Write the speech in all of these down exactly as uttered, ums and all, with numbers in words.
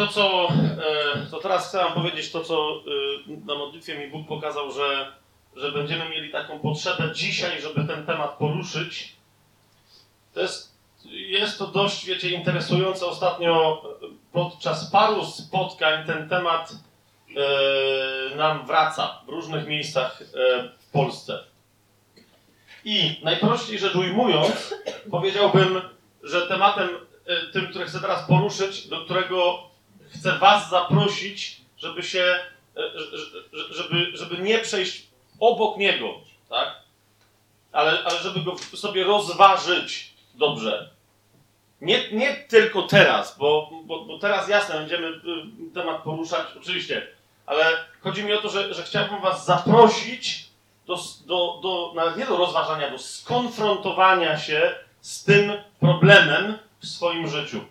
to, co, to teraz chcę wam powiedzieć, to, co na modlitwie mi Bóg pokazał, że, że będziemy mieli taką potrzebę dzisiaj, żeby ten temat poruszyć. To jest, jest to dość, wiecie, interesujące. Ostatnio podczas paru spotkań ten temat e, nam wraca w różnych miejscach e, w Polsce. I najprościej rzecz ujmując, powiedziałbym, że tematem e, tym, który chcę teraz poruszyć, do którego chcę was zaprosić, żeby się, e, żeby, żeby nie przejść obok niego, tak? Ale, ale żeby go sobie rozważyć dobrze. Nie, nie tylko teraz, bo, bo, bo teraz jasne, będziemy temat poruszać, oczywiście, ale chodzi mi o to, że, że chciałbym was zaprosić do, do, do, nawet nie do rozważania, do skonfrontowania się z tym problemem w swoim życiu.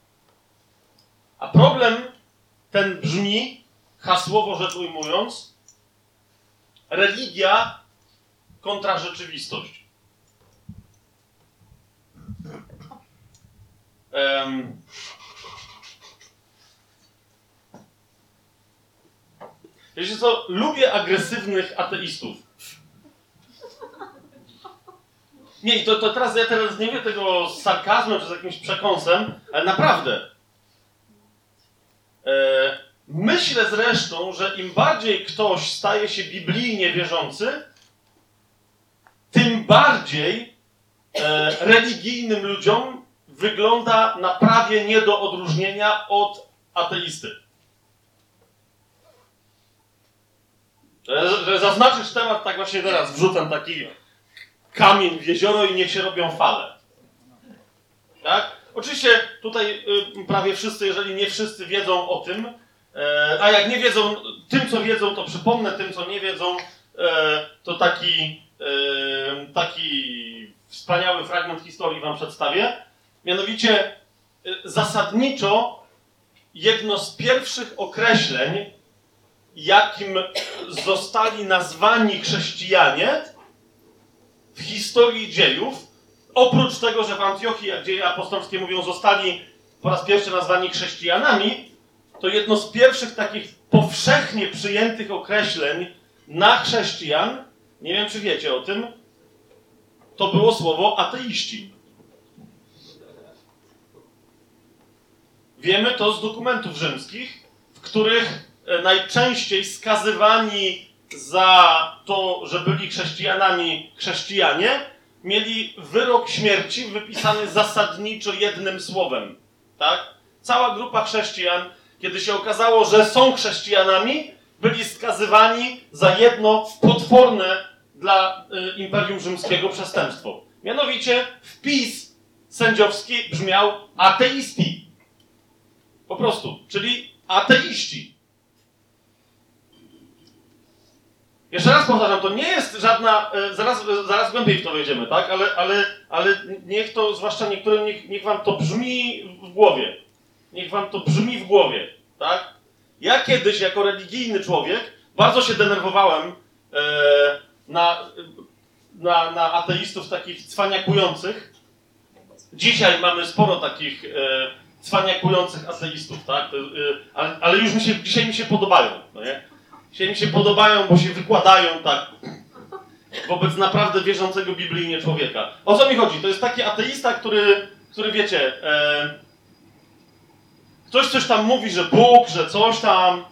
A problem ten brzmi, hasłowo rzecz ujmując, religia kontra rzeczywistość. Um, Wiecie co? Lubię agresywnych ateistów. Nie, i to, to teraz ja teraz nie mówię tego z sarkazmem czy z jakimś przekąsem, ale naprawdę. E, myślę zresztą, że im bardziej ktoś staje się biblijnie wierzący, tym bardziej e, religijnym ludziom wygląda na prawie nie do odróżnienia od ateisty. Że, że zaznaczysz temat, tak właśnie teraz wrzucam taki kamień w jezioro i niech się robią fale. Tak? Oczywiście tutaj y, prawie wszyscy, jeżeli nie wszyscy wiedzą o tym, e, a jak nie wiedzą, tym co wiedzą, to przypomnę, tym co nie wiedzą, e, to taki, e, taki wspaniały fragment historii wam przedstawię. Mianowicie y, zasadniczo jedno z pierwszych określeń, jakim zostali nazwani chrześcijanie w historii dziejów, oprócz tego, że w Antiochii, jak dzieje apostolskie mówią, zostali po raz pierwszy nazwani chrześcijanami, to jedno z pierwszych takich powszechnie przyjętych określeń na chrześcijan, nie wiem czy wiecie o tym, to było słowo ateiści. Wiemy to z dokumentów rzymskich, w których najczęściej skazywani za to, że byli chrześcijanami chrześcijanie, mieli wyrok śmierci wypisany zasadniczo jednym słowem. Tak? Cała grupa chrześcijan, kiedy się okazało, że są chrześcijanami, byli skazywani za jedno potworne dla y, Imperium Rzymskiego przestępstwo. Mianowicie wpis sędziowski brzmiał ateisti. Po prostu, czyli ateiści. Jeszcze raz powtarzam, to nie jest żadna, e, zaraz, zaraz głębiej w to wejdziemy, tak? Ale, ale, ale niech to, zwłaszcza niektórym, niech, niech wam to brzmi w głowie. Niech wam to brzmi w głowie, tak? Ja kiedyś, jako religijny człowiek, bardzo się denerwowałem e, na, na, na ateistów takich cwaniakujących. Dzisiaj mamy sporo takich e, cwaniakujących ateistów, tak? To, e, ale, ale już mi się, dzisiaj mi się podobają, no nie? Dzisiaj mi się podobają, bo się wykładają tak wobec naprawdę wierzącego biblijnie człowieka. O co mi chodzi? To jest taki ateista, który, który wiecie, e, ktoś coś tam mówi, że Bóg, że coś tam,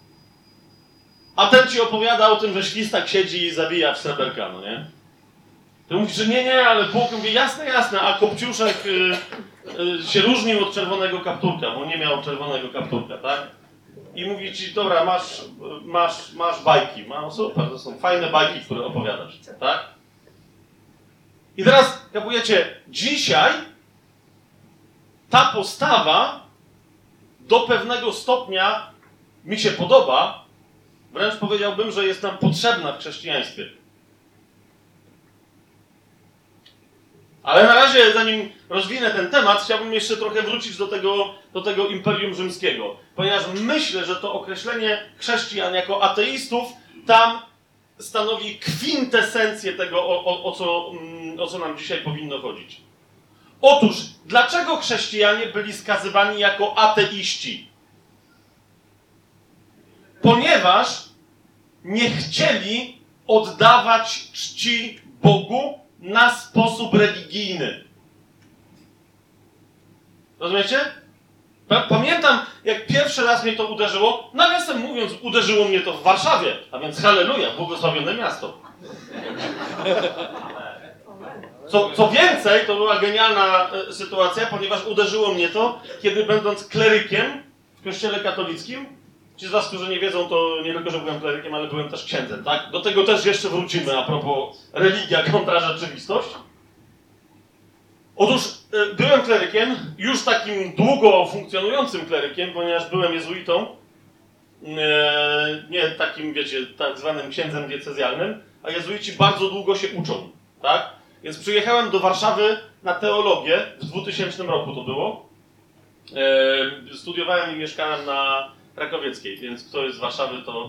a ten ci opowiada o tym, że świstak siedzi i zabija w sreberka, no nie? Ty mówisz, że nie, nie, ale Bóg mówi, jasne, jasne, a Kopciuszek y, y, się różnił od czerwonego kapturka, bo nie miał czerwonego kapturka, tak? I mówi ci, dobra, masz, masz, masz bajki. No super, to są fajne bajki, które opowiadasz, tak? I teraz, kapujecie, dzisiaj ta postawa do pewnego stopnia mi się podoba, wręcz powiedziałbym, że jest nam potrzebna w chrześcijaństwie. Ale na razie, zanim rozwinę ten temat, chciałbym jeszcze trochę wrócić do tego, do tego Imperium Rzymskiego. Ponieważ myślę, że to określenie chrześcijan jako ateistów tam stanowi kwintesencję tego, o, o, o, co, o co nam dzisiaj powinno chodzić. Otóż, dlaczego chrześcijanie byli skazywani jako ateiści? Ponieważ nie chcieli oddawać czci Bogu na sposób religijny. Rozumiecie? Pamiętam, jak pierwszy raz mnie to uderzyło, nawiasem mówiąc, uderzyło mnie to w Warszawie, a więc halleluja, błogosławione miasto. Co, co więcej, to była genialna e, sytuacja, ponieważ uderzyło mnie to, kiedy będąc klerykiem w kościele katolickim, ci z was, którzy nie wiedzą, to nie tylko, że byłem klerykiem, ale byłem też księdzem, tak? Do tego też jeszcze wrócimy a propos religia kontra rzeczywistość. Otóż e, byłem klerykiem, już takim długo funkcjonującym klerykiem, ponieważ byłem jezuitą, e, nie takim, wiecie, tak zwanym księdzem diecezjalnym, a jezuici bardzo długo się uczą, tak? Więc przyjechałem do Warszawy na teologię, w dwutysięcznym roku to było. E, studiowałem i mieszkałem na Rakowieckiej, więc kto jest z Warszawy, to...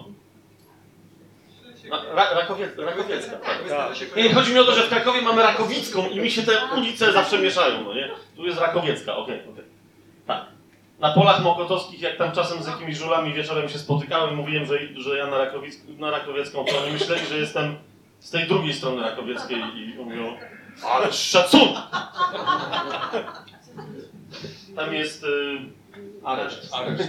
Ra Rakowie Rakowiecka, tak. Nie, chodzi mi o to, że w Krakowie mamy Rakowicką i mi się te ulice zawsze mieszają, no nie? Tu jest Rakowiecka, okej, okay, okej. Okay. Tak. Na polach mokotowskich, jak tam czasem z jakimiś żulami wieczorem się spotykałem, mówiłem, że, że ja na, Rakowic na Rakowiecką, to oni myśleli, że jestem z tej drugiej strony Rakowieckiej i mówią, ale szacun! Tam jest y, areszt. areszt.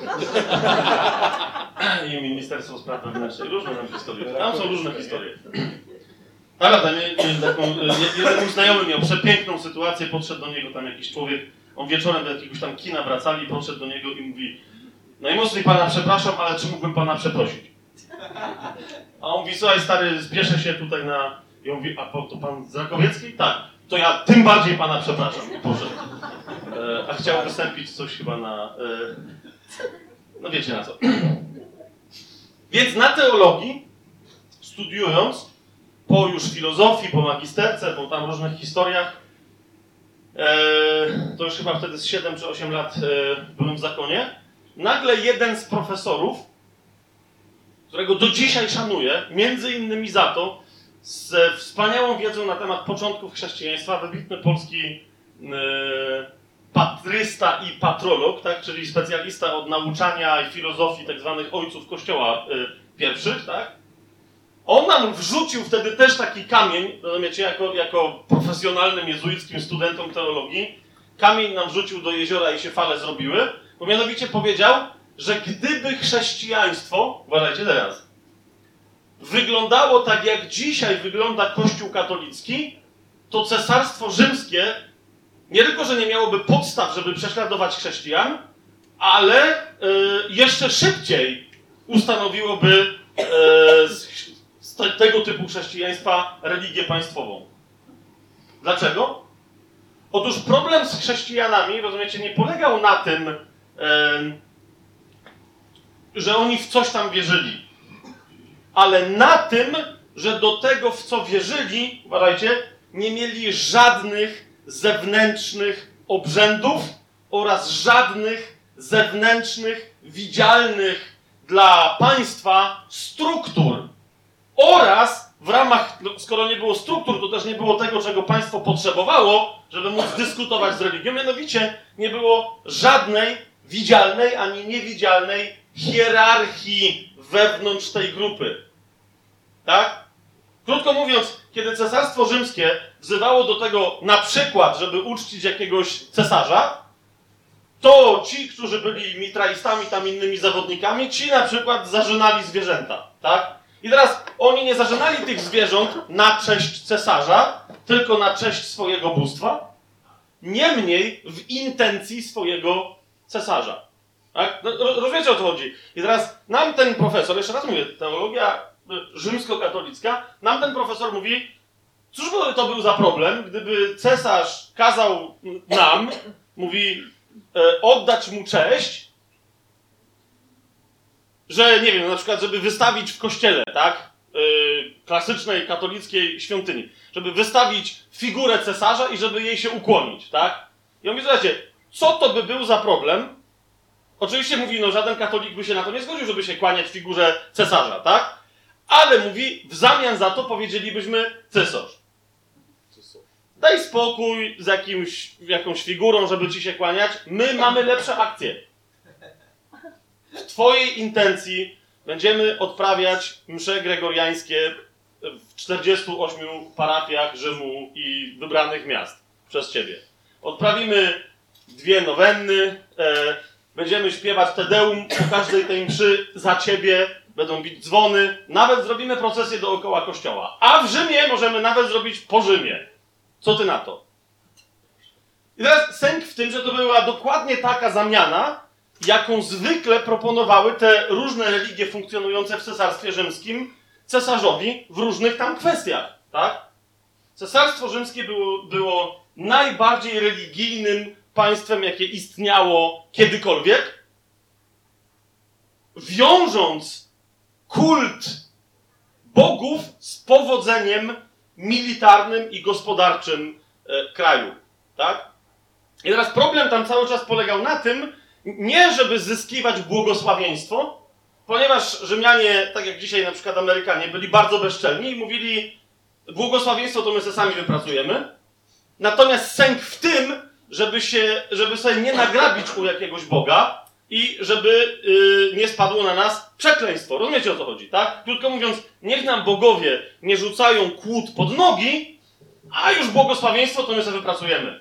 I Ministerstwo Spraw Wewnętrznych. Różne tam historie. Tam są różne historie. Ale tam jeden mój znajomy miał przepiękną sytuację, podszedł do niego tam jakiś człowiek, on wieczorem do jakiegoś tam kina wracali, podszedł do niego i mówi: najmocniej pana przepraszam, ale czy mógłbym pana przeprosić? A on mówi: słuchaj stary, spieszę się tutaj na... I on mówi: a to pan z Rakowieckiej? Tak. To ja tym bardziej pana przepraszam. I poszedł. E, a chciał wystąpić coś chyba na... E, no wiecie na co. Więc na teologii, studiując, po już filozofii, po magisterce, po tam różnych historiach, e, to już chyba wtedy z siedem czy osiem lat e, byłem w zakonie, nagle jeden z profesorów, którego do dzisiaj szanuję, między innymi za to, z wspaniałą wiedzą na temat początków chrześcijaństwa, wybitny polski e, patrysta i patrolog, tak, czyli specjalista od nauczania i filozofii tak zwanych ojców kościoła e, pierwszych, tak? On nam wrzucił wtedy też taki kamień, rozumiecie, jako, jako profesjonalnym jezuickim studentom teologii, kamień nam wrzucił do jeziora i się fale zrobiły, bo mianowicie powiedział, że gdyby chrześcijaństwo, uważajcie teraz, wyglądało tak jak dzisiaj wygląda Kościół katolicki, to Cesarstwo Rzymskie nie tylko, że nie miałoby podstaw, żeby prześladować chrześcijan, ale y, jeszcze szybciej ustanowiłoby y, z, z te, tego typu chrześcijaństwa religię państwową. Dlaczego? Otóż problem z chrześcijanami, rozumiecie, nie polegał na tym, y, że oni w coś tam wierzyli, ale na tym, że do tego, w co wierzyli, uważajcie, nie mieli żadnych zewnętrznych obrzędów oraz żadnych zewnętrznych, widzialnych dla państwa struktur. Oraz w ramach, no, skoro nie było struktur, to też nie było tego, czego państwo potrzebowało, żeby móc dyskutować z religią, mianowicie nie było żadnej widzialnej ani niewidzialnej hierarchii wewnątrz tej grupy. Tak? Krótko mówiąc, kiedy Cesarstwo Rzymskie wzywało do tego na przykład, żeby uczcić jakiegoś cesarza, to ci, którzy byli mitraistami, tam innymi zawodnikami, ci na przykład zażynali zwierzęta. Tak? I teraz oni nie zażynali tych zwierząt na cześć cesarza, tylko na cześć swojego bóstwa, niemniej w intencji swojego cesarza. Tak? No, rozumiecie, o co chodzi? I teraz nam ten profesor, jeszcze raz mówię, teologia rzymskokatolicka, nam ten profesor mówi, cóż by to był za problem, gdyby cesarz kazał nam, mówi, e, oddać mu cześć, że, nie wiem, na przykład, żeby wystawić w kościele, tak, e, klasycznej katolickiej świątyni, żeby wystawić figurę cesarza i żeby jej się ukłonić, tak? I on mówi, słuchajcie, co to by był za problem? Oczywiście mówi, no żaden katolik by się na to nie zgodził, żeby się kłaniać figurze cesarza, tak? Ale mówi, w zamian za to powiedzielibyśmy: cesarz, daj spokój z jakimś, jakąś figurą, żeby ci się kłaniać. My mamy lepsze akcje. W twojej intencji będziemy odprawiać msze gregoriańskie w czterdziestu ośmiu parafiach Rzymu i wybranych miast przez ciebie. Odprawimy dwie nowenny, e, będziemy śpiewać Te Deum po każdej tej mszy za ciebie, będą bić dzwony, nawet zrobimy procesję dookoła kościoła. A w Rzymie możemy nawet zrobić po Rzymie. Co ty na to? I teraz sęk w tym, że to była dokładnie taka zamiana, jaką zwykle proponowały te różne religie funkcjonujące w Cesarstwie Rzymskim cesarzowi w różnych tam kwestiach, tak? Cesarstwo Rzymskie było, było najbardziej religijnym państwem, jakie istniało kiedykolwiek, wiążąc kult bogów z powodzeniem militarnym i gospodarczym e, kraju, tak? I teraz problem tam cały czas polegał na tym, nie żeby zyskiwać błogosławieństwo, ponieważ Rzymianie, tak jak dzisiaj na przykład Amerykanie, byli bardzo bezczelni i mówili, błogosławieństwo to my sobie sami wypracujemy, natomiast sęk w tym, żeby, się, żeby sobie nie nagrabić u jakiegoś Boga i żeby yy, nie spadło na nas przekleństwo. Rozumiecie, o co chodzi, tak? Krótko mówiąc, niech nam bogowie nie rzucają kłód pod nogi, a już błogosławieństwo to my sobie wypracujemy.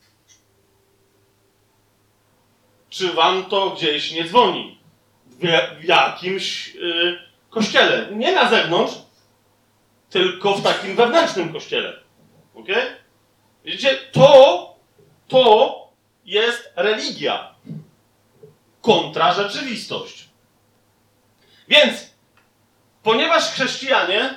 Czy wam to gdzieś nie dzwoni? W, w jakimś yy, kościele. Nie na zewnątrz, tylko w takim wewnętrznym kościele. Okej? Okay? Widzicie, to, to jest religia kontra rzeczywistość. Więc, ponieważ chrześcijanie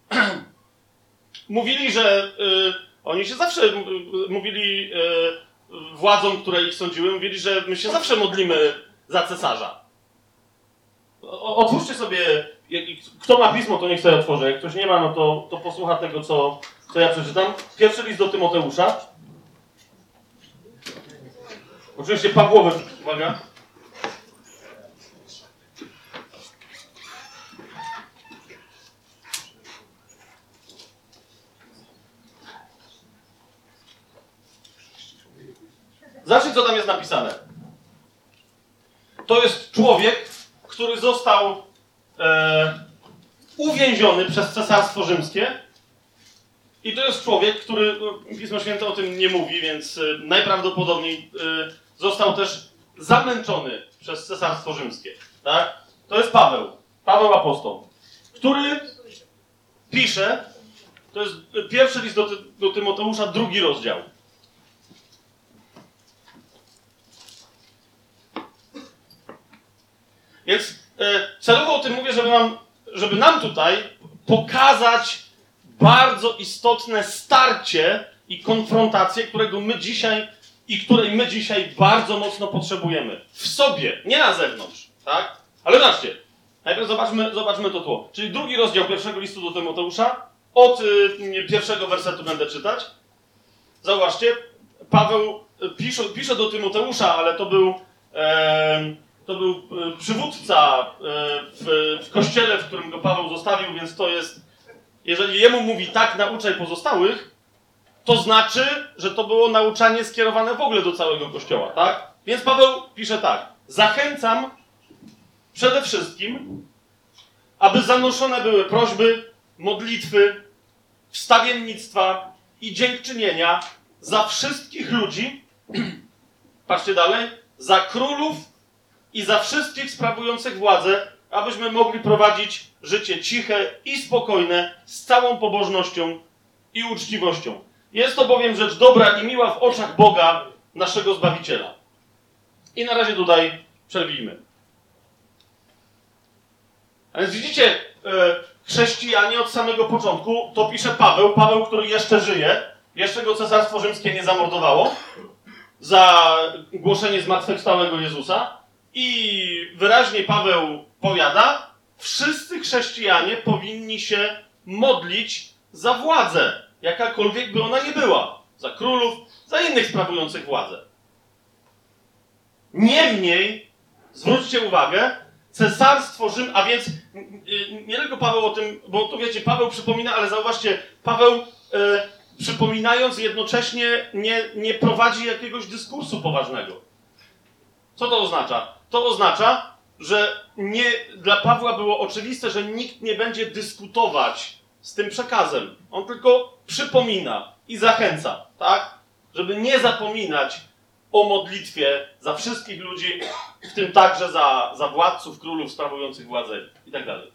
mówili, że yy, oni się zawsze yy, mówili yy, władzom, które ich sądziły, mówili, że my się zawsze modlimy za cesarza. O, otwórzcie sobie, kto ma pismo, to niech sobie otworzy. Jak ktoś nie ma, no to, to posłucha tego, co, co ja przeczytam. Pierwszy list do Tymoteusza. Oczywiście Pawłowy, uwaga. Zacznij, co tam jest napisane. To jest człowiek, który został e, uwięziony przez Cesarstwo Rzymskie. I to jest człowiek, który, Pismo Święte o tym nie mówi, więc e, najprawdopodobniej e, został też zamęczony przez Cesarstwo Rzymskie. Tak? To jest Paweł, Paweł apostoł, który pisze, to jest pierwszy list do, do Tymoteusza, drugi rozdział. Więc e, celowo o tym mówię, żeby nam, żeby nam tutaj pokazać bardzo istotne starcie i konfrontację, którego my dzisiaj i której my dzisiaj bardzo mocno potrzebujemy. W sobie, nie na zewnątrz, tak? Ale zobaczcie, najpierw zobaczmy, zobaczmy to tło. Czyli drugi rozdział pierwszego listu do Tymoteusza, od y, pierwszego wersetu będę czytać. Zauważcie, Paweł pisze, pisze do Tymoteusza, ale to był... E, To był przywódca w, w kościele, w którym go Paweł zostawił, więc to jest, jeżeli jemu mówi tak, nauczaj pozostałych, to znaczy, że to było nauczanie skierowane w ogóle do całego kościoła, tak? Więc Paweł pisze tak. Zachęcam przede wszystkim, aby zanoszone były prośby, modlitwy, wstawiennictwa i dziękczynienia za wszystkich ludzi, patrzcie dalej, za królów i za wszystkich sprawujących władzę, abyśmy mogli prowadzić życie ciche i spokojne, z całą pobożnością i uczciwością. Jest to bowiem rzecz dobra i miła w oczach Boga, naszego Zbawiciela. I na razie tutaj przerwijmy. A więc widzicie, chrześcijanie od samego początku, to pisze Paweł, Paweł, który jeszcze żyje, jeszcze go Cesarstwo Rzymskie nie zamordowało, za głoszenie zmartwychwstałego Jezusa. I wyraźnie Paweł powiada, wszyscy chrześcijanie powinni się modlić za władzę, jakakolwiek by ona nie była. Za królów, za innych sprawujących władzę. Niemniej, zwróćcie uwagę, Cesarstwo Rzym, a więc nie tylko Paweł o tym, bo to wiecie, Paweł przypomina, ale zauważcie, Paweł e, przypominając jednocześnie nie, nie prowadzi jakiegoś dyskursu poważnego. Co to oznacza? To oznacza, że nie, dla Pawła było oczywiste, że nikt nie będzie dyskutować z tym przekazem. On tylko przypomina i zachęca, tak? Żeby nie zapominać o modlitwie za wszystkich ludzi, w tym także za, za władców, królów sprawujących władzę i tak dalej.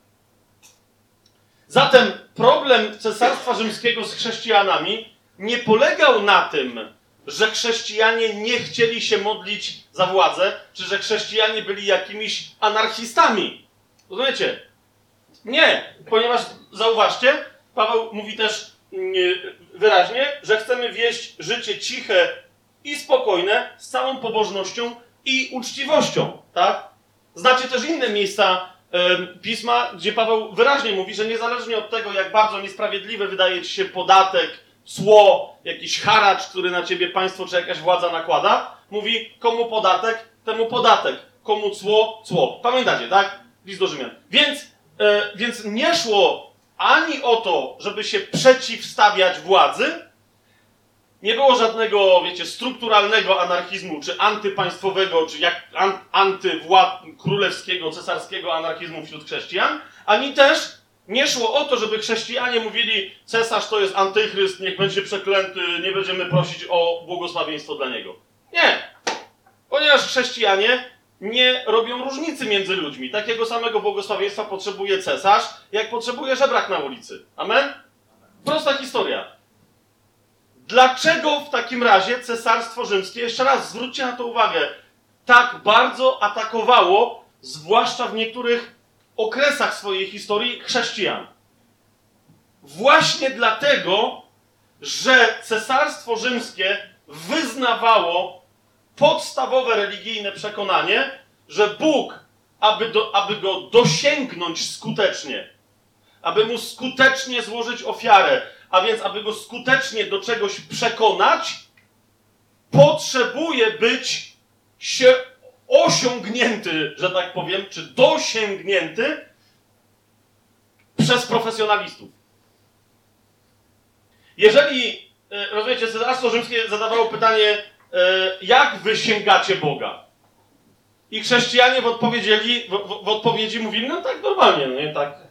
Zatem problem Cesarstwa Rzymskiego z chrześcijanami nie polegał na tym, że chrześcijanie nie chcieli się modlić za władzę, czy że chrześcijanie byli jakimiś anarchistami. Rozumiecie? Nie, ponieważ zauważcie, Paweł mówi też wyraźnie, że chcemy wieść życie ciche i spokojne, z całą pobożnością i uczciwością, tak? Znacie też inne miejsca y, Pisma, gdzie Paweł wyraźnie mówi, że niezależnie od tego, jak bardzo niesprawiedliwy wydaje ci się podatek, cło, jakiś haracz, który na ciebie państwo czy jakaś władza nakłada, mówi, komu podatek, temu podatek, komu cło, cło. Pamiętacie, tak? List do Rzymian. Więc, y, więc nie szło ani o to, żeby się przeciwstawiać władzy, nie było żadnego, wiecie, strukturalnego anarchizmu, czy antypaństwowego, czy jak an, antywład królewskiego, cesarskiego anarchizmu wśród chrześcijan, ani też nie szło o to, żeby chrześcijanie mówili, cesarz to jest antychryst, niech będzie przeklęty, nie będziemy prosić o błogosławieństwo dla niego. Nie. Ponieważ chrześcijanie nie robią różnicy między ludźmi. Takiego samego błogosławieństwa potrzebuje cesarz, jak potrzebuje żebrak na ulicy. Amen? Prosta historia. Dlaczego w takim razie Cesarstwo Rzymskie, jeszcze raz zwróćcie na to uwagę, tak bardzo atakowało, zwłaszcza w niektórych okresach swojej historii, chrześcijan? Właśnie dlatego, że Cesarstwo Rzymskie wyznawało podstawowe religijne przekonanie, że Bóg, aby, do, aby go dosięgnąć skutecznie, aby mu skutecznie złożyć ofiarę, a więc aby go skutecznie do czegoś przekonać, potrzebuje być się osiągnięty, że tak powiem, czy dosięgnięty przez profesjonalistów. Jeżeli, rozumiecie, Cesarstwo Rzymskie zadawało pytanie, jak wy sięgacie Boga? I chrześcijanie w, odpowiedzieli, w, w, w odpowiedzi mówili, no tak normalnie, no nie tak.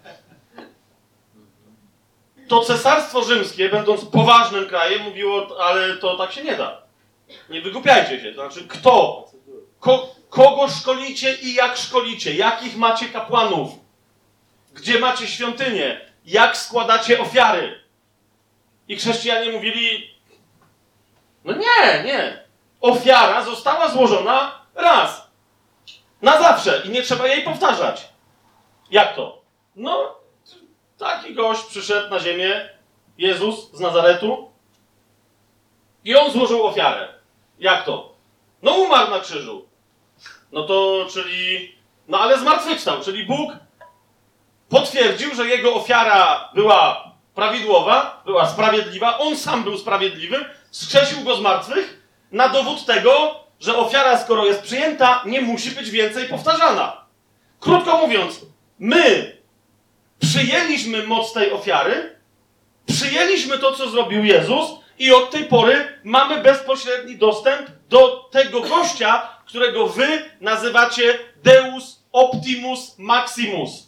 To Cesarstwo Rzymskie, będąc poważnym krajem, mówiło, ale to tak się nie da. Nie wygłupiajcie się. To znaczy, kto? Ko, kogo szkolicie i jak szkolicie? Jakich macie kapłanów? Gdzie macie świątynię? Jak składacie ofiary? I chrześcijanie mówili, no nie, nie. Ofiara została złożona raz. Na zawsze. I nie trzeba jej powtarzać. Jak to? No, taki gość przyszedł na ziemię, Jezus z Nazaretu, i on złożył ofiarę. Jak to? No umarł na krzyżu. No to, czyli... No ale zmartwychwstał, czyli Bóg potwierdził, że jego ofiara była prawidłowa, była sprawiedliwa, on sam był sprawiedliwy, wskrzesił go z martwych, na dowód tego, że ofiara, skoro jest przyjęta, nie musi być więcej powtarzana. Krótko mówiąc, my przyjęliśmy moc tej ofiary, przyjęliśmy to, co zrobił Jezus i od tej pory mamy bezpośredni dostęp do tego gościa, którego wy nazywacie Deus Optimus Maximus.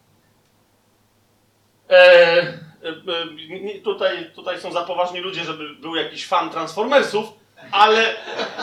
Eee, e, tutaj, tutaj są za poważni ludzie, żeby był jakiś fan Transformersów, ale,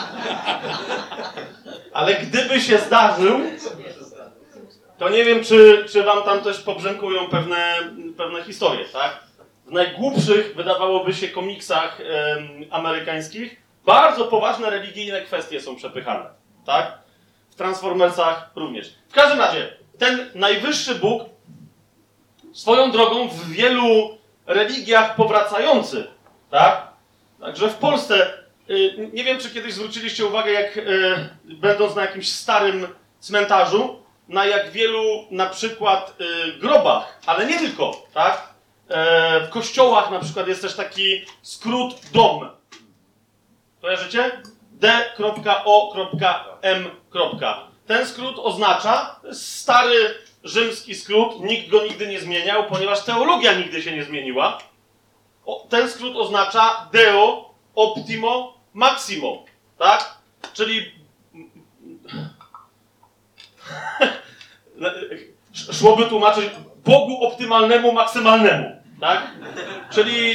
ale gdyby się zdarzył, to nie wiem, czy, czy wam tam też pobrzękują pewne, pewne historie, tak? W najgłupszych, wydawałoby się, komiksach em, amerykańskich bardzo poważne religijne kwestie są przepychane, tak? W Transformersach również. W każdym razie, ten najwyższy Bóg, swoją drogą w wielu religiach powracający, tak? Także w Polsce, y, nie wiem, czy kiedyś zwróciliście uwagę, jak y, będąc na jakimś starym cmentarzu, na jak wielu na przykład y, grobach, ale nie tylko, tak? E, w kościołach na przykład jest też taki skrót dom. Kojarzycie? D O M. Ten skrót oznacza, to jest stary rzymski skrót, nikt go nigdy nie zmieniał, ponieważ teologia nigdy się nie zmieniła. O, ten skrót oznacza Deo Optimo Maximo, tak? Czyli szłoby tłumaczyć Bogu optymalnemu, maksymalnemu, tak? Czyli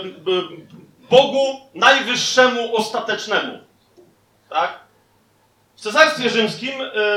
Bogu najwyższemu, ostatecznemu, tak? W Cesarstwie Rzymskim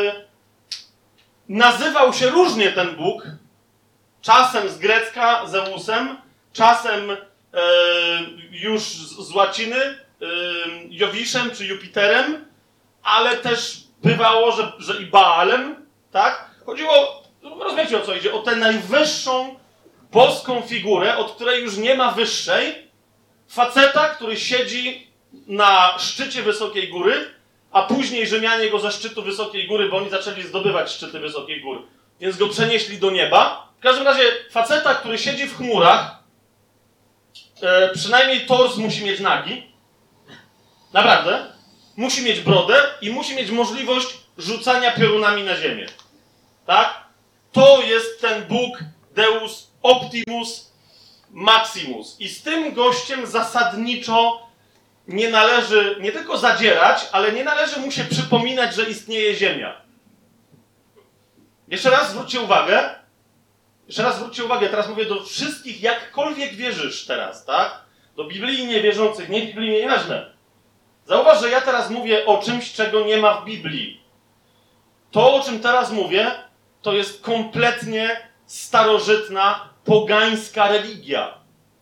nazywał się różnie ten Bóg, czasem z grecka Zeusem, czasem już z łaciny Jowiszem czy Jupiterem, ale też bywało, że, że i Baalem, tak? Chodziło, rozumiecie o co idzie, o tę najwyższą boską figurę, od której już nie ma wyższej, faceta, który siedzi na szczycie wysokiej góry, a później Rzymianie go ze szczytu wysokiej góry, bo oni zaczęli zdobywać szczyty wysokiej góry, więc go przenieśli do nieba. W każdym razie faceta, który siedzi w chmurach, e, przynajmniej tors musi mieć nagi, naprawdę, musi mieć brodę i musi mieć możliwość rzucania piorunami na ziemię. Tak? To jest ten Bóg Deus Optimus Maximus. I z tym gościem zasadniczo nie należy nie tylko zadzierać, ale nie należy mu się przypominać, że istnieje Ziemia. Jeszcze raz zwróćcie uwagę, jeszcze raz zwróćcie uwagę, teraz mówię do wszystkich, jakkolwiek wierzysz teraz, tak? Do biblijnie wierzących, nie biblijnie, nieważne. Zauważ, że ja teraz mówię o czymś, czego nie ma w Biblii. To, o czym teraz mówię, to jest kompletnie starożytna, pogańska religia.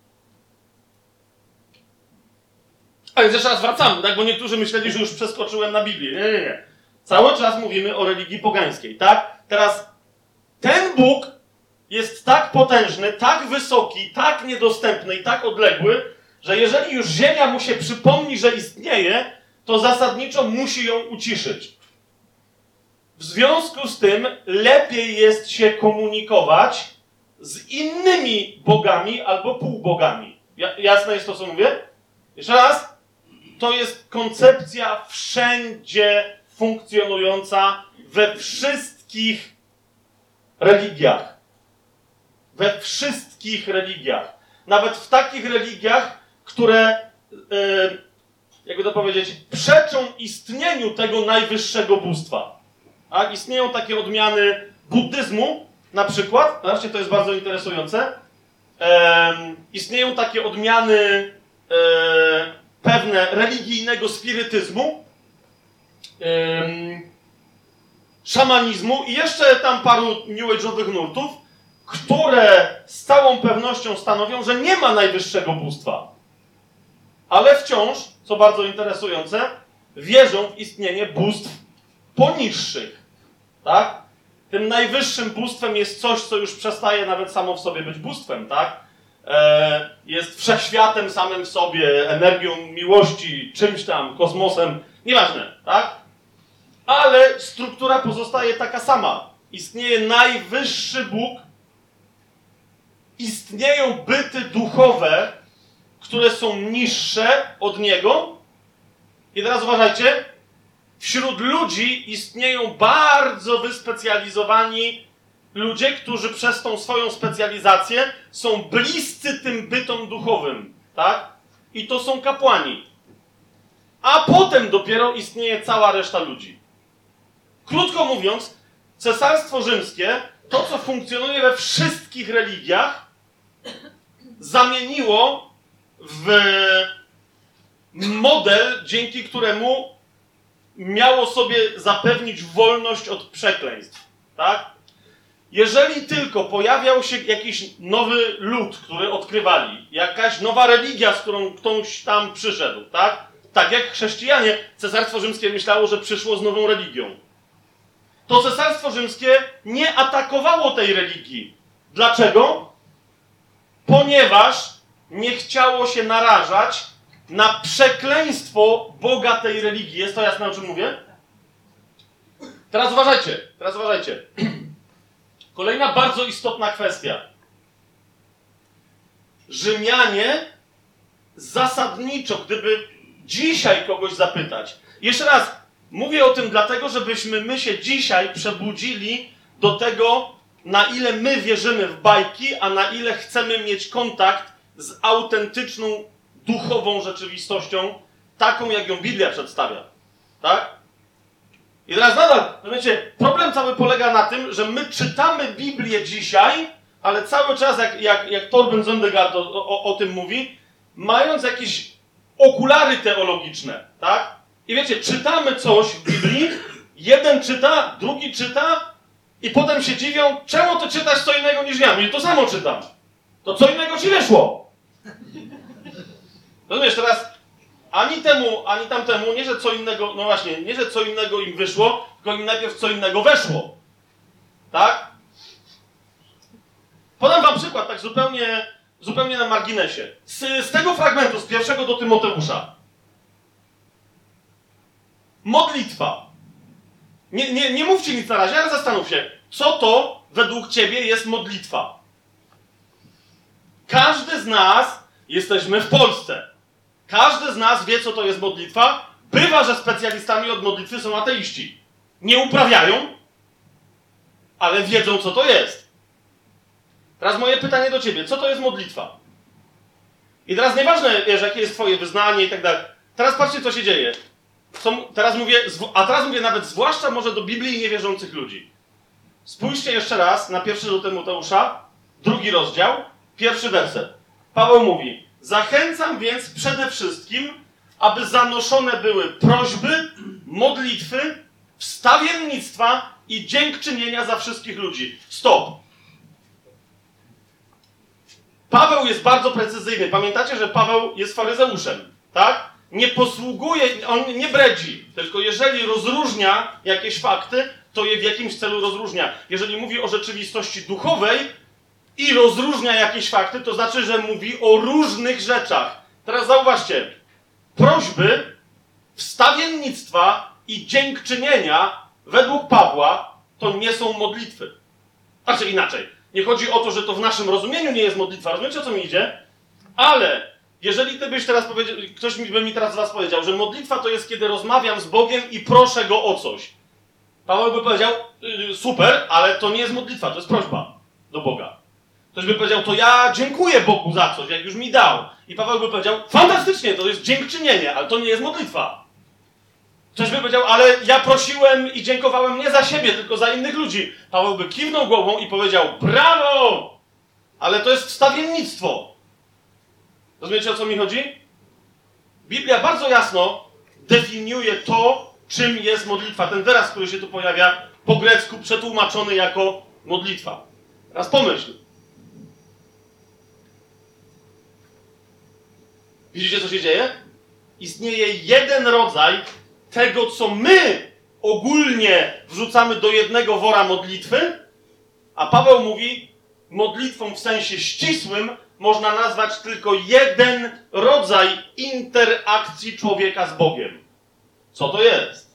A więc jeszcze raz wracamy, tak? Bo niektórzy myśleli, że już przeskoczyłem na Biblię. Nie, nie, nie. Cały czas mówimy o religii pogańskiej, tak? Teraz ten Bóg jest tak potężny, tak wysoki, tak niedostępny i tak odległy, że jeżeli już Ziemia mu się przypomni, że istnieje, to zasadniczo musi ją uciszyć. W związku z tym lepiej jest się komunikować z innymi bogami albo półbogami. Ja, jasne jest to, co mówię? Jeszcze raz. To jest koncepcja wszędzie funkcjonująca we wszystkich religiach. We wszystkich religiach. Nawet w takich religiach, które, yy, jakby to powiedzieć, przeczą istnieniu tego najwyższego bóstwa. A istnieją takie odmiany buddyzmu, na przykład, zobaczcie, to jest bardzo interesujące, yy, istnieją takie odmiany yy, pewne religijnego spirytyzmu, yy, szamanizmu i jeszcze tam paru new age'owych nurtów, które z całą pewnością stanowią, że nie ma najwyższego bóstwa. Ale wciąż, co bardzo interesujące, wierzą w istnienie bóstw poniższych. Tak? Tym najwyższym bóstwem jest coś, co już przestaje nawet samo w sobie być bóstwem, tak? E, jest wszechświatem samym w sobie, energią miłości, czymś tam, kosmosem, nieważne, tak? Ale struktura pozostaje taka sama. Istnieje najwyższy Bóg, istnieją byty duchowe, które są niższe od Niego. I teraz uważajcie, wśród ludzi istnieją bardzo wyspecjalizowani ludzie, którzy przez tą swoją specjalizację są bliscy tym bytom duchowym, tak? I to są kapłani. A potem dopiero istnieje cała reszta ludzi. Krótko mówiąc, Cesarstwo Rzymskie, to co funkcjonuje we wszystkich religiach, zamieniło w model, dzięki któremu miało sobie zapewnić wolność od przekleństw, tak? Jeżeli tylko pojawiał się jakiś nowy lud, który odkrywali, jakaś nowa religia, z którą ktoś tam przyszedł, tak? Tak jak chrześcijanie, Cesarstwo Rzymskie myślało, że przyszło z nową religią. To Cesarstwo Rzymskie nie atakowało tej religii. Dlaczego? Ponieważ nie chciało się narażać na przekleństwo Boga tej religii. Jest to jasne, o czym mówię? Teraz uważajcie, teraz uważajcie. Kolejna bardzo istotna kwestia. Rzymianie zasadniczo, gdyby dzisiaj kogoś zapytać, jeszcze raz, mówię o tym dlatego, żebyśmy my się dzisiaj przebudzili do tego, na ile my wierzymy w bajki, a na ile chcemy mieć kontakt z autentyczną, duchową rzeczywistością, taką jak ją Biblia przedstawia. Tak? I teraz nadal, wiecie, problem cały polega na tym, że my czytamy Biblię dzisiaj, ale cały czas, jak, jak, jak Torben Zondegard o, o, o tym mówi, mając jakieś okulary teologiczne, tak? I wiecie, czytamy coś w Biblii, jeden czyta, drugi czyta i potem się dziwią, czemu ty czytasz co innego niż ja? Mówię, to samo czytam. To co innego ci wyszło. Rozumiesz, teraz ani temu, ani tamtemu, nie że co innego, no właśnie, nie że co innego im wyszło, tylko im najpierw co innego weszło. Tak? Podam wam przykład, tak zupełnie, zupełnie na marginesie. Z, z tego fragmentu, z pierwszego do Tymoteusza. Modlitwa. Nie, nie, nie mówcie nic na razie, ale zastanów się, co to według ciebie jest modlitwa. Każdy z nas, jesteśmy w Polsce, każdy z nas wie, co to jest modlitwa. Bywa, że specjalistami od modlitwy są ateiści. Nie uprawiają, ale wiedzą, co to jest. Teraz moje pytanie do ciebie, co to jest modlitwa? I teraz nieważne, wiesz, jakie jest twoje wyznanie i tak dalej. Teraz patrzcie, co się dzieje. Co, teraz mówię, a teraz mówię nawet zwłaszcza może do Biblii niewierzących ludzi. Spójrzcie jeszcze raz na pierwszy do Tymoteusza, drugi rozdział, pierwszy werset. Paweł mówi: zachęcam więc przede wszystkim, aby zanoszone były prośby, modlitwy, wstawiennictwa i dziękczynienia za wszystkich ludzi. Stop. Paweł jest bardzo precyzyjny. Pamiętacie, że Paweł jest faryzeuszem, tak? Nie posługuje, on nie bredzi, tylko jeżeli rozróżnia jakieś fakty, to je w jakimś celu rozróżnia. Jeżeli mówi o rzeczywistości duchowej i rozróżnia jakieś fakty, to znaczy, że mówi o różnych rzeczach. Teraz zauważcie, prośby, wstawiennictwa i dziękczynienia według Pawła to nie są modlitwy. Znaczy inaczej, nie chodzi o to, że to w naszym rozumieniu nie jest modlitwa, rozumiecie, o co mi idzie? Ale jeżeli ty byś teraz powiedział, ktoś by mi teraz z was powiedział, że modlitwa to jest, kiedy rozmawiam z Bogiem i proszę Go o coś. Paweł by powiedział, yy, super, ale to nie jest modlitwa, to jest prośba do Boga. Ktoś by powiedział, to ja dziękuję Bogu za coś, jak już mi dał. I Paweł by powiedział, fantastycznie, to jest dziękczynienie, ale to nie jest modlitwa. Ktoś by powiedział, ale ja prosiłem i dziękowałem nie za siebie, tylko za innych ludzi. Paweł by kiwnął głową i powiedział, brawo, ale to jest wstawiennictwo. Rozumiecie, o co mi chodzi? Biblia bardzo jasno definiuje to, czym jest modlitwa. Ten wyraz, który się tu pojawia, po grecku przetłumaczony jako modlitwa. Teraz pomyśl. Widzicie, co się dzieje? Istnieje jeden rodzaj tego, co my ogólnie wrzucamy do jednego wora modlitwy, a Paweł mówi, modlitwą w sensie ścisłym można nazwać tylko jeden rodzaj interakcji człowieka z Bogiem. Co to jest?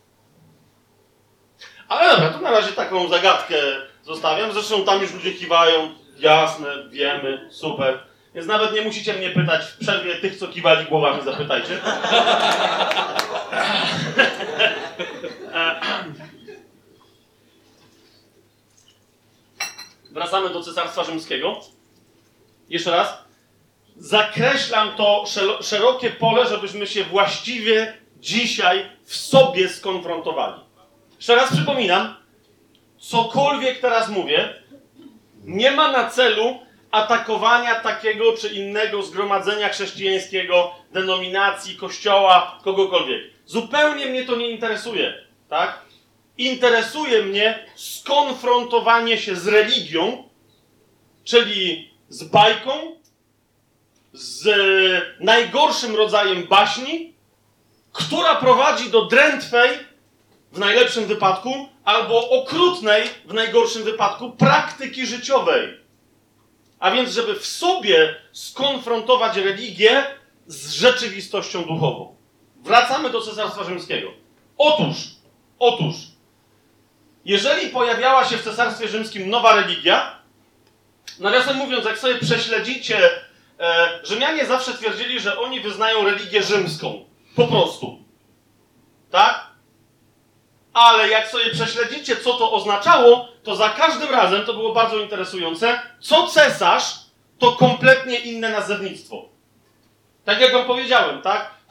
Ale dobra, to na razie taką zagadkę zostawiam. Zresztą tam już ludzie kiwają. Jasne, wiemy, super. Więc nawet nie musicie mnie pytać w przerwie, tych, co kiwali głowami, zapytajcie. Wracamy do Cesarstwa Rzymskiego. Jeszcze raz. Zakreślam to szerokie pole, żebyśmy się właściwie dzisiaj w sobie skonfrontowali. Jeszcze raz przypominam, cokolwiek teraz mówię, nie ma na celu atakowania takiego czy innego zgromadzenia chrześcijańskiego, denominacji, kościoła, kogokolwiek. Zupełnie mnie to nie interesuje, tak? Interesuje mnie skonfrontowanie się z religią, czyli z bajką, z najgorszym rodzajem baśni, która prowadzi do drętwej, w najlepszym wypadku, albo okrutnej, w najgorszym wypadku, praktyki życiowej. A więc, żeby w sobie skonfrontować religię z rzeczywistością duchową. Wracamy do Cesarstwa Rzymskiego. Otóż, otóż, jeżeli pojawiała się w Cesarstwie Rzymskim nowa religia, nawiasem mówiąc, jak sobie prześledzicie, e, Rzymianie zawsze twierdzili, że oni wyznają religię rzymską. Po prostu. Tak? Ale jak sobie prześledzicie, co to oznaczało, to za każdym razem, to było bardzo interesujące, co cesarz, to kompletnie inne nazewnictwo. Tak jak wam powiedziałem, tak?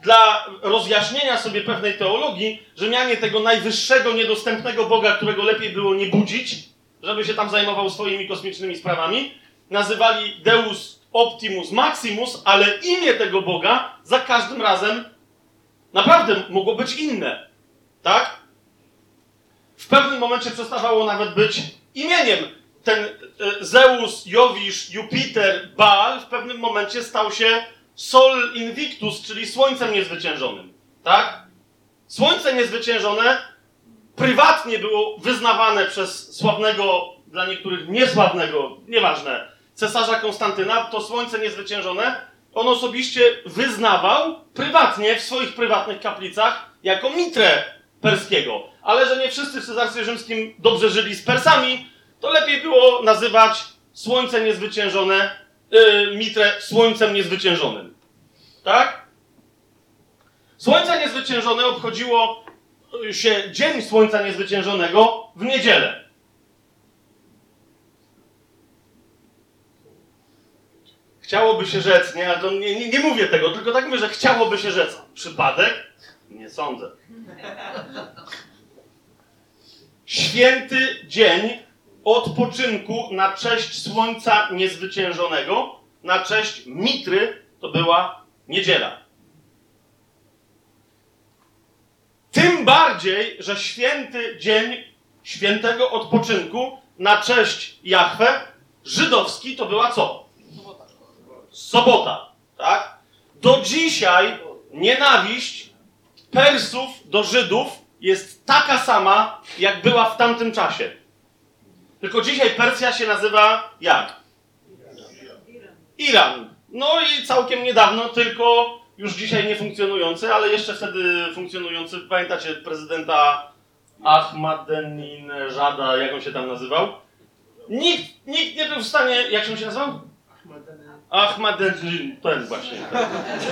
dla rozjaśnienia sobie pewnej teologii, Rzymianie tego najwyższego, niedostępnego Boga, którego lepiej było nie budzić, żeby się tam zajmował swoimi kosmicznymi sprawami, nazywali Deus Optimus Maximus, ale imię tego Boga za każdym razem naprawdę mogło być inne. Tak? W pewnym momencie przestawało nawet być imieniem. Ten Zeus, Jowisz, Jupiter, Baal w pewnym momencie stał się Sol Invictus, czyli Słońcem Niezwyciężonym. Tak? Słońce Niezwyciężone prywatnie było wyznawane przez sławnego, dla niektórych niesławnego, nieważne, cesarza Konstantyna, to Słońce Niezwyciężone, on osobiście wyznawał prywatnie w swoich prywatnych kaplicach jako mitrę perskiego. Ale że nie wszyscy w Cesarstwie Rzymskim dobrze żyli z Persami, to lepiej było nazywać Słońce Niezwyciężone, yy, mitrę Słońcem Niezwyciężonym. Tak? Słońce Niezwyciężone obchodziło się Dzień Słońca Niezwyciężonego w niedzielę. Chciałoby się rzec, nie, ale to nie, nie, nie mówię tego, tylko tak mówię, że chciałoby się rzec. Przypadek? Nie sądzę. Święty dzień odpoczynku na cześć Słońca Niezwyciężonego, na cześć Mitry, to była niedziela. Tym bardziej, że święty dzień świętego odpoczynku na cześć Jahwe, żydowski, to była co? Sobota. Tak? Do dzisiaj nienawiść Persów do Żydów jest taka sama, jak była w tamtym czasie. Tylko dzisiaj Persja się nazywa jak? Iran. No i całkiem niedawno, tylko już dzisiaj nie funkcjonujący, ale jeszcze wtedy funkcjonujący. Pamiętacie prezydenta Ahmadinejada, jak on się tam nazywał? Nikt, nikt nie był w stanie... Jak się on się nazywał? Ahmadinejad. Ten właśnie. Tak.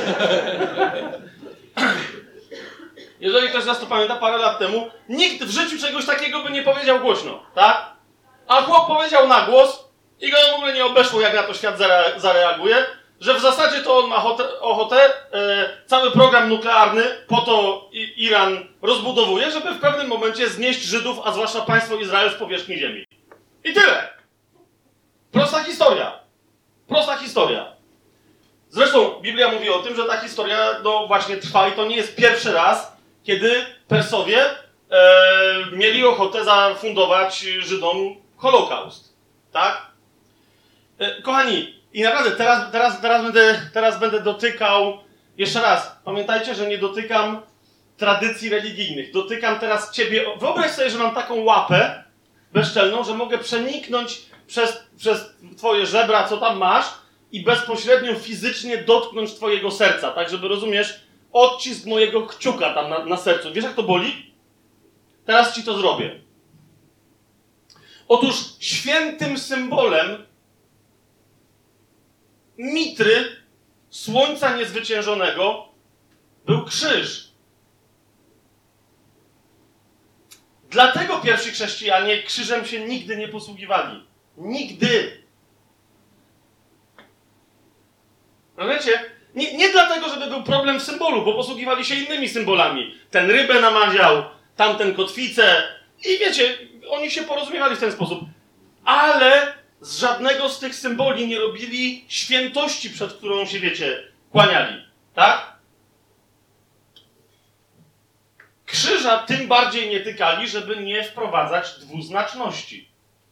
Jeżeli ktoś z nas to pamięta, parę lat temu, nikt w życiu czegoś takiego by nie powiedział głośno, tak? A chłop powiedział na głos i go w ogóle nie obeszło, jak na to świat zare zareaguje, że w zasadzie to on ma ochotę, ochotę e, cały program nuklearny po to i, Iran rozbudowuje, żeby w pewnym momencie znieść Żydów, a zwłaszcza państwo Izrael z powierzchni ziemi. I tyle. Prosta historia. Prosta historia. Zresztą Biblia mówi o tym, że ta historia no właśnie trwa i to nie jest pierwszy raz, kiedy Persowie e, mieli ochotę zafundować Żydom Holokaust. Tak? E, kochani, i naprawdę teraz, teraz, teraz, będę, teraz będę dotykał, jeszcze raz, pamiętajcie, że nie dotykam tradycji religijnych. Dotykam teraz ciebie. Wyobraź sobie, że mam taką łapę bezczelną, że mogę przeniknąć przez, przez twoje żebra, co tam masz, i bezpośrednio fizycznie dotknąć twojego serca, tak, żeby, rozumiesz, odcisk mojego kciuka tam na, na sercu. Wiesz, jak to boli? Teraz ci to zrobię. Otóż świętym symbolem Mitry, Słońca Niezwyciężonego, był krzyż. Dlatego pierwsi chrześcijanie krzyżem się nigdy nie posługiwali. Nigdy. Rozumiecie? Nie, nie dlatego, żeby był problem w symbolu, bo posługiwali się innymi symbolami. Ten rybę namaział, tamten kotwicę i wiecie, oni się porozumiewali w ten sposób. Ale z żadnego z tych symboli nie robili świętości, przed którą się, wiecie, kłaniali. Tak? Krzyża tym bardziej nie tykali, żeby nie wprowadzać dwuznaczności.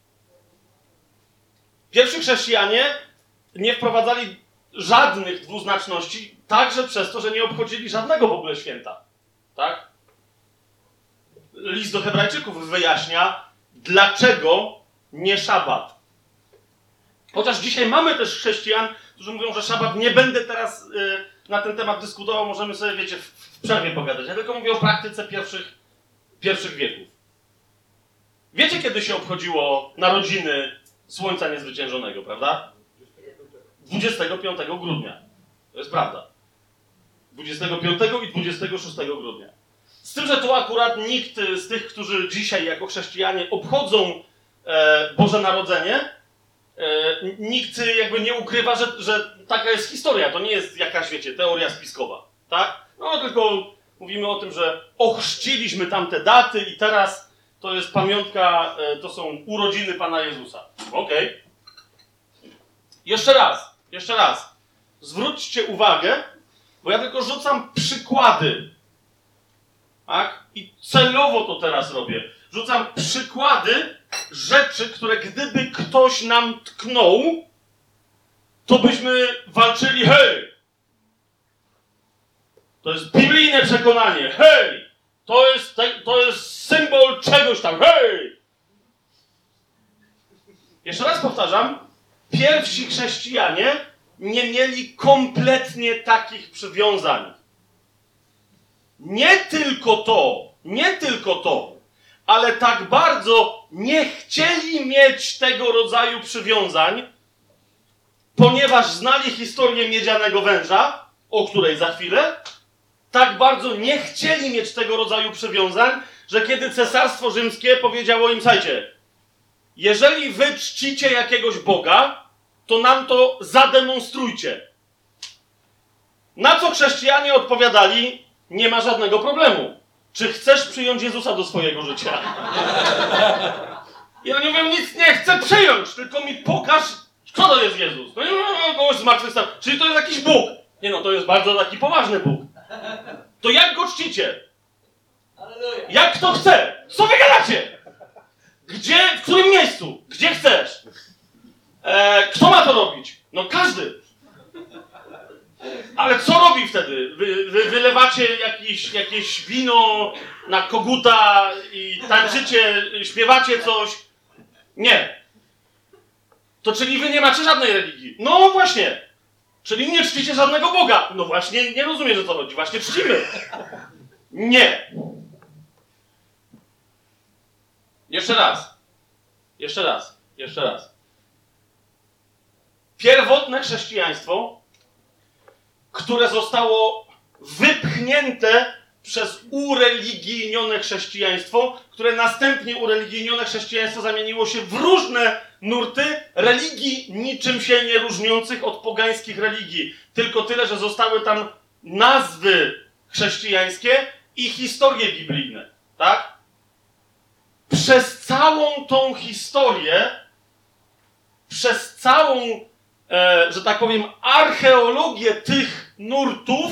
Pierwsi chrześcijanie nie wprowadzali żadnych dwuznaczności, także przez to, że nie obchodzili żadnego w ogóle święta. Tak? List do Hebrajczyków wyjaśnia, dlaczego nie szabat. Chociaż dzisiaj mamy też chrześcijan, którzy mówią, że szabat, nie będę teraz y, na ten temat dyskutował, możemy sobie, wiecie, w, w przerwie pogadać. Ja tylko mówię o praktyce pierwszych, pierwszych wieków. Wiecie, kiedy się obchodziło narodziny Słońca Niezwyciężonego, prawda? dwudziestego piątego grudnia. To jest prawda. dwudziestego piątego i dwudziestego szóstego grudnia. Z tym, że tu akurat nikt z tych, którzy dzisiaj jako chrześcijanie obchodzą e, Boże Narodzenie, e, nikt jakby nie ukrywa, że, że taka jest historia. To nie jest jakaś, wiecie, teoria spiskowa. Tak? No tylko mówimy o tym, że ochrzciliśmy tamte daty i teraz to jest pamiątka, to są urodziny Pana Jezusa. Okej. Okay. Jeszcze raz, jeszcze raz. Zwróćcie uwagę, bo ja tylko rzucam przykłady. Tak? I celowo to teraz robię. Rzucam przykłady rzeczy, które gdyby ktoś nam tknął, to byśmy walczyli, hej! To jest biblijne przekonanie, hej! To jest, to jest symbol czegoś tam, hej! Jeszcze raz powtarzam, pierwsi chrześcijanie nie mieli kompletnie takich przywiązań. Nie tylko to, nie tylko to, ale tak bardzo nie chcieli mieć tego rodzaju przywiązań, ponieważ znali historię miedzianego węża, o której za chwilę, tak bardzo nie chcieli mieć tego rodzaju przywiązań, że kiedy Cesarstwo Rzymskie powiedziało im, słuchajcie, jeżeli wy czcicie jakiegoś Boga, to nam to zademonstrujcie. Na co chrześcijanie odpowiadali, nie ma żadnego problemu. Czy chcesz przyjąć Jezusa do swojego życia? I oni mówią, nic nie chcę przyjąć, tylko mi pokaż, kto to jest Jezus. No i kogoś zmartwychwstał. Czyli to jest jakiś Bóg. Nie no, to jest bardzo taki poważny Bóg. To jak go czcicie? Jak kto chce? Co wy gadacie? Gdzie, w którym miejscu? Gdzie chcesz? E, kto ma to robić? No każdy. Ale co robi wtedy? Wy, wy wylewacie jakieś, jakieś wino na koguta i tańczycie, śpiewacie coś? Nie. To czyli wy nie macie żadnej religii. No właśnie. Czyli nie czcicie żadnego Boga. No właśnie, nie rozumiem, o co chodzi. Właśnie czcimy. Nie. Jeszcze raz. Jeszcze raz. Jeszcze raz. Pierwotne chrześcijaństwo, które zostało wypchnięte przez ureligijnione chrześcijaństwo, które następnie ureligijnione chrześcijaństwo zamieniło się w różne nurty religii niczym się nie różniących od pogańskich religii. Tylko tyle, że zostały tam nazwy chrześcijańskie i historie biblijne. Tak? Przez całą tą historię, przez całą, e, że tak powiem, archeologię tych nurtów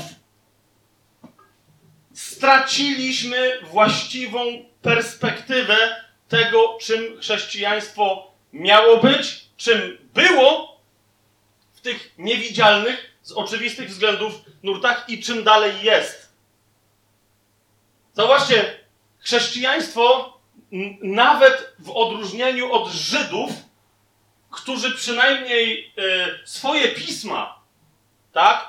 straciliśmy właściwą perspektywę tego, czym chrześcijaństwo miało być, czym było w tych niewidzialnych, z oczywistych względów nurtach i czym dalej jest. Zauważcie, chrześcijaństwo nawet w odróżnieniu od Żydów, którzy przynajmniej e, swoje pisma, tak,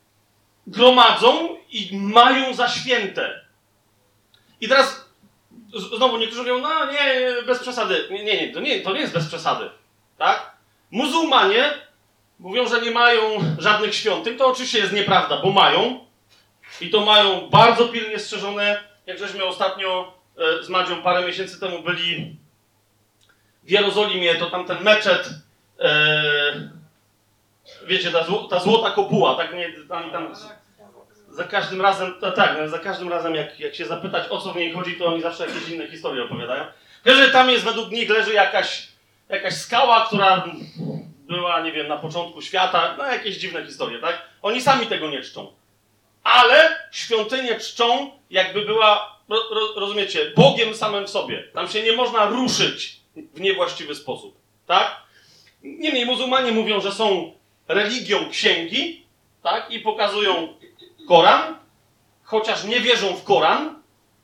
gromadzą i mają za święte. I teraz z, znowu niektórzy mówią, no nie, bez przesady. Nie, nie, nie, to nie, to nie jest bez przesady. Tak? Muzułmanie mówią, że nie mają żadnych świątyń. To oczywiście jest nieprawda, bo mają. I to mają bardzo pilnie strzeżone. Jak żeśmy ostatnio e, z Madzią parę miesięcy temu byli w Jerozolimie, to tam ten meczet, e, wiecie, ta, zło, ta złota kopuła, tak nie, oni tam za każdym razem, to, tak, za każdym razem jak, jak się zapytać, o co w niej chodzi, to oni zawsze jakieś inne historie opowiadają. Że tam jest, według nich leży jakaś, jakaś skała, która była, nie wiem, na początku świata, no jakieś dziwne historie, tak? Oni sami tego nie czczą. Ale świątynię czczą, jakby była, ro, ro, rozumiecie, Bogiem samym w sobie. Tam się nie można ruszyć w niewłaściwy sposób, tak? Niemniej muzułmanie mówią, że są religią księgi, tak? I pokazują Koran, chociaż nie wierzą w Koran,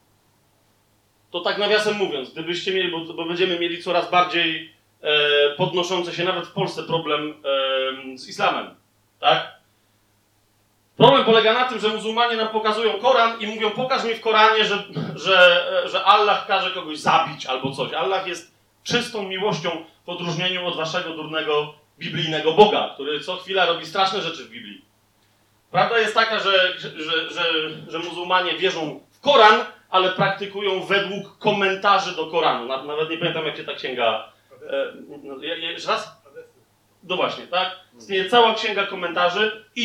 to tak nawiasem mówiąc, gdybyście mieli, bo, bo będziemy mieli coraz bardziej e, podnoszący się nawet w Polsce problem e, z islamem, tak? Problem polega na tym, że muzułmanie nam pokazują Koran i mówią, pokaż mi w Koranie, że, że, że Allah każe kogoś zabić albo coś. Allah jest czystą miłością w odróżnieniu od waszego durnego biblijnego Boga, który co chwila robi straszne rzeczy w Biblii. Prawda jest taka, że, że, że, że muzułmanie wierzą w Koran, ale praktykują według komentarzy do Koranu. Nawet nie pamiętam, jak się ta księga... E, no, jeszcze raz? No właśnie, tak? Istnieje cała księga komentarzy i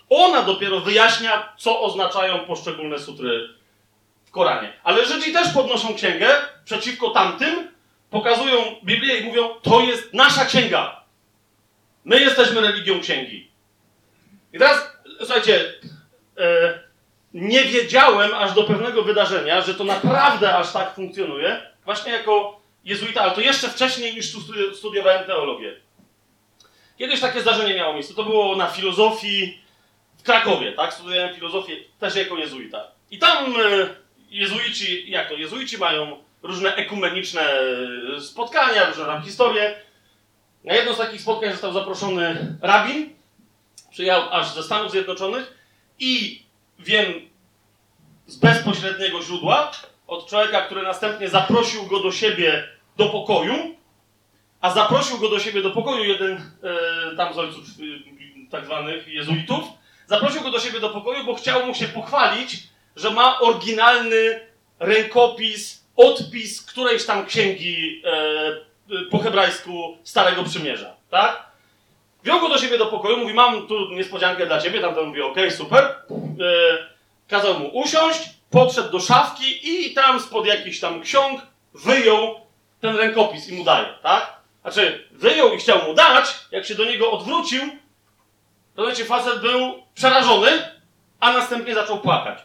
Ona dopiero wyjaśnia, co oznaczają poszczególne sutry w Koranie. Ale Żydzi też podnoszą księgę przeciwko tamtym, pokazują Biblię i mówią, to jest nasza księga. My jesteśmy religią księgi. I teraz, słuchajcie, e, nie wiedziałem aż do pewnego wydarzenia, że to naprawdę aż tak funkcjonuje, właśnie jako jezuita, ale to jeszcze wcześniej niż studiowałem teologię. Kiedyś takie zdarzenie miało miejsce. To było na filozofii w Krakowie, tak? Studiowałem filozofię też jako jezuita. I tam e, jezuici, jak to? Jezuici mają różne ekumeniczne spotkania, różne tam historie. Na jedno z takich spotkań został zaproszony rabin, przyjechał aż ze Stanów Zjednoczonych i wiem z bezpośredniego źródła od człowieka, który następnie zaprosił go do siebie do pokoju, a zaprosił go do siebie do pokoju jeden e, tam z ojców e, tak zwanych jezuitów, zaprosił go do siebie do pokoju, bo chciał mu się pochwalić, że ma oryginalny rękopis, odpis którejś tam księgi e, po hebrajsku Starego Przymierza, tak? Wziął go do siebie do pokoju, mówi, mam tu niespodziankę dla ciebie, tamten mówi, okej, okay, super. E, kazał mu usiąść, podszedł do szafki i tam spod jakichś tam ksiąg wyjął ten rękopis i mu daje, tak? Znaczy, wyjął i chciał mu dać, jak się do niego odwrócił, to wiecie, facet był przerażony, a następnie zaczął płakać.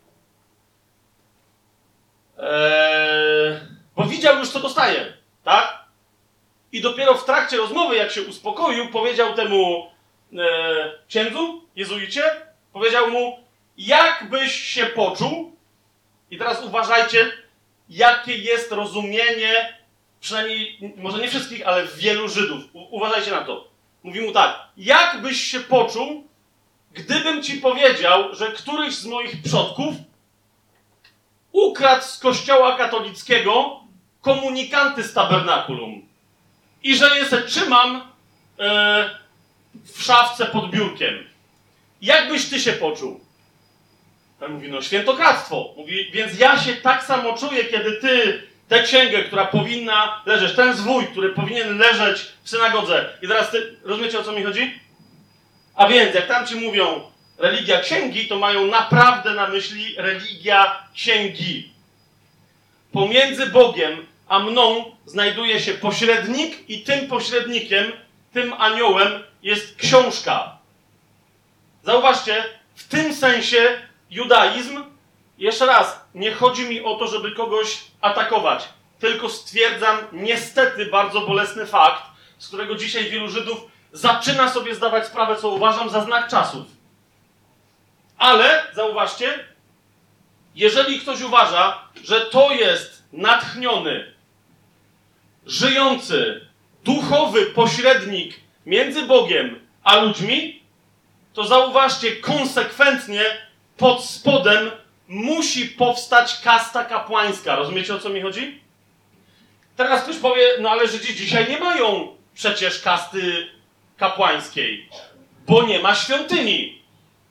Eee, bo widział już, co dostaje, tak? I dopiero w trakcie rozmowy, jak się uspokoił, powiedział temu e, księdzu, jezuicie, powiedział mu, jak byś się poczuł, i teraz uważajcie, jakie jest rozumienie, przynajmniej, może nie wszystkich, ale wielu Żydów. U, uważajcie na to. Mówi mu tak, jak byś się poczuł, gdybym ci powiedział, że któryś z moich przodków ukradł z kościoła katolickiego komunikanty z tabernakulum i że je se trzymam e, w szafce pod biurkiem. Jak byś ty się poczuł? Pan mówi, no świętokradztwo. Mówi, więc ja się tak samo czuję, kiedy ty tę księgę, która powinna leżeć, ten zwój, który powinien leżeć w synagodze. I teraz ty, rozumiecie, o co mi chodzi? A więc, jak tam ci mówią religia księgi, to mają naprawdę na myśli religia księgi. Pomiędzy Bogiem a mną znajduje się pośrednik i tym pośrednikiem, tym aniołem jest książka. Zauważcie, w tym sensie judaizm, jeszcze raz, nie chodzi mi o to, żeby kogoś atakować, tylko stwierdzam niestety bardzo bolesny fakt, z którego dzisiaj wielu Żydów zaczyna sobie zdawać sprawę, co uważam za znak czasów. Ale, zauważcie, jeżeli ktoś uważa, że to jest natchniony, żyjący, duchowy pośrednik między Bogiem a ludźmi, to zauważcie, konsekwentnie pod spodem musi powstać kasta kapłańska. Rozumiecie, o co mi chodzi? Teraz ktoś powie, no ale Żydzi dzisiaj nie mają przecież kasty kapłańskiej, bo nie ma świątyni.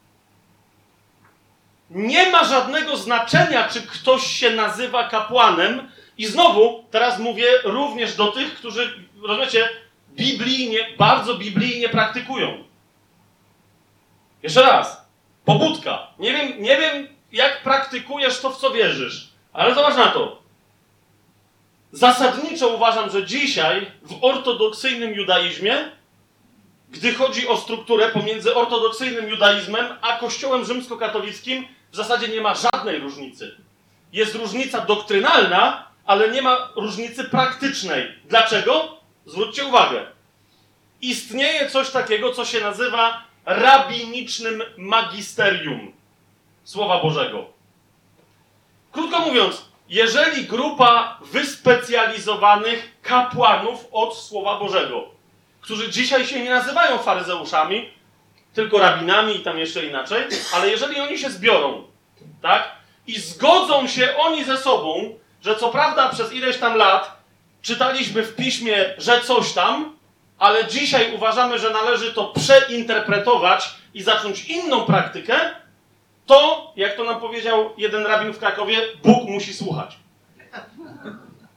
Nie ma żadnego znaczenia, czy ktoś się nazywa kapłanem. I znowu, teraz mówię również do tych, którzy, rozumiecie, biblijnie, bardzo biblijnie praktykują. Jeszcze raz. Pobudka. Nie wiem, nie wiem, jak praktykujesz to, w co wierzysz. Ale zobacz na to. Zasadniczo uważam, że dzisiaj w ortodoksyjnym judaizmie, gdy chodzi o strukturę pomiędzy ortodoksyjnym judaizmem a kościołem rzymskokatolickim, w zasadzie nie ma żadnej różnicy. Jest różnica doktrynalna, ale nie ma różnicy praktycznej. Dlaczego? Zwróćcie uwagę. Istnieje coś takiego, co się nazywa rabinicznym magisterium Słowa Bożego. Krótko mówiąc, jeżeli grupa wyspecjalizowanych kapłanów od Słowa Bożego, którzy dzisiaj się nie nazywają faryzeuszami, tylko rabinami i tam jeszcze inaczej, ale jeżeli oni się zbiorą, tak, i zgodzą się oni ze sobą, że co prawda przez ileś tam lat czytaliśmy w piśmie, że coś tam, ale dzisiaj uważamy, że należy to przeinterpretować i zacząć inną praktykę, to, jak to nam powiedział jeden rabin w Krakowie, Bóg musi słuchać.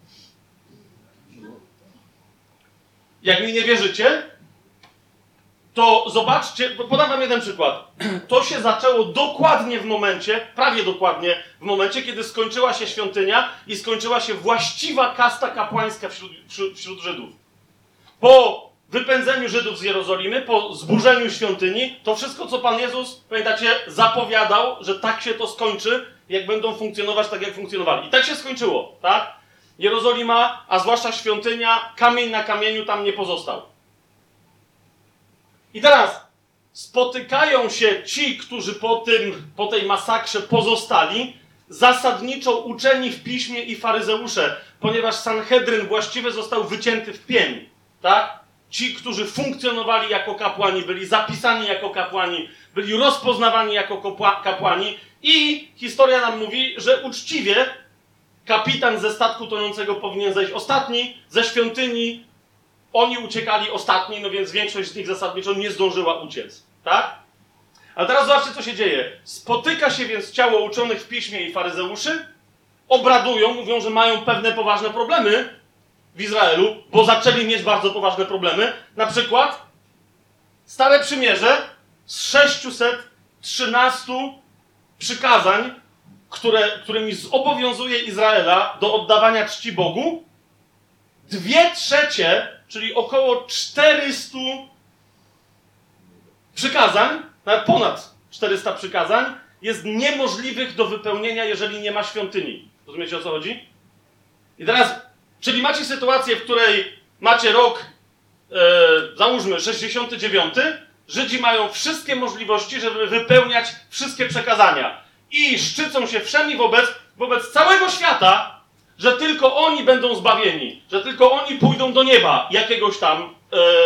Jak mi nie wierzycie, to zobaczcie, podam wam jeden przykład. To się zaczęło dokładnie w momencie, prawie dokładnie w momencie, kiedy skończyła się świątynia i skończyła się właściwa kasta kapłańska wśród, wśród, wśród Żydów. Po wypędzeniu Żydów z Jerozolimy, po zburzeniu świątyni, to wszystko, co Pan Jezus, pamiętacie, zapowiadał, że tak się to skończy, jak będą funkcjonować tak, jak funkcjonowali. I tak się skończyło, tak? Jerozolima, a zwłaszcza świątynia, kamień na kamieniu tam nie pozostał. I teraz spotykają się ci, którzy po, tym, po tej masakrze pozostali, zasadniczo uczeni w piśmie i faryzeusze, ponieważ Sanhedryn właściwie został wycięty w pień, tak? Ci, którzy funkcjonowali jako kapłani, byli zapisani jako kapłani, byli rozpoznawani jako kapłani i historia nam mówi, że uczciwie kapitan ze statku tonącego powinien zejść ostatni, ze świątyni oni uciekali ostatni, no więc większość z nich zasadniczo nie zdążyła uciec, tak? A teraz zobaczcie, co się dzieje. Spotyka się więc ciało uczonych w piśmie i faryzeuszy, obradują, mówią, że mają pewne poważne problemy w Izraelu, bo zaczęli mieć bardzo poważne problemy. Na przykład Stare Przymierze z sześciuset trzynastu przykazań, które, którymi zobowiązuje Izraela do oddawania czci Bogu, dwie trzecie, czyli około czterystu przykazań, nawet ponad czterysta przykazań, jest niemożliwych do wypełnienia, jeżeli nie ma świątyni. Rozumiecie, o co chodzi? I teraz, czyli macie sytuację, w której macie rok, e, załóżmy, sześćdziesiąty dziewiąty, Żydzi mają wszystkie możliwości, żeby wypełniać wszystkie przekazania. I szczycą się wszemi wobec, wobec całego świata, że tylko oni będą zbawieni, że tylko oni pójdą do nieba jakiegoś tam,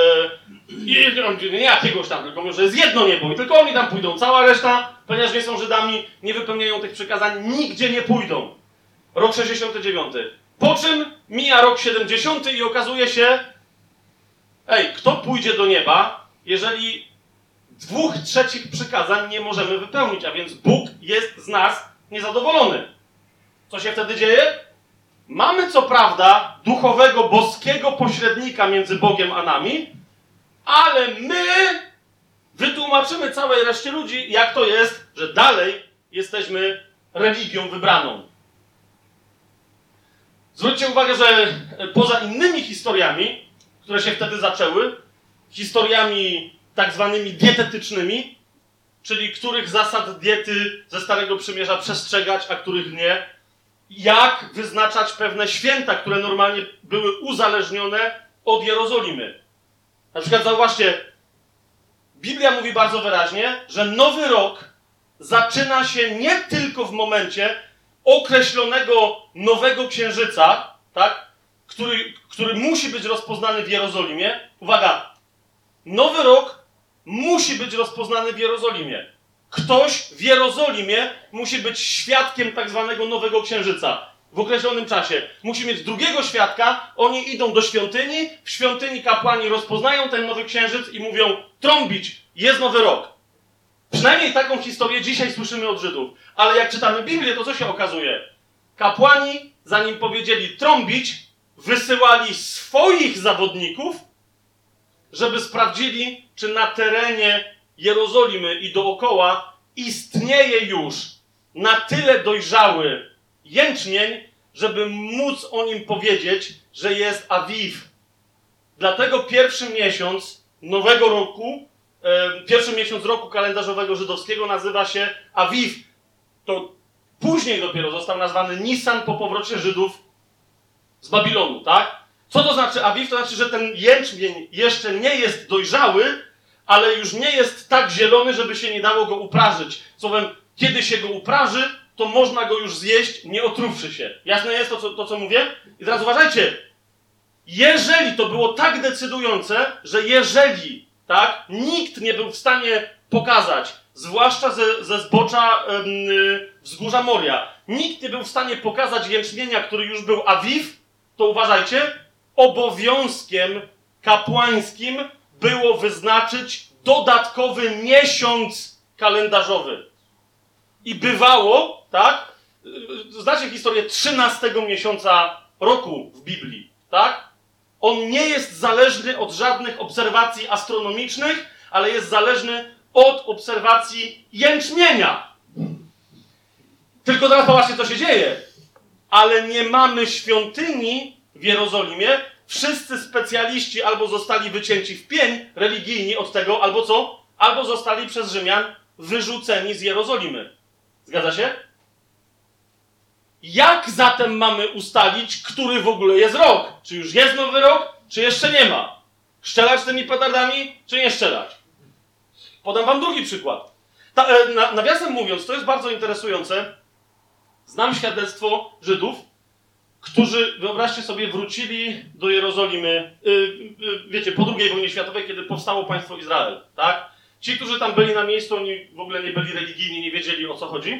e, nie jakiegoś tam, tylko może jest jedno niebo i tylko oni tam pójdą. Cała reszta, ponieważ nie są Żydami, nie wypełniają tych przykazań, nigdzie nie pójdą. Rok sześćdziesiąty dziewiąty. Po czym mija rok siedemdziesiąty i okazuje się, ej, kto pójdzie do nieba, jeżeli dwóch trzecich przykazań nie możemy wypełnić, a więc Bóg jest z nas niezadowolony. Co się wtedy dzieje? Mamy co prawda duchowego, boskiego pośrednika między Bogiem a nami, ale my wytłumaczymy całej reszcie ludzi, jak to jest, że dalej jesteśmy religią wybraną. Zwróćcie uwagę, że poza innymi historiami, które się wtedy zaczęły, historiami tak zwanymi dietetycznymi, czyli których zasad diety ze Starego Przymierza przestrzegać, a których nie, jak wyznaczać pewne święta, które normalnie były uzależnione od Jerozolimy. Na przykład zauważcie, Biblia mówi bardzo wyraźnie, że Nowy Rok zaczyna się nie tylko w momencie określonego nowego księżyca, tak, który, który musi być rozpoznany w Jerozolimie. Uwaga, Nowy Rok musi być rozpoznany w Jerozolimie. Ktoś w Jerozolimie musi być świadkiem tak zwanego nowego księżyca w określonym czasie. Musi mieć drugiego świadka, oni idą do świątyni, w świątyni kapłani rozpoznają ten nowy księżyc i mówią: trąbić, jest Nowy Rok. Przynajmniej taką historię dzisiaj słyszymy od Żydów. Ale jak czytamy Biblię, to co się okazuje? Kapłani, zanim powiedzieli trąbić, wysyłali swoich zawodników, żeby sprawdzili, czy na terenie Jerozolimy i dookoła istnieje już na tyle dojrzały jęczmień, żeby móc o nim powiedzieć, że jest Awiw. Dlatego pierwszy miesiąc nowego roku, e, pierwszy miesiąc roku kalendarzowego żydowskiego nazywa się Awiw. To później dopiero został nazwany Nisan po powrocie Żydów z Babilonu, tak? Co to znaczy Awiw? To znaczy, że ten jęczmień jeszcze nie jest dojrzały, ale już nie jest tak zielony, żeby się nie dało go uprażyć. Słowem, kiedy się go upraży, to można go już zjeść, nie otruwszy się. Jasne jest to, co, to, co mówię? I teraz uważajcie. Jeżeli to było tak decydujące, że jeżeli, tak, nikt nie był w stanie pokazać, zwłaszcza ze, ze zbocza yy, wzgórza Moria, nikt nie był w stanie pokazać jęczmienia, który już był Awiw, to uważajcie, obowiązkiem kapłańskim było wyznaczyć dodatkowy miesiąc kalendarzowy. I bywało, tak? Znacie historię trzynastego miesiąca roku w Biblii, tak? On nie jest zależny od żadnych obserwacji astronomicznych, ale jest zależny od obserwacji jęczmienia. Tylko teraz popatrzcie, co się dzieje. Ale nie mamy świątyni w Jerozolimie. Wszyscy specjaliści albo zostali wycięci w pień religijni od tego, albo co? Albo zostali przez Rzymian wyrzuceni z Jerozolimy. Zgadza się? Jak zatem mamy ustalić, który w ogóle jest rok? Czy już jest nowy rok, czy jeszcze nie ma? Strzelać tymi petardami, czy nie strzelać? Podam wam drugi przykład. Ta, e, na, nawiasem mówiąc, to jest bardzo interesujące. Znam świadectwo Żydów, którzy, wyobraźcie sobie, wrócili do Jerozolimy, yy, yy, wiecie, po drugiej wojnie światowej, kiedy powstało państwo Izrael, tak? Ci, którzy tam byli na miejscu, oni w ogóle nie byli religijni, nie wiedzieli, o co chodzi.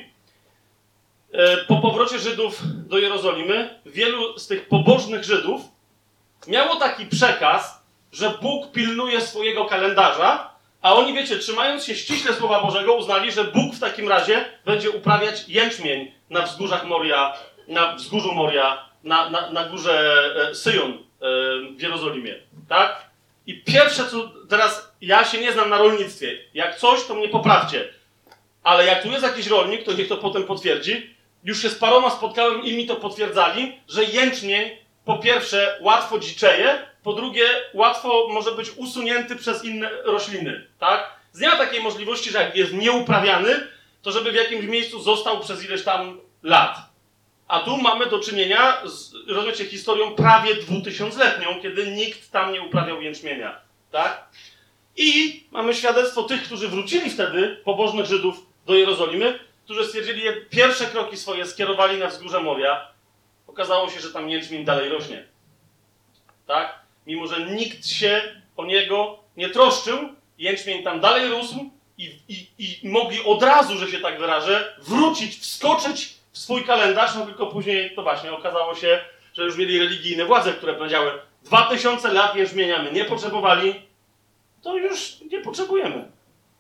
Yy, po powrocie Żydów do Jerozolimy, wielu z tych pobożnych Żydów miało taki przekaz, że Bóg pilnuje swojego kalendarza, a oni, wiecie, trzymając się ściśle Słowa Bożego, uznali, że Bóg w takim razie będzie uprawiać jęczmień na wzgórzach Moria, na wzgórzu Moria, na, na, na górze e, Syjon e, w Jerozolimie, tak? I pierwsze, co teraz, ja się nie znam na rolnictwie, jak coś, to mnie poprawcie, ale jak tu jest jakiś rolnik, to niech to potem potwierdzi, już się z paroma spotkałem i mi to potwierdzali, że jęczmień po pierwsze łatwo dziczeje, po drugie łatwo może być usunięty przez inne rośliny, tak? Nie ma takiej możliwości, że jak jest nieuprawiany, to żeby w jakimś miejscu został przez ileś tam lat. A tu mamy do czynienia z, rozumiecie, historią prawie dwutysiącletnią, kiedy nikt tam nie uprawiał jęczmienia, tak? I mamy świadectwo tych, którzy wrócili wtedy, pobożnych Żydów, do Jerozolimy, którzy stwierdzili, że pierwsze kroki swoje skierowali na wzgórze Moria. Okazało się, że tam jęczmień dalej rośnie, tak? Mimo że nikt się o niego nie troszczył, jęczmień tam dalej rósł i, i, i mogli od razu, że się tak wyrażę, wrócić, wskoczyć w swój kalendarz, no tylko później to właśnie okazało się, że już mieli religijne władze, które powiedziały, dwa tysiące lat jęczmienia my nie potrzebowali, to już nie potrzebujemy.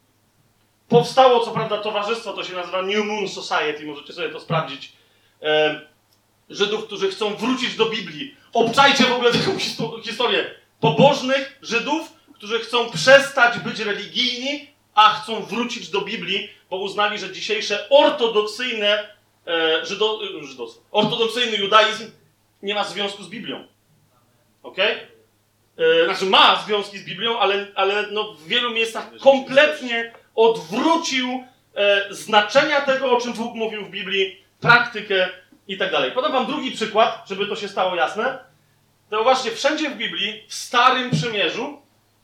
Powstało co prawda towarzystwo, to się nazywa New Moon Society, możecie sobie to sprawdzić, e, Żydów, którzy chcą wrócić do Biblii. Obczajcie w ogóle taką historię. Pobożnych Żydów, którzy chcą przestać być religijni, a chcą wrócić do Biblii, bo uznali, że dzisiejsze ortodoksyjne e, żydo, żydostwo, ortodoksyjny judaizm nie ma związku z Biblią. Okej? Okay? Znaczy ma związki z Biblią, ale, ale no w wielu miejscach kompletnie odwrócił e, znaczenia tego, o czym Bóg mówił w Biblii, praktykę i tak dalej. Podam wam drugi przykład, żeby to się stało jasne. To właśnie wszędzie w Biblii, w Starym Przymierzu,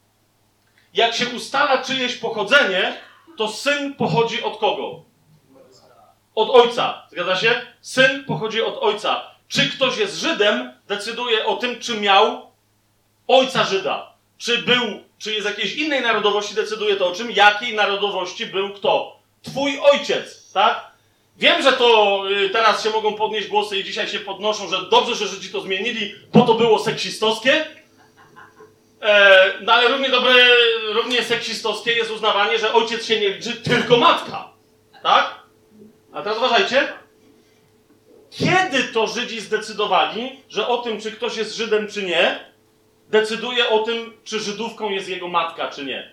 jak się ustala czyjeś pochodzenie, to syn pochodzi od kogo? Od ojca. Zgadza się? Syn pochodzi od ojca. Czy ktoś jest Żydem, decyduje o tym, czy miał ojca Żyda. Czy był, czy jest jakiejś innej narodowości, decyduje to o czym, jakiej narodowości był kto? Twój ojciec, tak? Wiem, że to y, teraz się mogą podnieść głosy i dzisiaj się podnoszą, że dobrze, że Żydzi to zmienili, bo to było seksistowskie. E, no ale równie dobre, równie seksistowskie jest uznawanie, że ojciec się nie liczy, tylko matka. Tak? A teraz uważajcie. Kiedy to Żydzi zdecydowali, że o tym, czy ktoś jest Żydem, czy nie, decyduje o tym, czy Żydówką jest jego matka, czy nie.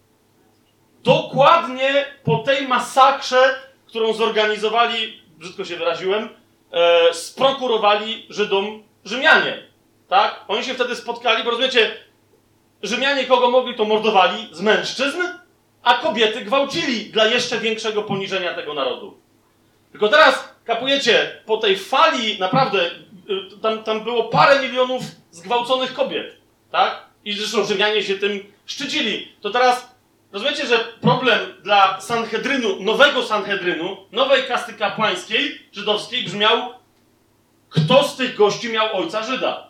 Dokładnie po tej masakrze, którą zorganizowali, brzydko się wyraziłem, e, sprokurowali Żydom Rzymianie. Tak? Oni się wtedy spotkali, bo rozumiecie, Rzymianie kogo mogli, to mordowali z mężczyzn, a kobiety gwałcili dla jeszcze większego poniżenia tego narodu. Tylko teraz, kapujecie, po tej fali naprawdę, tam, tam było parę milionów zgwałconych kobiet, tak? I zresztą Rzymianie się tym szczycili. To teraz, rozumiecie, że problem dla Sanhedrynu, nowego Sanhedrynu, nowej kasty kapłańskiej, żydowskiej brzmiał, kto z tych gości miał ojca Żyda?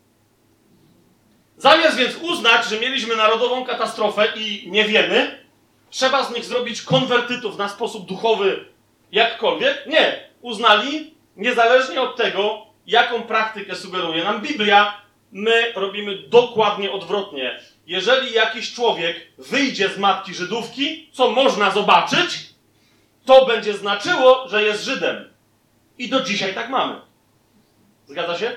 Zamiast więc uznać, że mieliśmy narodową katastrofę i nie wiemy, trzeba z nich zrobić konwertytów na sposób duchowy jakkolwiek. Nie. Uznali, niezależnie od tego, jaką praktykę sugeruje nam Biblia, my robimy dokładnie odwrotnie. Jeżeli jakiś człowiek wyjdzie z matki Żydówki, co można zobaczyć, to będzie znaczyło, że jest Żydem. I do dzisiaj tak mamy. Zgadza się?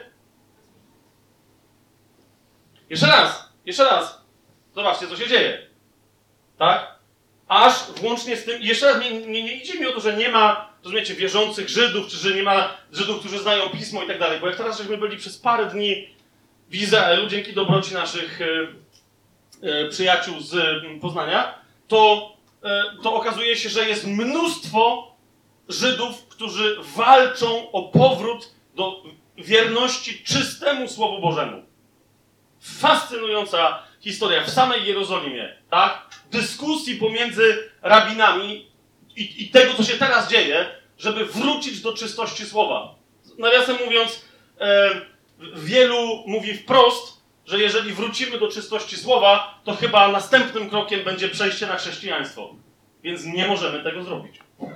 Jeszcze raz, jeszcze raz. Zobaczcie, co się dzieje. tak? Aż włącznie z tym, jeszcze raz nie, nie, nie idzie mi o to, że nie ma, rozumiecie, wierzących Żydów, czy że nie ma Żydów, którzy znają Pismo i tak dalej, bo jak teraz żeśmy byli przez parę dni w Izraelu, dzięki dobroci naszych y, y, przyjaciół z y, Poznania, to, y, to okazuje się, że jest mnóstwo Żydów, którzy walczą o powrót do wierności czystemu Słowu Bożemu. Fascynująca historia w samej Jerozolimie, tak? Dyskusji pomiędzy rabinami i, i tego, co się teraz dzieje, żeby wrócić do czystości Słowa. Nawiasem mówiąc, e, wielu mówi wprost, że jeżeli wrócimy do czystości Słowa, to chyba następnym krokiem będzie przejście na chrześcijaństwo. Więc nie możemy tego zrobić.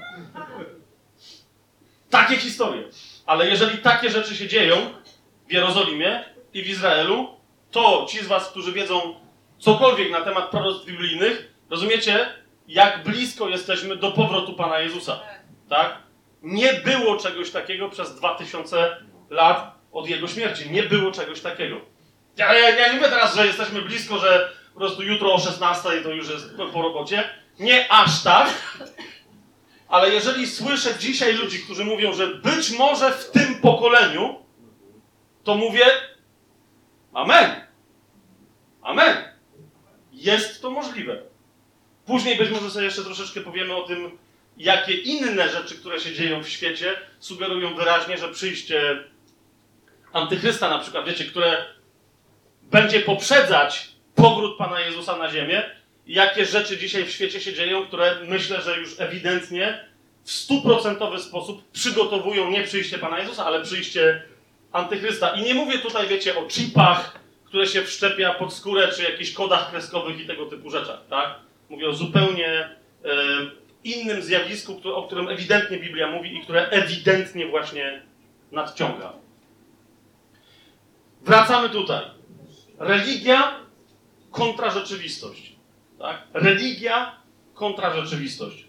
Takie historie. Ale jeżeli takie rzeczy się dzieją w Jerozolimie i w Izraelu, to ci z was, którzy wiedzą cokolwiek na temat proroctw biblijnych, rozumiecie, jak blisko jesteśmy do powrotu Pana Jezusa. Tak? Nie było czegoś takiego przez dwa tysiące lat od Jego śmierci. Nie było czegoś takiego. Ja, ja, ja nie mówię teraz, że jesteśmy blisko, że po prostu jutro o szesnastej to już jest po robocie. Nie aż tak. Ale jeżeli słyszę dzisiaj ludzi, którzy mówią, że być może w tym pokoleniu, to mówię amen. Amen. Jest to możliwe. Później być może sobie jeszcze troszeczkę powiemy o tym, jakie inne rzeczy, które się dzieją w świecie, sugerują wyraźnie, że przyjście Antychrysta na przykład, wiecie, które będzie poprzedzać powrót Pana Jezusa na ziemię, jakie rzeczy dzisiaj w świecie się dzieją, które myślę, że już ewidentnie w stuprocentowy sposób przygotowują nie przyjście Pana Jezusa, ale przyjście Antychrysta. I nie mówię tutaj, wiecie, o chipach, które się wszczepia pod skórę, czy jakichś kodach kreskowych i tego typu rzeczach, tak? Mówię o zupełnie e, innym zjawisku, które, o którym ewidentnie Biblia mówi i które ewidentnie właśnie nadciąga. Wracamy tutaj. Religia kontra rzeczywistość. Tak? Religia kontra rzeczywistość.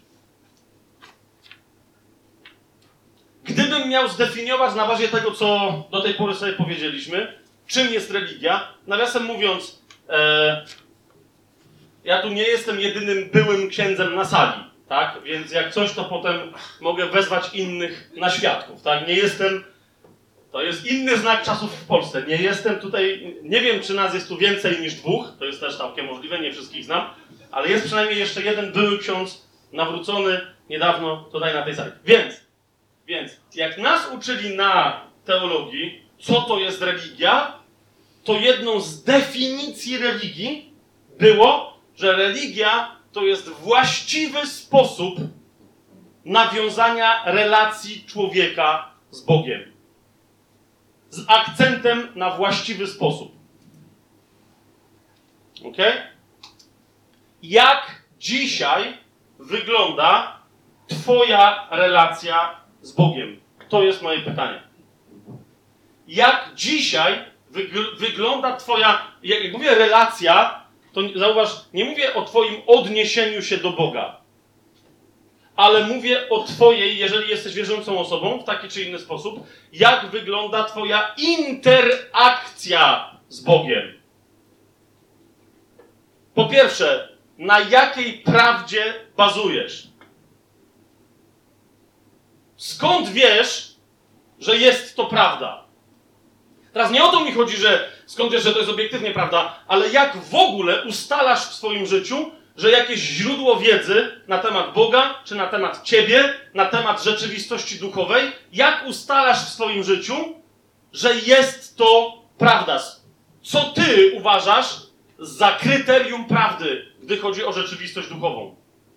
Gdybym miał zdefiniować na bazie tego, co do tej pory sobie powiedzieliśmy, czym jest religia, nawiasem mówiąc, e, ja tu nie jestem jedynym byłym księdzem na sali, tak? Więc jak coś, to potem mogę wezwać innych na świadków, tak? Nie jestem, to jest inny znak czasów w Polsce, nie jestem tutaj, nie wiem, czy nas jest tu więcej niż dwóch, to jest też całkiem możliwe, nie wszystkich znam, ale jest przynajmniej jeszcze jeden były ksiądz nawrócony niedawno tutaj na tej sali. Więc, więc jak nas uczyli na teologii, co to jest religia, to jedną z definicji religii było, że religia to jest właściwy sposób nawiązania relacji człowieka z Bogiem. Z akcentem na właściwy sposób. Ok? Jak dzisiaj wygląda twoja relacja z Bogiem? To jest moje pytanie. Jak dzisiaj wygl- wygląda twoja, jak mówię relacja, to zauważ, nie mówię o twoim odniesieniu się do Boga, ale mówię o twojej, jeżeli jesteś wierzącą osobą, w taki czy inny sposób, jak wygląda twoja interakcja z Bogiem. Po pierwsze, na jakiej prawdzie bazujesz? Skąd wiesz, że jest to prawda? Teraz nie o to mi chodzi, że skąd wiesz, że to jest obiektywnie prawda, ale jak w ogóle ustalasz w swoim życiu, że jakieś źródło wiedzy na temat Boga, czy na temat ciebie, na temat rzeczywistości duchowej, jak ustalasz w swoim życiu, że jest to prawda? Co ty uważasz za kryterium prawdy, gdy chodzi o rzeczywistość duchową?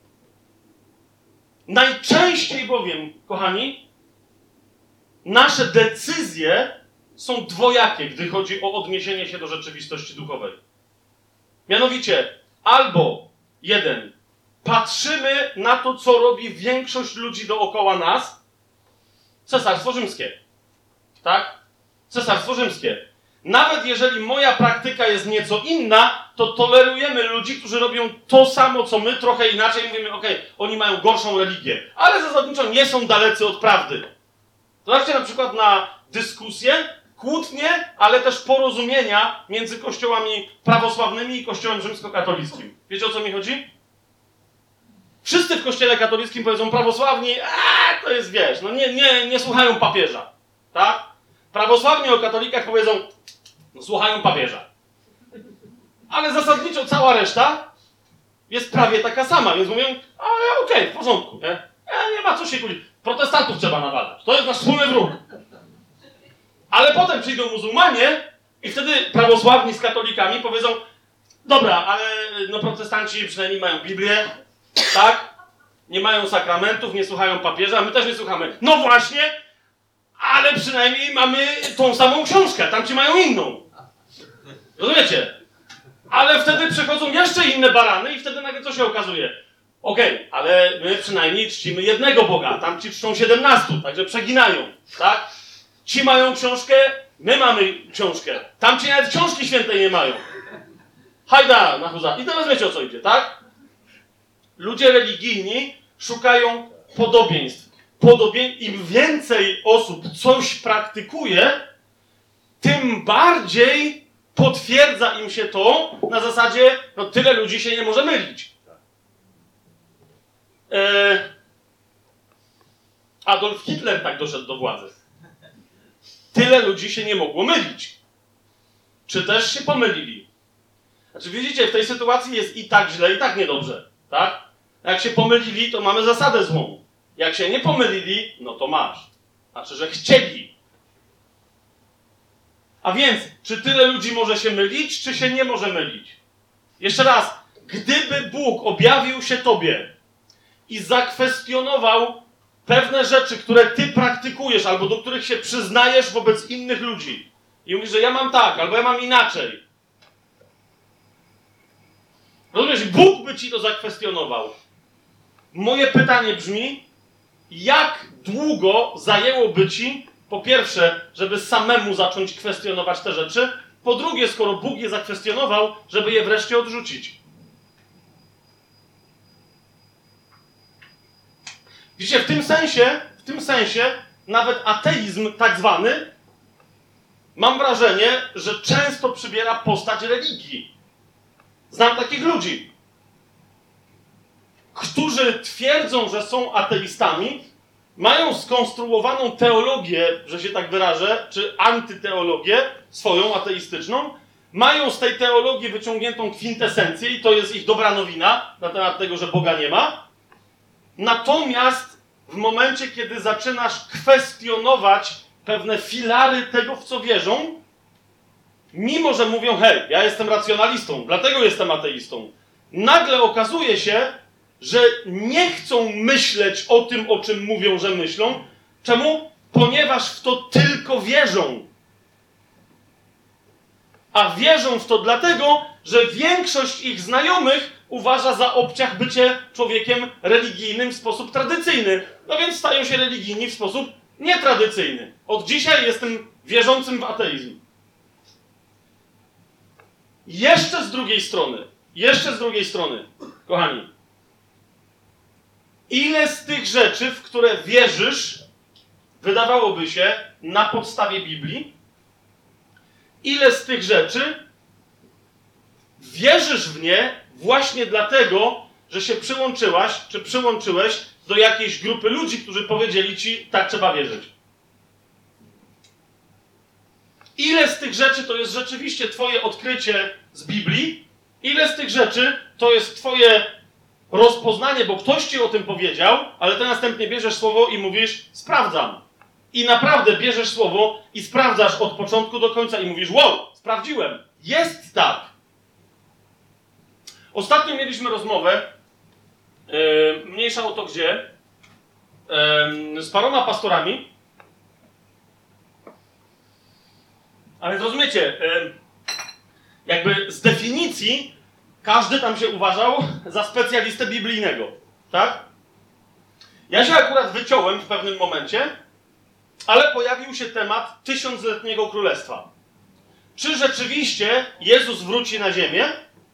Najczęściej bowiem, kochani, nasze decyzje są dwojakie, gdy chodzi o odniesienie się do rzeczywistości duchowej. Mianowicie, albo jeden, patrzymy na to, co robi większość ludzi dookoła nas, Cesarstwo Rzymskie. Tak? Cesarstwo Rzymskie. Nawet jeżeli moja praktyka jest nieco inna, to tolerujemy ludzi, którzy robią to samo, co my, trochę inaczej i mówimy, okej, okay, oni mają gorszą religię, ale zasadniczo nie są dalecy od prawdy. Zobaczcie na przykład na dyskusje, kłótnie, ale też porozumienia między kościołami prawosławnymi i kościołem rzymskokatolickim. Wiecie, o co mi chodzi? Wszyscy w kościele katolickim powiedzą prawosławni, a to jest, wiesz, no nie, nie, nie słuchają papieża, tak? Prawosławni o katolikach powiedzą, no słuchają papieża. Ale zasadniczo cała reszta jest prawie taka sama, więc mówią, ale okej, okay, w porządku, nie? E, nie ma co się kłócić. Protestantów trzeba nawalać, to jest nasz wspólny wróg. Ale potem przyjdą muzułmanie i wtedy prawosławni z katolikami powiedzą, dobra, ale no protestanci przynajmniej mają Biblię, tak? Nie mają sakramentów, nie słuchają papieża, my też nie słuchamy. No właśnie, ale przynajmniej mamy tą samą książkę, tamci mają inną. Rozumiecie? Ale wtedy przychodzą jeszcze inne barany i wtedy nagle co się okazuje? Okej, okay, ale my przynajmniej czcimy jednego Boga, tamci czczą siedemnastu, także przeginają, tak? Ci mają książkę, my mamy książkę. Tamci nawet książki świętej nie mają. Hajda na chuza. I teraz wiecie, o co idzie, tak? Ludzie religijni szukają podobieństw. Podobie... Im więcej osób coś praktykuje, tym bardziej potwierdza im się to na zasadzie, no tyle ludzi się nie może mylić. Eee... Adolf Hitler tak doszedł do władzy. Tyle ludzi się nie mogło mylić. Czy też się pomylili? Znaczy, widzicie, w tej sytuacji jest i tak źle, i tak niedobrze, tak? Jak się pomylili, to mamy zasadę złą. Jak się nie pomylili, no to masz. Znaczy, że chcieli. A więc, czy tyle ludzi może się mylić, czy się nie może mylić? Jeszcze raz, gdyby Bóg objawił się tobie i zakwestionował pewne rzeczy, które ty praktykujesz, albo do których się przyznajesz wobec innych ludzi i mówisz, że ja mam tak, albo ja mam inaczej. Rozumiesz, Bóg by ci to zakwestionował. Moje pytanie brzmi, jak długo zajęłoby ci, po pierwsze, żeby samemu zacząć kwestionować te rzeczy, po drugie, skoro Bóg je zakwestionował, żeby je wreszcie odrzucić. Widzicie, w tym sensie, w tym sensie, nawet ateizm tak zwany, mam wrażenie, że często przybiera postać religii. Znam takich ludzi, którzy twierdzą, że są ateistami, mają skonstruowaną teologię, że się tak wyrażę, czy antyteologię, swoją ateistyczną, mają z tej teologii wyciągniętą kwintesencję i to jest ich dobra nowina na temat tego, że Boga nie ma. Natomiast w momencie, kiedy zaczynasz kwestionować pewne filary tego, w co wierzą, mimo że mówią, hej, ja jestem racjonalistą, dlatego jestem ateistą, nagle okazuje się, że nie chcą myśleć o tym, o czym mówią, że myślą. Czemu? Ponieważ w to tylko wierzą. A wierzą w to dlatego, że większość ich znajomych uważa za obciach bycie człowiekiem religijnym w sposób tradycyjny. No więc stają się religijni w sposób nietradycyjny. Od dzisiaj jestem wierzącym w ateizm. Jeszcze z drugiej strony, jeszcze z drugiej strony, kochani, ile z tych rzeczy, w które wierzysz, wydawałoby się na podstawie Biblii, ile z tych rzeczy wierzysz w nie właśnie dlatego, że się przyłączyłaś, czy przyłączyłeś do jakiejś grupy ludzi, którzy powiedzieli ci, tak trzeba wierzyć. Ile z tych rzeczy to jest rzeczywiście twoje odkrycie z Biblii, ile z tych rzeczy to jest twoje rozpoznanie, bo ktoś ci o tym powiedział, ale ty następnie bierzesz słowo i mówisz, sprawdzam. I naprawdę bierzesz słowo i sprawdzasz od początku do końca i mówisz, wow, sprawdziłem, jest tak. Ostatnio mieliśmy rozmowę, yy, mniejsza o to gdzie, yy, z paroma pastorami. A więc rozumiecie, yy, jakby z definicji każdy tam się uważał za specjalistę biblijnego, tak? Ja się akurat wyciąłem w pewnym momencie, ale pojawił się temat tysiącletniego królestwa. Czy rzeczywiście Jezus wróci na ziemię?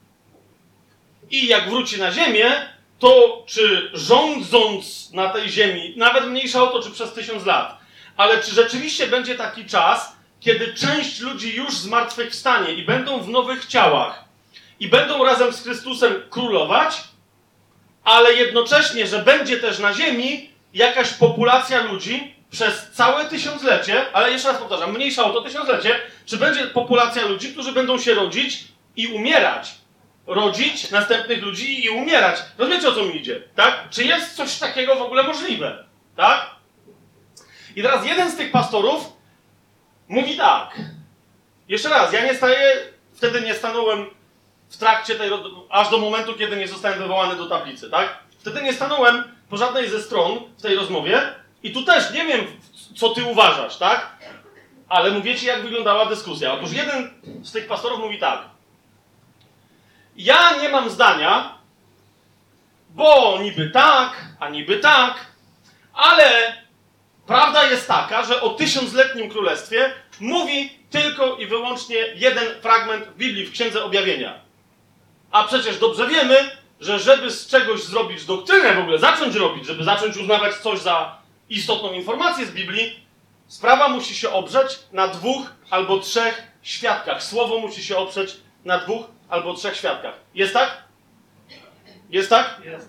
I jak wróci na ziemię, to czy rządząc na tej ziemi, nawet mniejsza o to, czy przez tysiąc lat, ale czy rzeczywiście będzie taki czas, kiedy część ludzi już zmartwychwstanie i będą w nowych ciałach i będą razem z Chrystusem królować, ale jednocześnie, że będzie też na ziemi jakaś populacja ludzi przez całe tysiąclecie, ale jeszcze raz powtarzam, mniejsza o to tysiąclecie, czy będzie populacja ludzi, którzy będą się rodzić i umierać. Rodzić następnych ludzi i umierać. Rozumiecie, o co mi idzie, tak? Czy jest coś takiego w ogóle możliwe, tak? I teraz jeden z tych pastorów mówi tak. Jeszcze raz, ja nie staję, wtedy nie stanąłem w trakcie tej, aż do momentu, kiedy nie zostałem wywołany do tablicy, tak? Wtedy nie stanąłem po żadnej ze stron w tej rozmowie i tu też nie wiem, co ty uważasz, tak? Ale mówię ci, jak wyglądała dyskusja. Otóż jeden z tych pastorów mówi tak. Ja nie mam zdania, bo niby tak, a niby tak, ale prawda jest taka, że o tysiącletnim królestwie mówi tylko i wyłącznie jeden fragment w Biblii, w Księdze Objawienia. A przecież dobrze wiemy, że żeby z czegoś zrobić doktrynę, w ogóle zacząć robić, żeby zacząć uznawać coś za istotną informację z Biblii, sprawa musi się oprzeć na dwóch albo trzech świadkach. Słowo musi się oprzeć na dwóch albo trzech świadkach. Jest tak? Jest tak? Jest.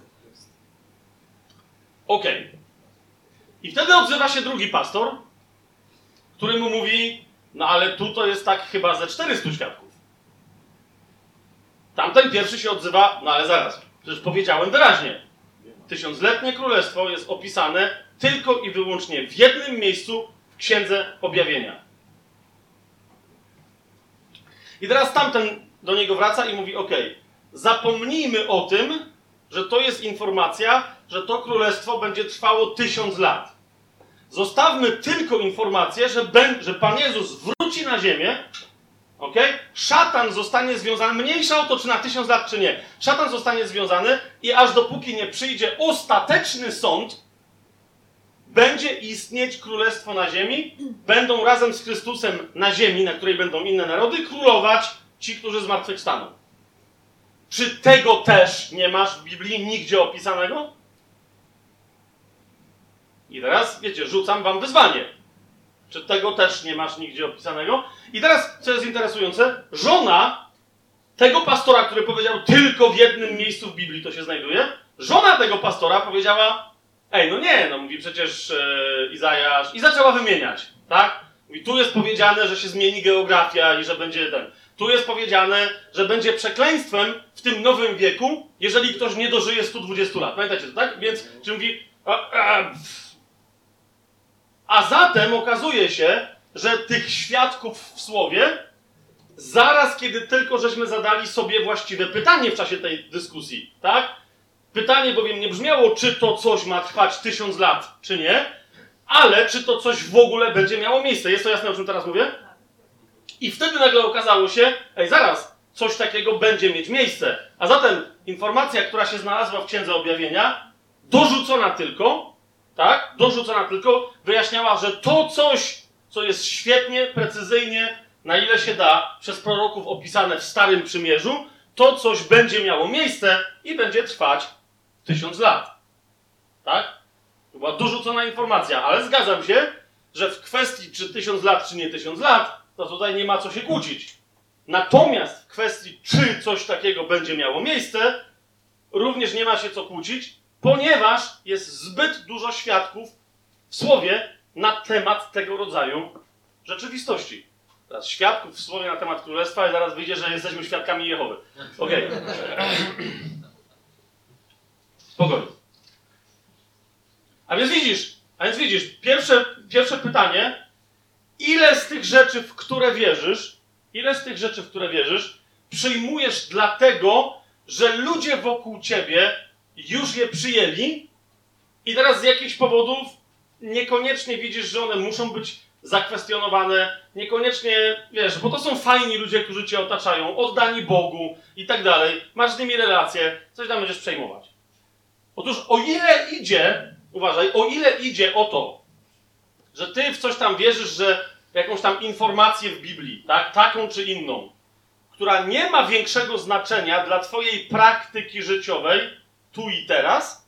Okej. Okay. I wtedy odzywa się drugi pastor, który mu mówi, no ale tu to jest tak chyba ze czterystu świadków. Tamten pierwszy się odzywa, no ale zaraz, przecież powiedziałem wyraźnie. Tysiącletnie królestwo jest opisane tylko i wyłącznie w jednym miejscu w Księdze Objawienia. I teraz tamten do niego wraca i mówi, okej, okay, zapomnijmy o tym, że to jest informacja, że to królestwo będzie trwało tysiąc lat. Zostawmy tylko informację, że, ben, że Pan Jezus wróci na ziemię, okay? Szatan zostanie związany, mniejsza o to, czy na tysiąc lat, czy nie. Szatan zostanie związany i aż dopóki nie przyjdzie ostateczny sąd, będzie istnieć królestwo na ziemi, będą razem z Chrystusem na ziemi, na której będą inne narody, królować ci, którzy zmartwychwstaną. Czy tego też nie masz w Biblii nigdzie opisanego? I teraz, wiecie, rzucam wam wyzwanie. Czy tego też nie masz nigdzie opisanego? I teraz, co jest interesujące, żona tego pastora, który powiedział tylko w jednym miejscu w Biblii to się znajduje, żona tego pastora powiedziała, ej, no nie, no mówi przecież e, Izajasz, i zaczęła wymieniać, tak? Mówi, tu jest powiedziane, że się zmieni geografia i że będzie ten. Tu jest powiedziane, że będzie przekleństwem w tym nowym wieku, jeżeli ktoś nie dożyje stu dwudziestu lat. Pamiętacie to, tak? Więc, czy mówi, a, a, a zatem okazuje się, że tych świadków w słowie, zaraz kiedy tylko żeśmy zadali sobie właściwe pytanie w czasie tej dyskusji, tak? Pytanie bowiem nie brzmiało, czy to coś ma trwać tysiąc lat, czy nie, ale czy to coś w ogóle będzie miało miejsce. Jest to jasne, o czym teraz mówię? I wtedy nagle okazało się, ej, zaraz, coś takiego będzie mieć miejsce. A zatem informacja, która się znalazła w Księdze Objawienia, dorzucona tylko, tak, dorzucona tylko, wyjaśniała, że to coś, co jest świetnie, precyzyjnie, na ile się da, przez proroków opisane w Starym Przymierzu, to coś będzie miało miejsce i będzie trwać tysiąc lat. Tak? To była dorzucona informacja, ale zgadzam się, że w kwestii czy tysiąc lat, czy nie tysiąc lat, to tutaj nie ma co się kłócić. Natomiast w kwestii, czy coś takiego będzie miało miejsce, również nie ma się co kłócić, ponieważ jest zbyt dużo świadków w Słowie na temat tego rodzaju rzeczywistości. Teraz świadków w Słowie na temat Królestwa i zaraz wyjdzie, że jesteśmy świadkami Jehowy. Okej. Okay. Spokojnie. A więc widzisz, a więc widzisz, pierwsze, pierwsze pytanie, ile z tych rzeczy, w które wierzysz, ile z tych rzeczy, w które wierzysz, przyjmujesz dlatego, że ludzie wokół ciebie już je przyjęli i teraz z jakichś powodów niekoniecznie widzisz, że one muszą być zakwestionowane, niekoniecznie, wiesz, bo to są fajni ludzie, którzy cię otaczają, oddani Bogu i tak dalej, masz z nimi relacje, coś tam będziesz przejmować. Otóż o ile idzie, uważaj, o ile idzie o to, że ty w coś tam wierzysz, że jakąś tam informację w Biblii, tak, taką czy inną, która nie ma większego znaczenia dla twojej praktyki życiowej, tu i teraz,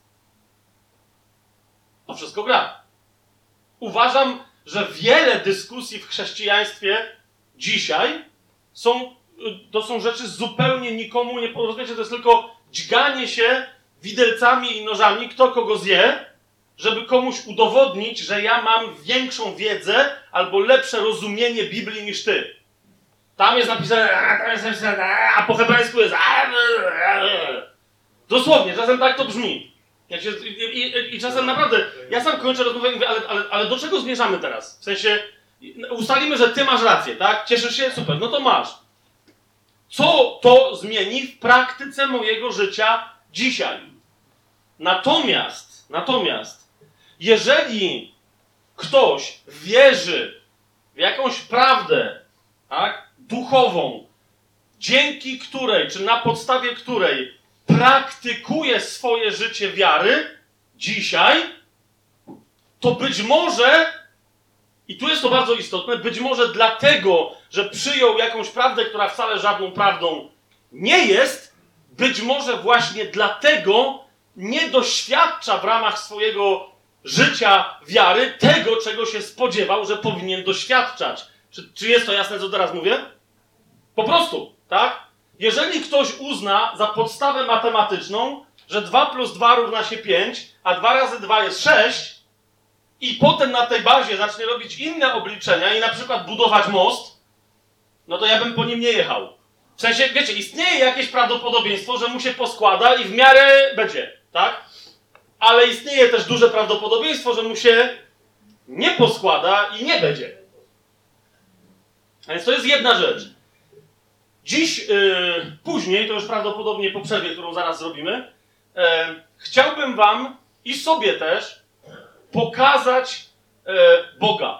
to wszystko gra. Uważam, że wiele dyskusji w chrześcijaństwie dzisiaj są, to są rzeczy zupełnie nikomu nie... Rozumiecie, to jest tylko dźganie się widelcami i nożami, kto kogo zje, żeby komuś udowodnić, że ja mam większą wiedzę albo lepsze rozumienie Biblii niż ty. Tam jest napisane, a, tam jest napisane, a, a po hebrajsku jest a, a, a. Dosłownie, czasem tak to brzmi. Jak się, i, i, I czasem naprawdę, ja sam kończę rozmowę i mówię, ale, ale, ale do czego zmierzamy teraz? W sensie, ustalimy, że ty masz rację, tak? Cieszysz się? Super, no to masz. Co to zmieni w praktyce mojego życia dzisiaj? Natomiast, natomiast, jeżeli ktoś wierzy w jakąś prawdę, tak, duchową, dzięki której, czy na podstawie której praktykuje swoje życie wiary dzisiaj, to być może, i tu jest to bardzo istotne, być może dlatego, że przyjął jakąś prawdę, która wcale żadną prawdą nie jest, być może właśnie dlatego nie doświadcza w ramach swojego życia wiary tego, czego się spodziewał, że powinien doświadczać. Czy, czy jest to jasne, co teraz mówię? Po prostu, tak? Jeżeli ktoś uzna za podstawę matematyczną, że dwa plus dwa równa się pięć, a dwa razy dwa jest sześć, i potem na tej bazie zacznie robić inne obliczenia i na przykład budować most, no to ja bym po nim nie jechał. W sensie, wiecie, istnieje jakieś prawdopodobieństwo, że mu się poskłada i w miarę będzie, tak? Ale istnieje też duże prawdopodobieństwo, że mu się nie poskłada i nie będzie. A więc to jest jedna rzecz. Dziś, yy, później, to już prawdopodobnie po przerwie, którą zaraz zrobimy, yy, chciałbym wam i sobie też pokazać yy, Boga.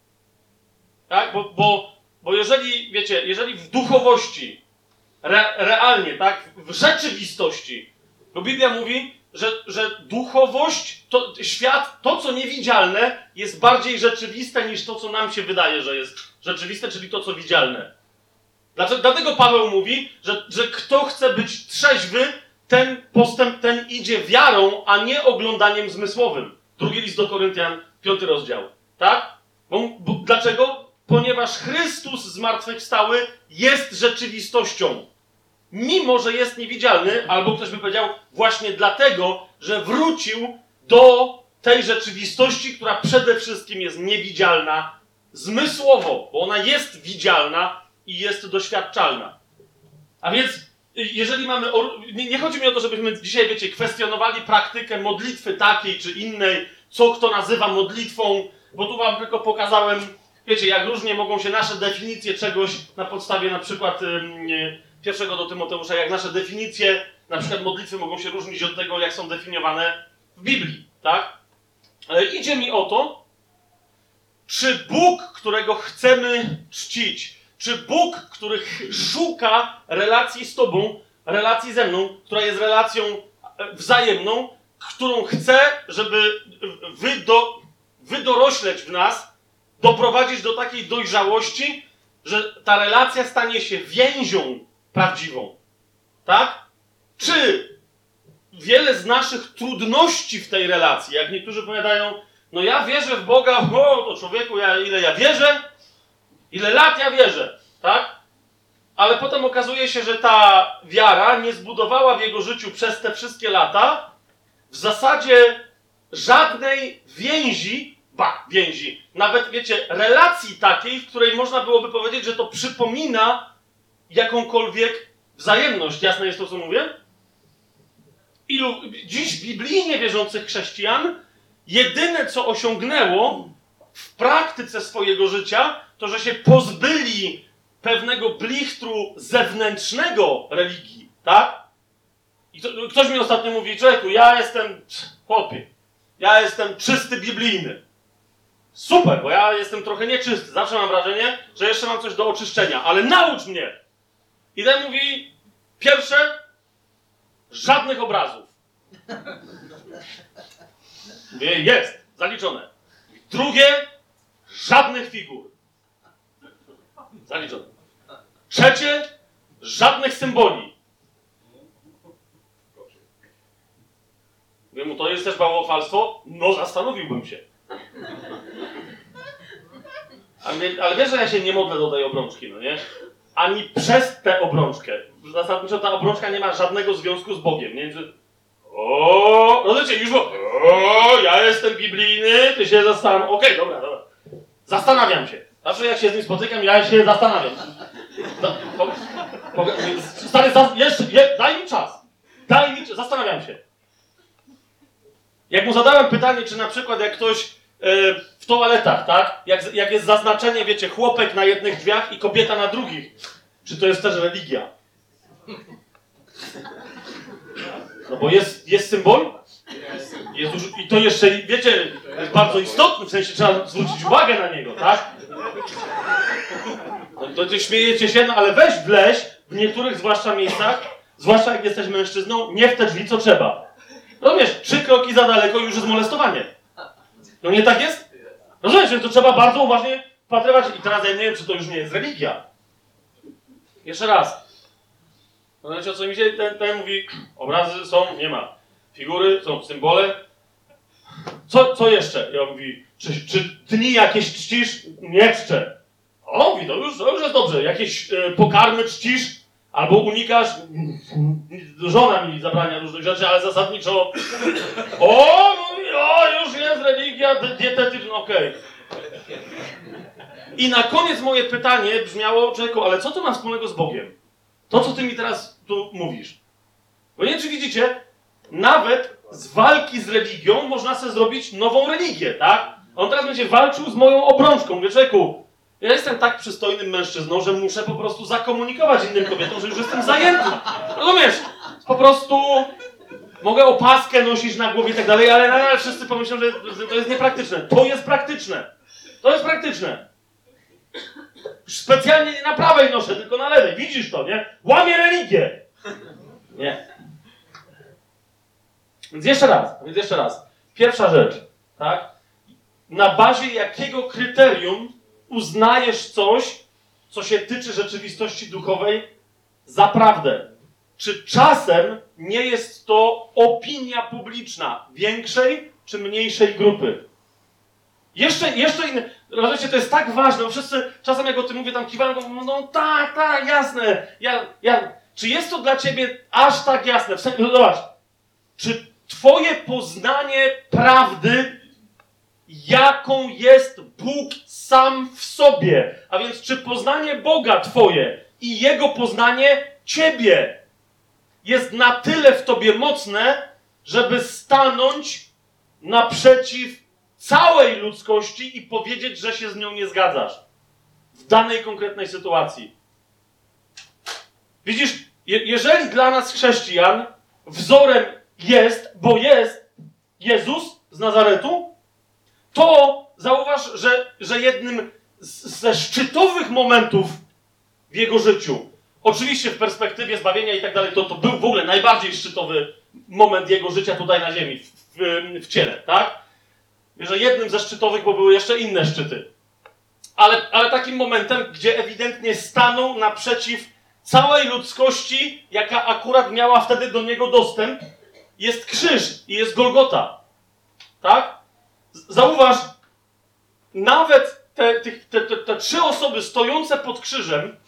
Tak? Bo, bo, bo jeżeli, wiecie, jeżeli w duchowości, re, realnie, tak, w rzeczywistości, bo Biblia mówi, że, że duchowość, to, świat, to co niewidzialne, jest bardziej rzeczywiste niż to, co nam się wydaje, że jest rzeczywiste, czyli to, co widzialne. Dlaczego? Dlatego Paweł mówi, że, że kto chce być trzeźwy, ten postęp, ten idzie wiarą, a nie oglądaniem zmysłowym. Drugi list do Koryntian, piąty rozdział. Tak? Bo, bo, dlaczego? Ponieważ Chrystus zmartwychwstały jest rzeczywistością. Mimo, że jest niewidzialny, albo ktoś by powiedział, właśnie dlatego, że wrócił do tej rzeczywistości, która przede wszystkim jest niewidzialna zmysłowo, bo ona jest widzialna i jest doświadczalna. A więc, jeżeli mamy... Nie, nie chodzi mi o to, żebyśmy dzisiaj, wiecie, kwestionowali praktykę modlitwy takiej czy innej, co kto nazywa modlitwą, bo tu wam tylko pokazałem, wiecie, jak różnie mogą się nasze definicje czegoś na podstawie na przykład yy, pierwszego do Tymoteusza, jak nasze definicje, na przykład modlitwy mogą się różnić od tego, jak są definiowane w Biblii, tak? Ale idzie mi o to, czy Bóg, którego chcemy czcić, czy Bóg, który szuka relacji z tobą, relacji ze mną, która jest relacją wzajemną, którą chce, żeby wydo, wydorośleć w nas, doprowadzić do takiej dojrzałości, że ta relacja stanie się więzią prawdziwą. Tak? Czy wiele z naszych trudności w tej relacji, jak niektórzy powiadają, no ja wierzę w Boga, o, to człowieku, ja, ile ja wierzę, ile lat ja wierzę, tak? Ale potem okazuje się, że ta wiara nie zbudowała w jego życiu przez te wszystkie lata w zasadzie żadnej więzi, ba, więzi, nawet, wiecie, relacji takiej, w której można byłoby powiedzieć, że to przypomina jakąkolwiek wzajemność. Jasne jest to, co mówię? Ilu dziś biblijnie wierzących chrześcijan jedyne, co osiągnęło w praktyce swojego życia, to, że się pozbyli pewnego blichtru zewnętrznego religii, tak? I to, ktoś mi ostatnio mówi, człowieku, ja jestem, chłopie, ja jestem czysty biblijny. Super, bo ja jestem trochę nieczysty. Zawsze mam wrażenie, że jeszcze mam coś do oczyszczenia, ale naucz mnie! I ten mówi, pierwsze, żadnych obrazów. Mówię, jest, zaliczone. Drugie, żadnych figur. Zaliczone. Trzecie, żadnych symboli. Mówię mu, to jest też bałwochwalstwo? No, zastanowiłbym się. Ale, ale wiesz, że ja się nie modlę do tej obrączki, no nie? Ani przez tę obrączkę. Zasadniczo ta obrączka nie ma żadnego związku z Bogiem, nie? Że O, rozumiecie, już było, o, ja jestem biblijny, ty się zastanawiam. Okej, okay, dobra, dobra. Zastanawiam się. Zawsze jak się z nim spotykam, ja się zastanawiam. Da, po, po, stary, za, jeszcze, je, daj mi czas. Daj mi czas, zastanawiam się. Jak mu zadałem pytanie, czy na przykład jak ktoś yy, w toaletach, tak? Jak, jak jest zaznaczenie, wiecie, chłopek na jednych drzwiach i kobieta na drugich. Czy to jest też religia? No bo jest, jest symbol? Jest już, i to jeszcze, wiecie, jest bardzo istotny, w sensie trzeba zwrócić uwagę na niego, tak? No to ty śmiejecie się, no ale weź wleź w niektórych zwłaszcza miejscach, zwłaszcza jak jesteś mężczyzną, nie w te drzwi, co trzeba. Rozumiesz, trzy kroki za daleko już jest molestowanie. No nie tak jest? Rozumiesz, więc to trzeba bardzo uważnie wpatrywać. I teraz ja nie wiem, czy to już nie jest religia. Jeszcze raz. No wiecie, o co mi się ten, ten mówi? Obrazy są, nie ma. Figury są, symbole. Co, co jeszcze? Ja mówi, czy, czy dni jakieś czcisz? Nie czczę. O, mówi, to już, to już jest dobrze. Jakieś e, pokarmy czcisz? Albo unikasz? Żona mi zabrania różnych rzeczy, ale zasadniczo... O, mówi, o, już jest religia dietetyczna, okej. Okay. I na koniec moje pytanie brzmiało, człowieku, ale co to ma wspólnego z Bogiem? To, co ty mi teraz tu mówisz. Bo nie wiem, czy widzicie, nawet z walki z religią można sobie zrobić nową religię, tak? On teraz będzie walczył z moją obrączką. Mówię, człowieku, ja jestem tak przystojnym mężczyzną, że muszę po prostu zakomunikować innym kobietom, że już jestem zajęty. Rozumiesz? Po prostu mogę opaskę nosić na głowie i tak dalej, ale nadal wszyscy pomyślą, że to jest niepraktyczne. To jest praktyczne. To jest praktyczne. Specjalnie nie na prawej noszę, tylko na lewej. Widzisz to, nie? Łamię religię. Nie. Więc jeszcze raz, więc jeszcze raz. Pierwsza rzecz, tak? Na bazie jakiego kryterium uznajesz coś, co się tyczy rzeczywistości duchowej za prawdę? Czy czasem nie jest to opinia publiczna większej czy mniejszej grupy? Jeszcze, jeszcze inne. Rozumiecie, to jest tak ważne, bo wszyscy czasem jak o tym mówię, tam kiwają, no, no tak, tak, jasne. Ja, ja. Czy jest to dla ciebie aż tak jasne? W sensie, no zobacz, czy twoje poznanie prawdy, jaką jest Bóg sam w sobie, a więc czy poznanie Boga twoje i Jego poznanie ciebie jest na tyle w tobie mocne, żeby stanąć naprzeciw całej ludzkości i powiedzieć, że się z nią nie zgadzasz w danej konkretnej sytuacji. Widzisz, je- jeżeli dla nas chrześcijan wzorem jest, bo jest Jezus z Nazaretu, to zauważ, że, że jednym z, ze szczytowych momentów w jego życiu, oczywiście w perspektywie zbawienia i tak dalej, to, to był w ogóle najbardziej szczytowy moment jego życia tutaj na ziemi, w, w, w ciele, tak? Że jednym ze szczytowych, bo były jeszcze inne szczyty. Ale, ale takim momentem, gdzie ewidentnie stanął naprzeciw całej ludzkości, jaka akurat miała wtedy do niego dostęp, jest krzyż i jest Golgota. Tak? Zauważ, nawet te, te, te, te, te trzy osoby stojące pod krzyżem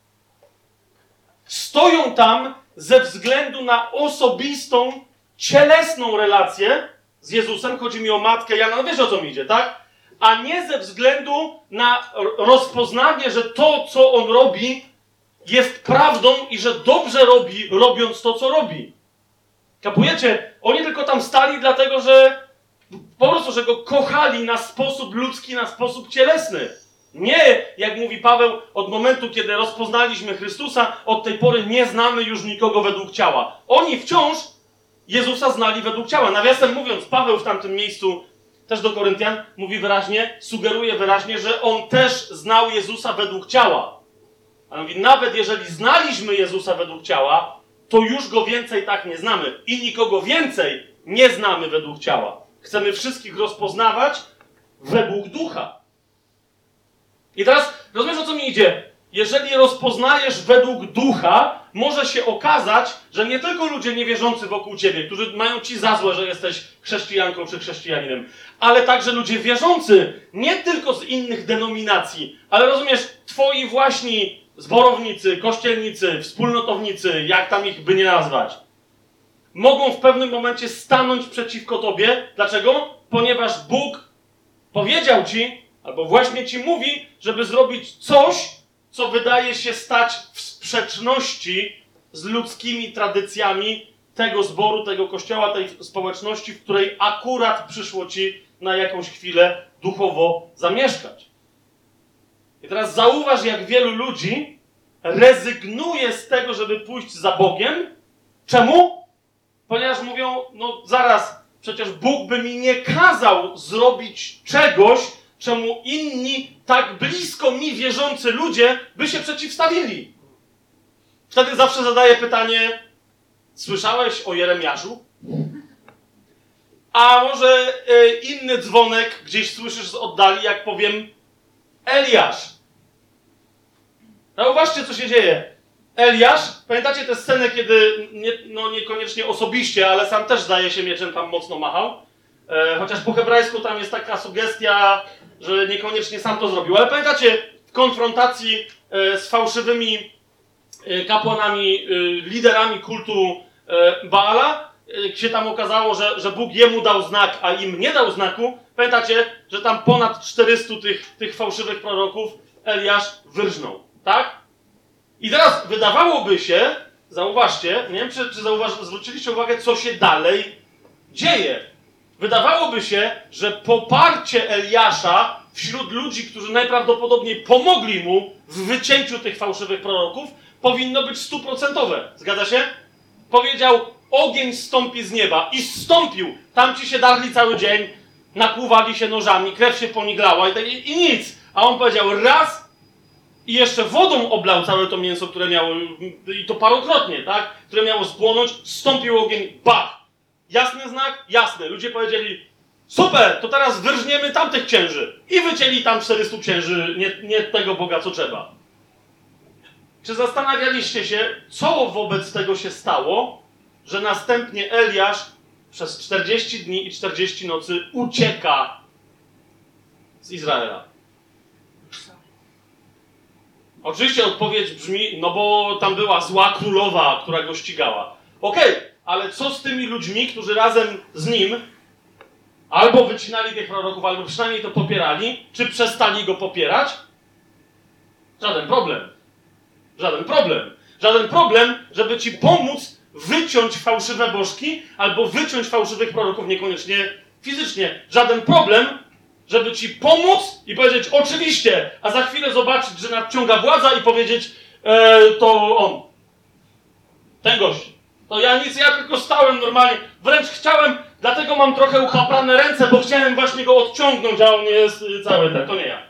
stoją tam ze względu na osobistą, cielesną relację z Jezusem. Chodzi mi o matkę Jana, no wiesz, o co mi idzie, tak? A nie ze względu na rozpoznanie, że to, co on robi, jest prawdą i że dobrze robi, robiąc to, co robi. Kapujecie? Oni tylko tam stali dlatego, że po prostu, że go kochali na sposób ludzki, na sposób cielesny. Nie, jak mówi Paweł, od momentu, kiedy rozpoznaliśmy Chrystusa, od tej pory nie znamy już nikogo według ciała. Oni wciąż Jezusa znali według ciała. Nawiasem mówiąc, Paweł w tamtym miejscu, też do Koryntian, mówi wyraźnie, sugeruje wyraźnie, że on też znał Jezusa według ciała. A mówi, nawet jeżeli znaliśmy Jezusa według ciała, to już go więcej tak nie znamy. I nikogo więcej nie znamy według ciała. Chcemy wszystkich rozpoznawać według ducha. I teraz rozumiesz, o co mi idzie? Jeżeli rozpoznajesz według ducha, może się okazać, że nie tylko ludzie niewierzący wokół ciebie, którzy mają ci za złe, że jesteś chrześcijanką czy chrześcijaninem, ale także ludzie wierzący, nie tylko z innych denominacji, ale rozumiesz, twoi właśnie zborownicy, kościelnicy, wspólnotownicy, jak tam ich by nie nazwać, mogą w pewnym momencie stanąć przeciwko tobie. Dlaczego? Ponieważ Bóg powiedział ci, albo właśnie ci mówi, żeby zrobić coś, co wydaje się stać w sprzeczności z ludzkimi tradycjami tego zboru, tego kościoła, tej społeczności, w której akurat przyszło ci na jakąś chwilę duchowo zamieszkać. I teraz zauważ, jak wielu ludzi rezygnuje z tego, żeby pójść za Bogiem. Czemu? Ponieważ mówią, no zaraz, przecież Bóg by mi nie kazał zrobić czegoś, czemu inni, tak blisko mi wierzący ludzie, by się przeciwstawili. Wtedy zawsze zadaję pytanie, słyszałeś o Jeremiaszu? A może y, inny dzwonek gdzieś słyszysz z oddali, jak powiem Eliasz. Zauważcie, co się dzieje. Eliasz, pamiętacie tę scenę, kiedy, nie, no niekoniecznie osobiście, ale sam też zdaje się mieczem tam mocno machał. E, chociaż po hebrajsku tam jest taka sugestia, że niekoniecznie sam to zrobił. Ale pamiętacie w konfrontacji e, z fałszywymi e, kapłanami, e, liderami kultu e, Baala, e, się tam okazało, że, że Bóg jemu dał znak, a im nie dał znaku. Pamiętacie, że tam ponad czterystu tych, tych fałszywych proroków Eliasz wyrżnął. Tak? I teraz wydawałoby się, zauważcie, nie wiem, czy, czy zauważ, zwróciliście uwagę, co się dalej dzieje. Wydawałoby się, że poparcie Eliasza wśród ludzi, którzy najprawdopodobniej pomogli mu w wycięciu tych fałszywych proroków, powinno być stuprocentowe. Zgadza się? Powiedział, ogień zstąpi z nieba. I zstąpił. Tamci się darli cały dzień, nakłuwali się nożami, krew się poniglała i, i, i nic. A on powiedział raz i jeszcze wodą oblał całe to mięso, które miało, i to parokrotnie, tak? Które miało spłonąć, zstąpił ogień, bach! Jasny znak? Jasny. Ludzie powiedzieli, super, to teraz wyrżniemy tamtych księży. I wycięli tam czterystu księży, nie, nie tego Boga, co trzeba. Czy zastanawialiście się, co wobec tego się stało, że następnie Eliasz przez czterdzieści dni i czterdzieści nocy ucieka z Izraela? Oczywiście odpowiedź brzmi, no bo tam była zła królowa, która go ścigała. Okej, okay, ale co z tymi ludźmi, którzy razem z nim albo wycinali tych proroków, albo przynajmniej to popierali, czy przestali go popierać? Żaden problem. Żaden problem. Żaden problem, żeby ci pomóc wyciąć fałszywe bożki, albo wyciąć fałszywych proroków, niekoniecznie fizycznie. Żaden problem, żeby ci pomóc i powiedzieć oczywiście, a za chwilę zobaczyć, że nadciąga władza i powiedzieć e, to on. Ten gość. To ja nic, ja tylko stałem normalnie. Wręcz chciałem, dlatego mam trochę uchaprane ręce, bo chciałem właśnie go odciągnąć, a on jest cały ten. To nie ja.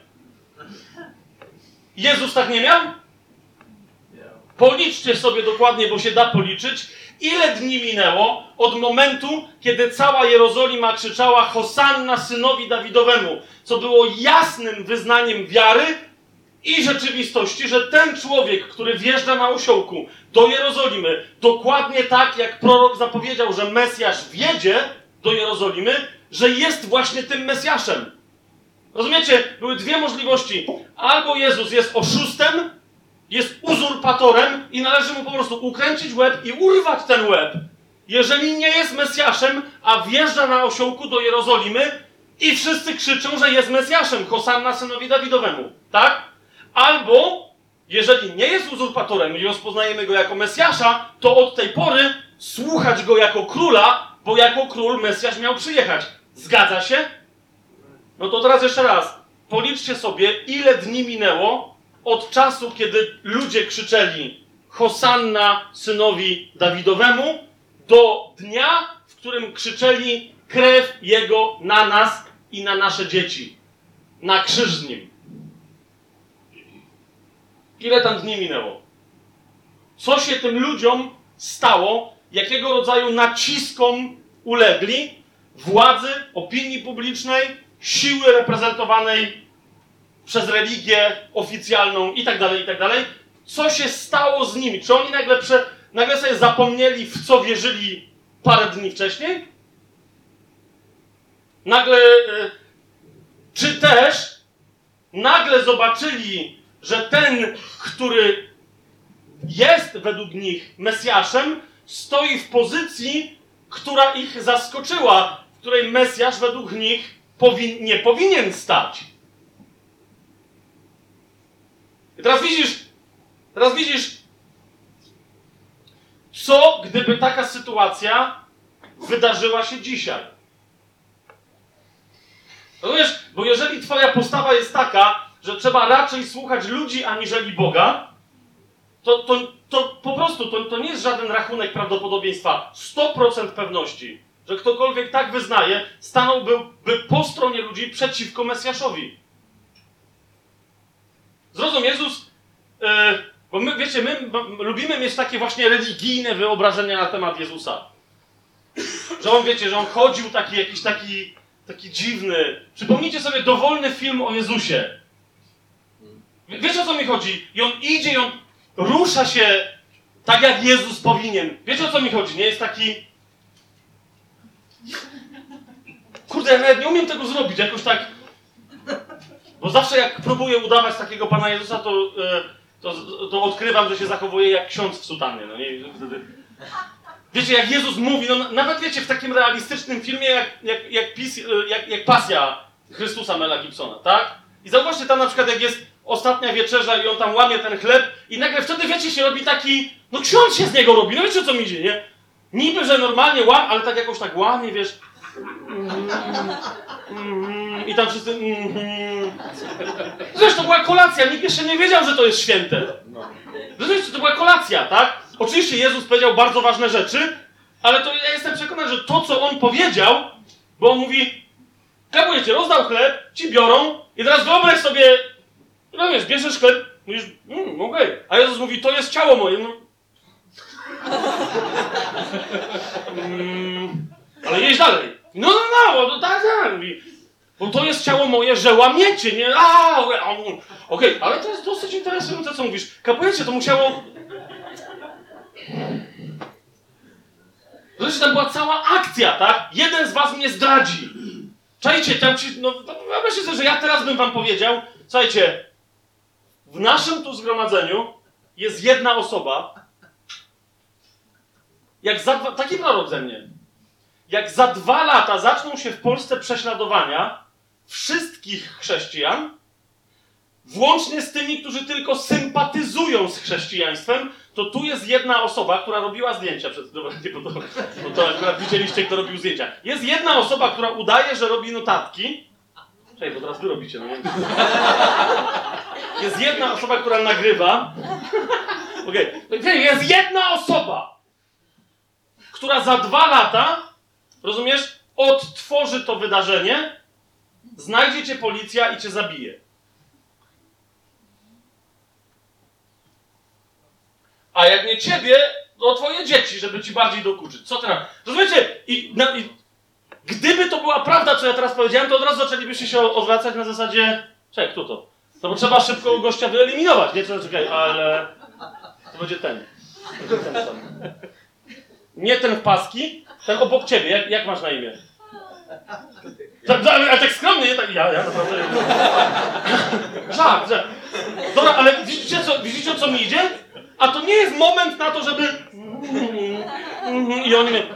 Jezus tak nie miał? Policzcie sobie dokładnie, bo się da policzyć, ile dni minęło od momentu, kiedy cała Jerozolima krzyczała Hosanna synowi Dawidowemu, co było jasnym wyznaniem wiary i rzeczywistości, że ten człowiek, który wjeżdża na osiołku do Jerozolimy, dokładnie tak jak prorok zapowiedział, że Mesjasz wjedzie do Jerozolimy, że jest właśnie tym Mesjaszem. Rozumiecie? Były dwie możliwości. Albo Jezus jest oszustem, jest uzurpatorem i należy mu po prostu ukręcić łeb i urwać ten łeb. Jeżeli nie jest Mesjaszem, a wjeżdża na osiołku do Jerozolimy i wszyscy krzyczą, że jest Mesjaszem, Hosanna synowi Dawidowemu. Tak? Albo, jeżeli nie jest uzurpatorem i rozpoznajemy go jako Mesjasza, to od tej pory słuchać go jako króla, bo jako król Mesjasz miał przyjechać. Zgadza się? No to teraz jeszcze raz. Policzcie sobie, ile dni minęło od czasu, kiedy ludzie krzyczeli Hosanna synowi Dawidowemu, do dnia, w którym krzyczeli krew Jego na nas i na nasze dzieci. Na krzyż z Nim. Ile tam dni minęło? Co się tym ludziom stało? Jakiego rodzaju naciskom ulegli? Władzy, opinii publicznej, siły reprezentowanej przez religię oficjalną i tak dalej, i tak dalej. Co się stało z nimi? Czy oni nagle, prze, nagle sobie zapomnieli, w co wierzyli parę dni wcześniej? Nagle, y, czy też nagle zobaczyli, że ten, który jest według nich Mesjaszem, stoi w pozycji, która ich zaskoczyła, w której Mesjasz według nich powi- nie powinien stać. I teraz widzisz, teraz widzisz, co gdyby taka sytuacja wydarzyła się dzisiaj. Rozumiesz? Bo jeżeli twoja postawa jest taka, że trzeba raczej słuchać ludzi aniżeli Boga, to, to, to po prostu to, to nie jest żaden rachunek prawdopodobieństwa. sto procent pewności, że ktokolwiek tak wyznaje, stanąłby by po stronie ludzi przeciwko Mesjaszowi. Zrozum, Jezus, yy, bo my, wiecie, my b- lubimy mieć takie właśnie religijne wyobrażenia na temat Jezusa. Że on, wiecie, że on chodził taki, jakiś taki, taki dziwny. Przypomnijcie sobie dowolny film o Jezusie. W- wiecie, o co mi chodzi? I on idzie i on rusza się tak, jak Jezus powinien. Wiecie, o co mi chodzi? Nie jest taki... Kurde, ja nawet nie umiem tego zrobić, jakoś tak... Bo zawsze jak próbuję udawać takiego Pana Jezusa, to, e, to, to odkrywam, że się zachowuje jak ksiądz w sutannie. No nie? Wtedy... Wiecie, jak Jezus mówi, no nawet wiecie, w takim realistycznym filmie jak, jak, jak, pis, jak, jak Pasja Chrystusa Mela Gibsona, tak? I zauważcie tam na przykład, jak jest ostatnia wieczerza i on tam łamie ten chleb i nagle wtedy, wiecie, się robi taki, no ksiądz się z niego robi, no wiecie, o co mi idzie, nie? Niby, że normalnie łam, ale tak jakoś tak łamie, wiesz... Mm, mm, I tam wszyscy... Mm, zresztą to była kolacja, nikt jeszcze nie wiedział, że to jest święte. Zresztą to była kolacja, tak? Oczywiście Jezus powiedział bardzo ważne rzeczy, ale to ja jestem przekonany, że to, co On powiedział, bo On mówi, kapujecie, rozdał chleb, ci biorą i teraz wyobraź sobie, no wiesz, bierzesz chleb, mówisz, mm, okej, okay. A Jezus mówi, to jest ciało moje, no. mm, ale jeść dalej. No, no, no, no tak, tak, mówi, bo to jest ciało moje, że łamiecie, nie? A, okej, okay, okay, ale to jest dosyć interesujące, co mówisz. Kapujecie, to musiało... Zresztą tam była cała akcja, tak? Jeden z was mnie zdradzi. Czajcie, tam ci... No, wyobraźcie sobie, że ja teraz bym wam powiedział, słuchajcie, w naszym tu zgromadzeniu jest jedna osoba, jak za dwa... Taki prorok ze mnie. Jak za dwa lata zaczną się w Polsce prześladowania wszystkich chrześcijan, włącznie z tymi, którzy tylko sympatyzują z chrześcijaństwem, to tu jest jedna osoba, która robiła zdjęcia przed... Dobra, nie, bo to, bo to akurat widzieliście, kto robił zdjęcia. Jest jedna osoba, która udaje, że robi notatki. Czekaj, bo teraz wy robicie, no nie? Jest jedna osoba, która nagrywa. Okej. Okay. Jest jedna osoba, która za dwa lata, rozumiesz, odtworzy to wydarzenie, znajdzie cię policja i cię zabije. A jak nie ciebie, to twoje dzieci, żeby ci bardziej dokuczyć. Co teraz? Rozumiecie? I, na, i gdyby to była prawda, co ja teraz powiedziałem, to od razu zaczęlibyście się odwracać na zasadzie... Czekaj, kto to? No bo trzeba szybko gościa wyeliminować, nie? Czekaj, ale... To będzie ten. Będzie ten sam. Nie ten w paski, ten obok ciebie. Jak, jak masz na imię? Ale tak skromnie, nie tak... Ja, ja naprawdę... Żart, żart. Dobra, ale widzicie, co, widzicie, o co mi idzie? A to nie jest moment na to, żeby... I oni mnie...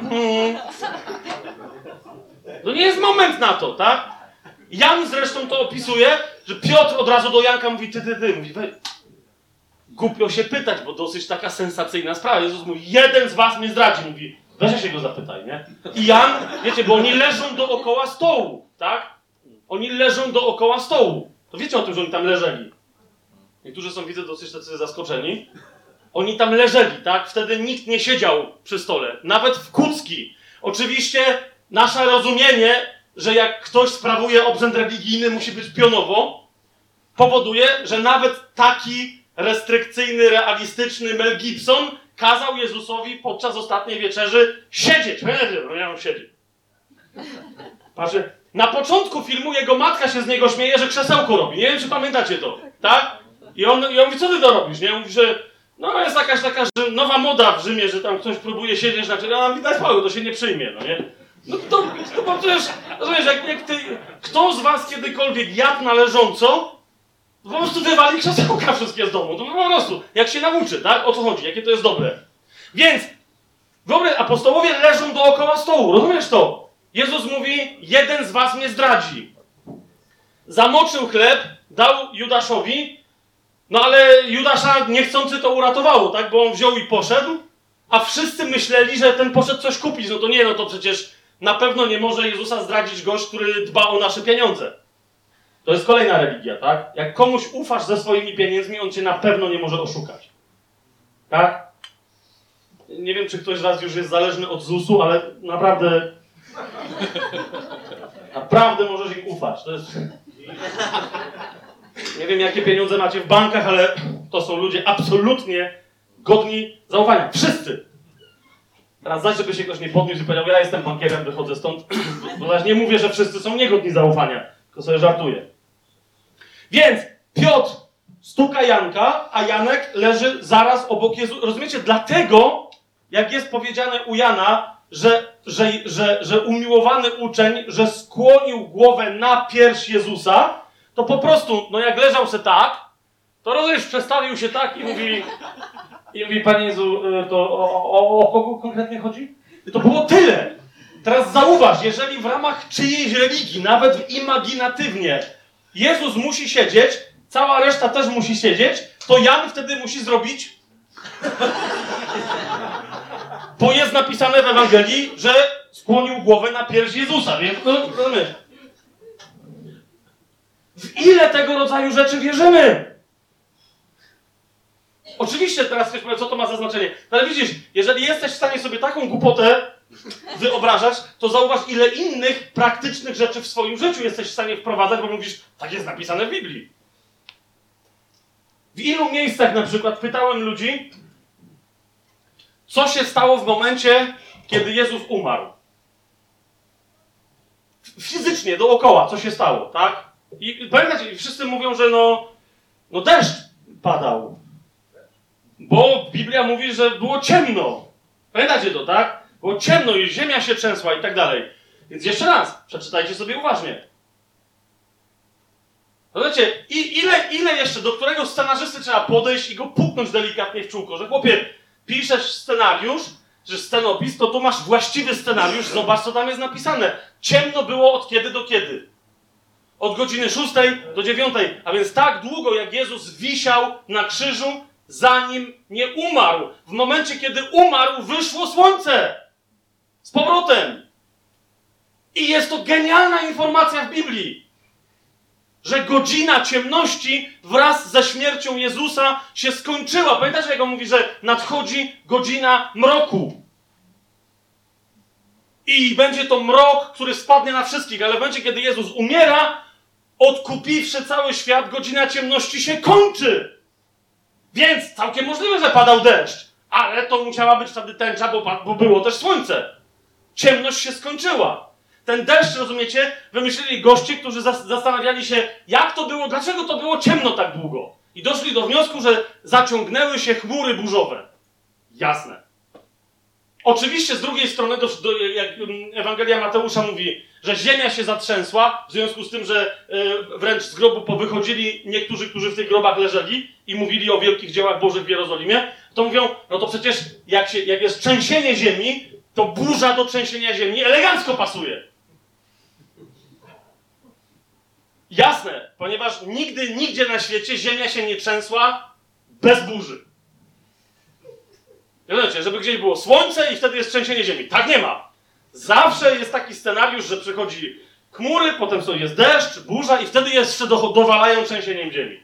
To nie jest moment na to, tak? Jan zresztą to opisuje, że Piotr od razu do Janka mówi, ty, ty, ty. Mówi, weź. Głupio się pytać, bo dosyć taka sensacyjna sprawa. Jezus mówi, jeden z was mnie zdradzi. Mówi, weź się go zapytaj, nie? I Jan, wiecie, bo oni leżą dookoła stołu, tak? Oni leżą dookoła stołu. To wiecie o tym, że oni tam leżeli. Niektórzy są, widzę, dosyć tacy zaskoczeni. Oni tam leżeli, tak? Wtedy nikt nie siedział przy stole. Nawet w kucki. Oczywiście nasze rozumienie, że jak ktoś sprawuje obrzęd religijny, musi być pionowo, powoduje, że nawet taki restrykcyjny, realistyczny Mel Gibson kazał Jezusowi podczas ostatniej wieczerzy siedzieć. Ja mam siedzieć. Patrzcie, na początku filmu jego matka się z niego śmieje, że krzesełko robi. Nie wiem, czy pamiętacie to, tak? I on, i on mówi, co ty to robisz, nie? Mówi, że no jest jakaś taka że nowa moda w Rzymie, że tam ktoś próbuje siedzieć na czele, a nam widać mało, to się nie przyjmie, no nie? No to, to bo przecież, rozumiesz, jak, jak ty, kto z was kiedykolwiek jadł na leżąco, po prostu wywali krzesełka wszystkie z domu, to po prostu, jak się nauczy, tak? O co chodzi, jakie to jest dobre. Więc Wyobraź, apostołowie leżą dookoła stołu, rozumiesz to? Jezus mówi, jeden z was mnie zdradzi. Zamoczył chleb, dał Judaszowi, no ale Judasza niechcący to uratowało, tak? Bo on wziął i poszedł, a wszyscy myśleli, że ten poszedł coś kupić. No to nie, no to przecież na pewno nie może Jezusa zdradzić gość, który dba o nasze pieniądze. To jest kolejna religia, tak? Jak komuś ufasz ze swoimi pieniędzmi, on cię na pewno nie może oszukać. Tak? Nie wiem, czy ktoś z was już jest zależny od zusu, ale naprawdę... Naprawdę możesz im ufać. To jest... Nie wiem, jakie pieniądze macie w bankach, ale to są ludzie absolutnie godni zaufania. Wszyscy! Teraz zaś, żeby się ktoś nie podniósł i powiedział, ja jestem bankierem, wychodzę stąd. Bo zaś nie mówię, że wszyscy są niegodni zaufania. Tylko sobie żartuję. Więc Piotr stuka Janka, a Janek leży zaraz obok Jezusa. Rozumiecie? Dlatego, jak jest powiedziane u Jana, że, że, że, że umiłowany uczeń, że skłonił głowę na pierś Jezusa, to po prostu, no jak leżał se tak, to rozumiesz, przestawił się tak i mówi, i mówi, Panie Jezu, to o, o, o kogo konkretnie chodzi? To było tyle. Teraz zauważ, jeżeli w ramach czyjejś religii, nawet imaginatywnie, Jezus musi siedzieć, cała reszta też musi siedzieć, to Jan wtedy musi zrobić... Bo jest napisane w Ewangelii, że skłonił głowę na pierś Jezusa, więc no, rozumiesz? W ile tego rodzaju rzeczy wierzymy? Oczywiście teraz ktoś powie, co to ma za znaczenie. Ale widzisz, jeżeli jesteś w stanie sobie taką głupotę wyobrażać, to zauważ, ile innych praktycznych rzeczy w swoim życiu jesteś w stanie wprowadzać, bo mówisz, tak jest napisane w Biblii. W ilu miejscach na przykład pytałem ludzi, co się stało w momencie, kiedy Jezus umarł. Fizycznie, dookoła, co się stało, tak? I pamiętacie, wszyscy mówią, że no, no deszcz padał. Bo Biblia mówi, że było ciemno. Pamiętacie to, tak? Było ciemno i ziemia się trzęsła i tak dalej. Więc jeszcze raz, przeczytajcie sobie uważnie. No wiecie, i ile, ile jeszcze, do którego scenarzysty trzeba podejść i go puknąć delikatnie w czółko, że chłopie, piszesz scenariusz, że scenopis, to tu masz właściwy scenariusz, zobacz, co tam jest napisane. Ciemno było od kiedy do kiedy? Od godziny szóstej do dziewiątej, a więc tak długo, jak Jezus wisiał na krzyżu, zanim nie umarł. W momencie, kiedy umarł, wyszło słońce. Z powrotem. I jest to genialna informacja w Biblii, że godzina ciemności wraz ze śmiercią Jezusa się skończyła. Pamiętacie, jak on mówi, że nadchodzi godzina mroku. I będzie to mrok, który spadnie na wszystkich, ale będzie, kiedy Jezus umiera, odkupiwszy cały świat, godzina ciemności się kończy. Więc całkiem możliwe, że padał deszcz, ale to musiała być wtedy tęcza, bo, bo było też słońce. Ciemność się skończyła. Ten deszcz, rozumiecie, wymyślili goście, którzy zas zastanawiali się, jak to było, dlaczego to było ciemno tak długo. I doszli do wniosku, że zaciągnęły się chmury burzowe. Jasne. Oczywiście z drugiej strony, do, do, jak Ewangelia Mateusza mówi, że ziemia się zatrzęsła, w związku z tym, że y, wręcz z grobu powychodzili niektórzy, którzy w tych grobach leżeli i mówili o wielkich dziełach Bożych w Jerozolimie, to mówią, no to przecież jak, się, jak jest trzęsienie ziemi, to burza do trzęsienia ziemi elegancko pasuje. Jasne, ponieważ nigdy, nigdzie na świecie ziemia się nie trzęsła bez burzy. Wiecie, żeby gdzieś było słońce i wtedy jest trzęsienie ziemi. Tak nie ma. Zawsze jest taki scenariusz, że przychodzi chmury, potem sobie jest deszcz, burza i wtedy jeszcze do, dowalają trzęsieniem ziemi.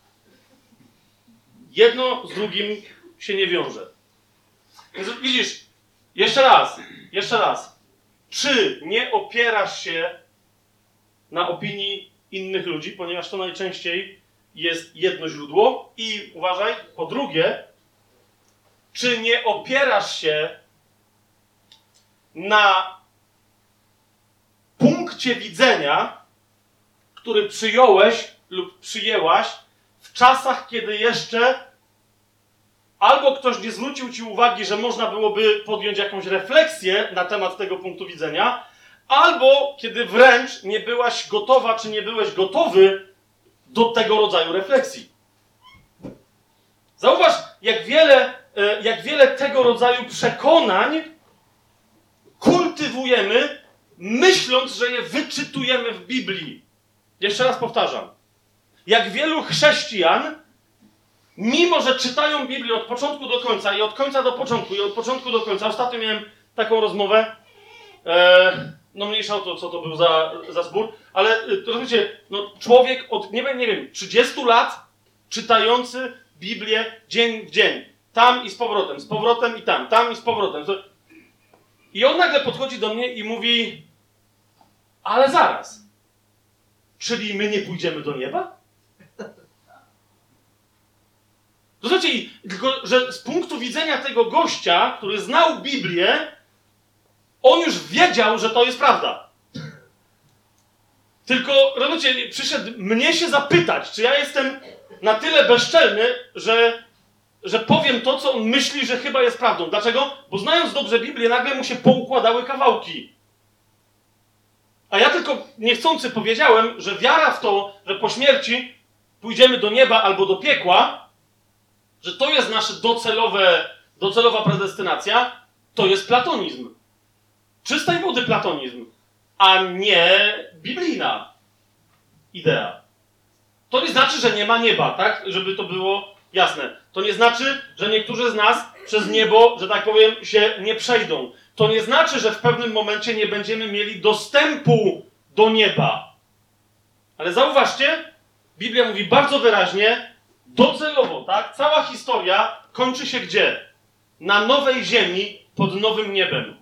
Jedno z drugim się nie wiąże. Więc widzisz, jeszcze raz, jeszcze raz. Czy nie opierasz się na opinii innych ludzi, ponieważ to najczęściej jest jedno źródło i uważaj, po drugie, czy nie opierasz się na punkcie widzenia, który przyjąłeś lub przyjęłaś w czasach, kiedy jeszcze albo ktoś nie zwrócił ci uwagi, że można byłoby podjąć jakąś refleksję na temat tego punktu widzenia, albo kiedy wręcz nie byłaś gotowa, czy nie byłeś gotowy do tego rodzaju refleksji. Zauważ, jak wiele, jak wiele tego rodzaju przekonań wyczytujemy, myśląc, że je wyczytujemy w Biblii. Jeszcze raz powtarzam. Jak wielu chrześcijan, mimo że czytają Biblię od początku do końca i od końca do początku i od początku do końca. Ostatnio miałem taką rozmowę, e, no mniejsza o to, co to był za, za zbór, ale rozumiecie, no człowiek od, nie wiem, nie wiem, trzydziestu lat czytający Biblię dzień w dzień. Tam i z powrotem, z powrotem i tam, tam i z powrotem. I on nagle podchodzi do mnie i mówi, ale zaraz, czyli my nie pójdziemy do nieba? To znaczy, tylko, że z punktu widzenia tego gościa, który znał Biblię, on już wiedział, że to jest prawda. Tylko, rozumiecie, przyszedł mnie się zapytać, czy ja jestem na tyle bezczelny, że, że powiem to, co on myśli, że chyba jest prawdą. Dlaczego? Bo znając dobrze Biblię, nagle mu się poukładały kawałki. A ja tylko niechcący powiedziałem, że wiara w to, że po śmierci pójdziemy do nieba albo do piekła, że to jest nasza docelowe, docelowa predestynacja, to jest platonizm. Czystej wody platonizm, a nie biblijna idea. To nie znaczy, że nie ma nieba, tak? Żeby to było jasne. To nie znaczy, że niektórzy z nas przez niebo, że tak powiem, się nie przejdą. To nie znaczy, że w pewnym momencie nie będziemy mieli dostępu do nieba. Ale zauważcie, Biblia mówi bardzo wyraźnie, docelowo, tak? Cała historia kończy się gdzie? Na nowej ziemi, pod nowym niebem.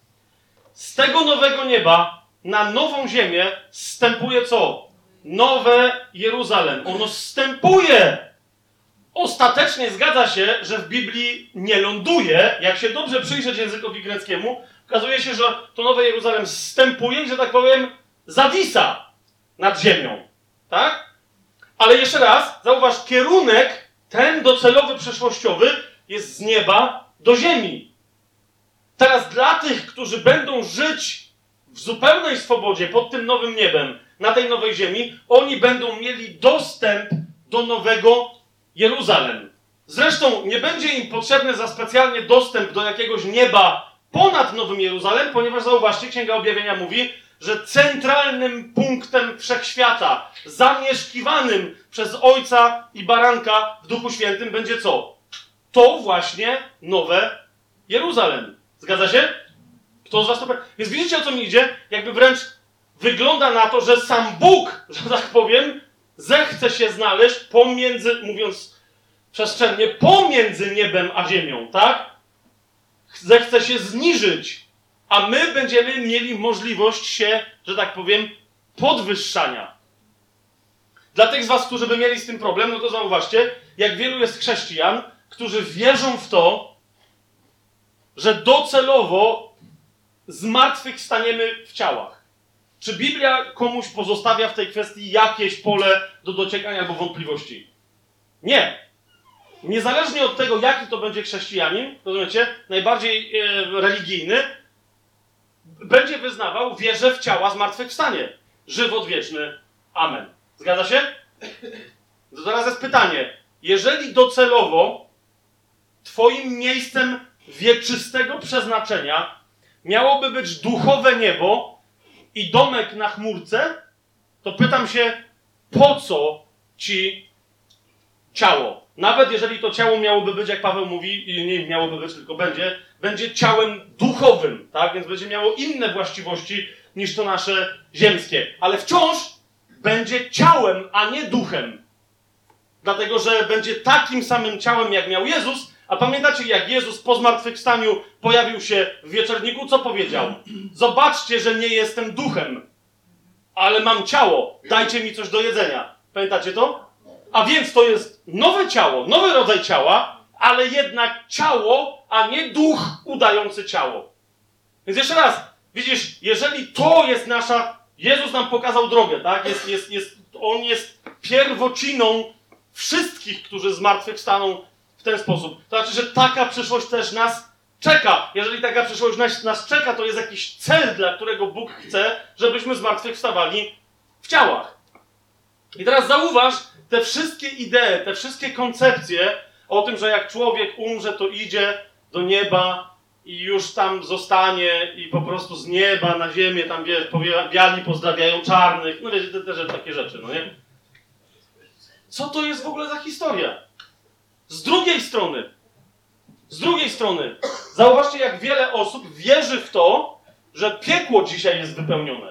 Z tego nowego nieba na nową ziemię zstępuje co? Nowe Jeruzalem. Ono zstępuje. Ostatecznie zgadza się, że w Biblii nie ląduje. Jak się dobrze przyjrzeć językowi greckiemu, okazuje się, że to Nowe Jeruzalem zstępuje i, że tak powiem, zawisa nad ziemią. Tak? Ale jeszcze raz, zauważ, kierunek ten docelowy, przyszłościowy jest z nieba do ziemi. Teraz dla tych, którzy będą żyć w zupełnej swobodzie pod tym nowym niebem, na tej nowej ziemi, oni będą mieli dostęp do nowego Jeruzalem. Zresztą nie będzie im potrzebny za specjalnie dostęp do jakiegoś nieba ponad Nowym Jeruzalem, ponieważ zauważcie, Księga Objawienia mówi, że centralnym punktem wszechświata, zamieszkiwanym przez Ojca i Baranka w Duchu Świętym będzie co? To właśnie nowe Jeruzalem. Zgadza się? Kto z was to... Więc widzicie, o co mi idzie? Jakby wręcz wygląda na to, że sam Bóg, że tak powiem, zechce się znaleźć pomiędzy, mówiąc przestrzennie, pomiędzy niebem a ziemią, tak? Zechce się zniżyć, a my będziemy mieli możliwość się, że tak powiem, podwyższania. Dla tych z was, którzy by mieli z tym problem, no to zauważcie, jak wielu jest chrześcijan, którzy wierzą w to, że docelowo zmartwychwstaniemy w ciałach. Czy Biblia komuś pozostawia w tej kwestii jakieś pole do dociekania albo wątpliwości? Nie. Niezależnie od tego, jaki to będzie chrześcijanin, rozumiecie, najbardziej e, religijny, będzie wyznawał wierze w ciała zmartwychwstanie. Żywot wieczny. Amen. Zgadza się? To teraz jest pytanie. Jeżeli docelowo twoim miejscem wieczystego przeznaczenia miałoby być duchowe niebo i domek na chmurce, to pytam się, po co ci ciało? Nawet jeżeli to ciało miałoby być, jak Paweł mówi, i nie miałoby być, tylko będzie, będzie ciałem duchowym, tak? Więc będzie miało inne właściwości niż to nasze ziemskie. Ale wciąż będzie ciałem, a nie duchem. Dlatego, że będzie takim samym ciałem, jak miał Jezus. A pamiętacie, jak Jezus po zmartwychwstaniu pojawił się w wieczorniku? Co powiedział? Zobaczcie, że nie jestem duchem, ale mam ciało. Dajcie mi coś do jedzenia. Pamiętacie to? A więc to jest nowe ciało, nowy rodzaj ciała, ale jednak ciało, a nie duch udający ciało. Więc jeszcze raz, widzisz, jeżeli to jest nasza... Jezus nam pokazał drogę, tak? Jest, jest, jest, on jest pierwociną wszystkich, którzy zmartwychwstaną w ten sposób. To znaczy, że taka przyszłość też nas czeka. Jeżeli taka przyszłość nas, nas czeka, to jest jakiś cel, dla którego Bóg chce, żebyśmy zmartwychwstawali w ciałach. I teraz zauważ te wszystkie idee, te wszystkie koncepcje o tym, że jak człowiek umrze, to idzie do nieba i już tam zostanie i po prostu z nieba na ziemię tam wiesz, biali pozdrawiają czarnych, no wiecie, te, te, te takie rzeczy, no nie? Co to jest w ogóle za historia? Z drugiej strony, z drugiej strony, zauważcie, jak wiele osób wierzy w to, że piekło dzisiaj jest wypełnione.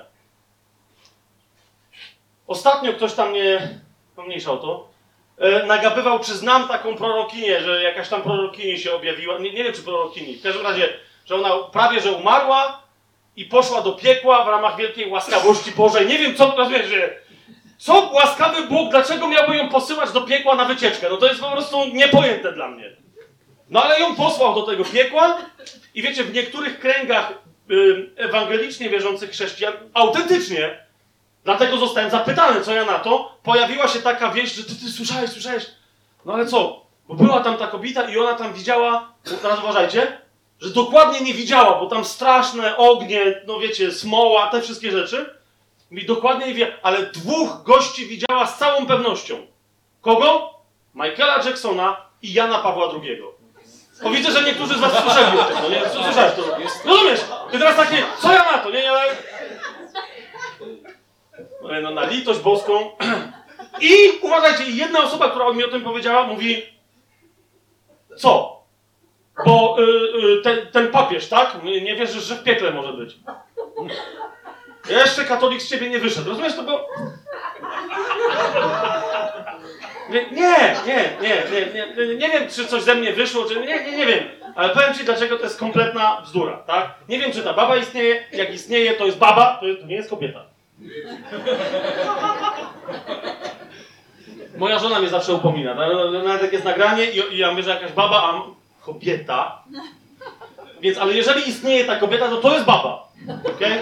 Ostatnio ktoś tam mnie, pomniejsza o to, e, nagapywał, czy znam taką prorokinię, że jakaś tam prorokini się objawiła. Nie, nie wiem, czy prorokini. W każdym razie, że ona prawie, że umarła i poszła do piekła w ramach wielkiej łaskawości Bożej. Nie wiem, co, rozumiesz, że co łaskawy Bóg, dlaczego miałby ją posyłać do piekła na wycieczkę? No to jest po prostu niepojęte dla mnie. No ale ją posłał do tego piekła i wiecie, w niektórych kręgach y, ewangelicznie wierzących chrześcijan, autentycznie, dlatego zostałem zapytany, co ja na to, pojawiła się taka wieść, że ty, ty słyszałeś, słyszałeś? No ale co? Bo była tam ta kobieta i ona tam widziała, no teraz uważajcie, że dokładnie nie widziała, bo tam straszne ognie, no wiecie, smoła, te wszystkie rzeczy. I dokładnie nie wie, ale dwóch gości widziała z całą pewnością. Kogo? Michaela Jacksona i Jana Pawła drugiego. Bo widzę, że niektórzy z was słyszeli o tym, no nie? Co słyszałeś to? Rozumiesz? I teraz takie, co ja na to? Nie, nie, ale... No na litość boską. I uważajcie, jedna osoba, która mi o tym powiedziała, mówi, co? Bo y, y, ten, ten papież, tak? Nie wierzysz, że w piekle może być. Jeszcze katolik z ciebie nie wyszedł. Rozumiesz to? Bo... Nie, nie, nie, nie, nie, nie, nie wiem, czy coś ze mnie wyszło, czy nie, nie, nie wiem. Ale powiem ci, dlaczego to jest kompletna bzdura, tak? Nie wiem, czy ta baba istnieje. Jak istnieje, to jest baba, to, jest, to nie jest kobieta. Moja żona mnie zawsze upomina. Nawet jak jest nagranie i, i ja mówię, że jakaś baba, a kobieta. Więc, ale jeżeli istnieje ta kobieta, to to jest baba. Okay?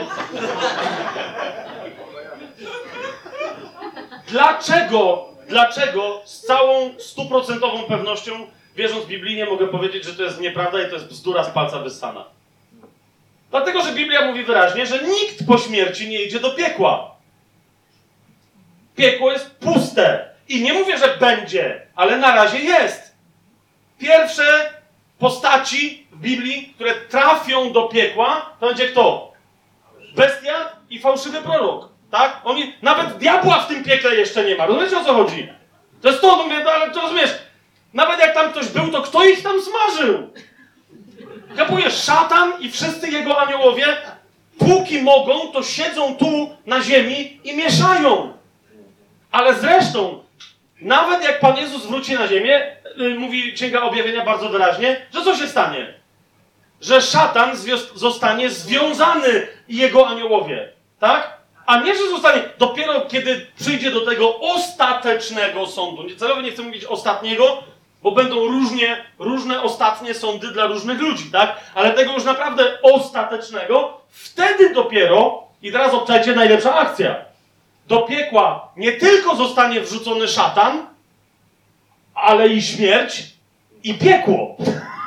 Dlaczego, dlaczego z całą stuprocentową pewnością, wierząc biblijnie, mogę powiedzieć, że to jest nieprawda i to jest bzdura z palca wyssana? Dlatego, że Biblia mówi wyraźnie, że nikt po śmierci nie idzie do piekła. Piekło jest puste. I nie mówię, że będzie, ale na razie jest. Pierwsze postaci w Biblii, które trafią do piekła, to będzie kto? Bestia i fałszywy prorok. Tak? Oni, nawet diabła w tym piekle jeszcze nie ma. Rozumiecie, o co chodzi? To jest to, no mówię, no, ale to rozumiesz, nawet jak tam ktoś był, to kto ich tam smażył? Kapuje szatan i wszyscy jego aniołowie, póki mogą, to siedzą tu na ziemi i mieszają. Ale zresztą, nawet jak Pan Jezus wróci na ziemię, yy, mówi Księga Objawienia bardzo wyraźnie, że co się stanie? Że szatan zostanie związany i jego aniołowie. Tak? A nie, że zostanie dopiero kiedy przyjdzie do tego ostatecznego sądu. Celowo nie chcę mówić ostatniego, bo będą różnie, różne ostatnie sądy dla różnych ludzi, tak? Ale tego już naprawdę ostatecznego, wtedy dopiero, i teraz obczajcie, najlepsza akcja. Do piekła nie tylko zostanie wrzucony szatan, ale i śmierć i piekło.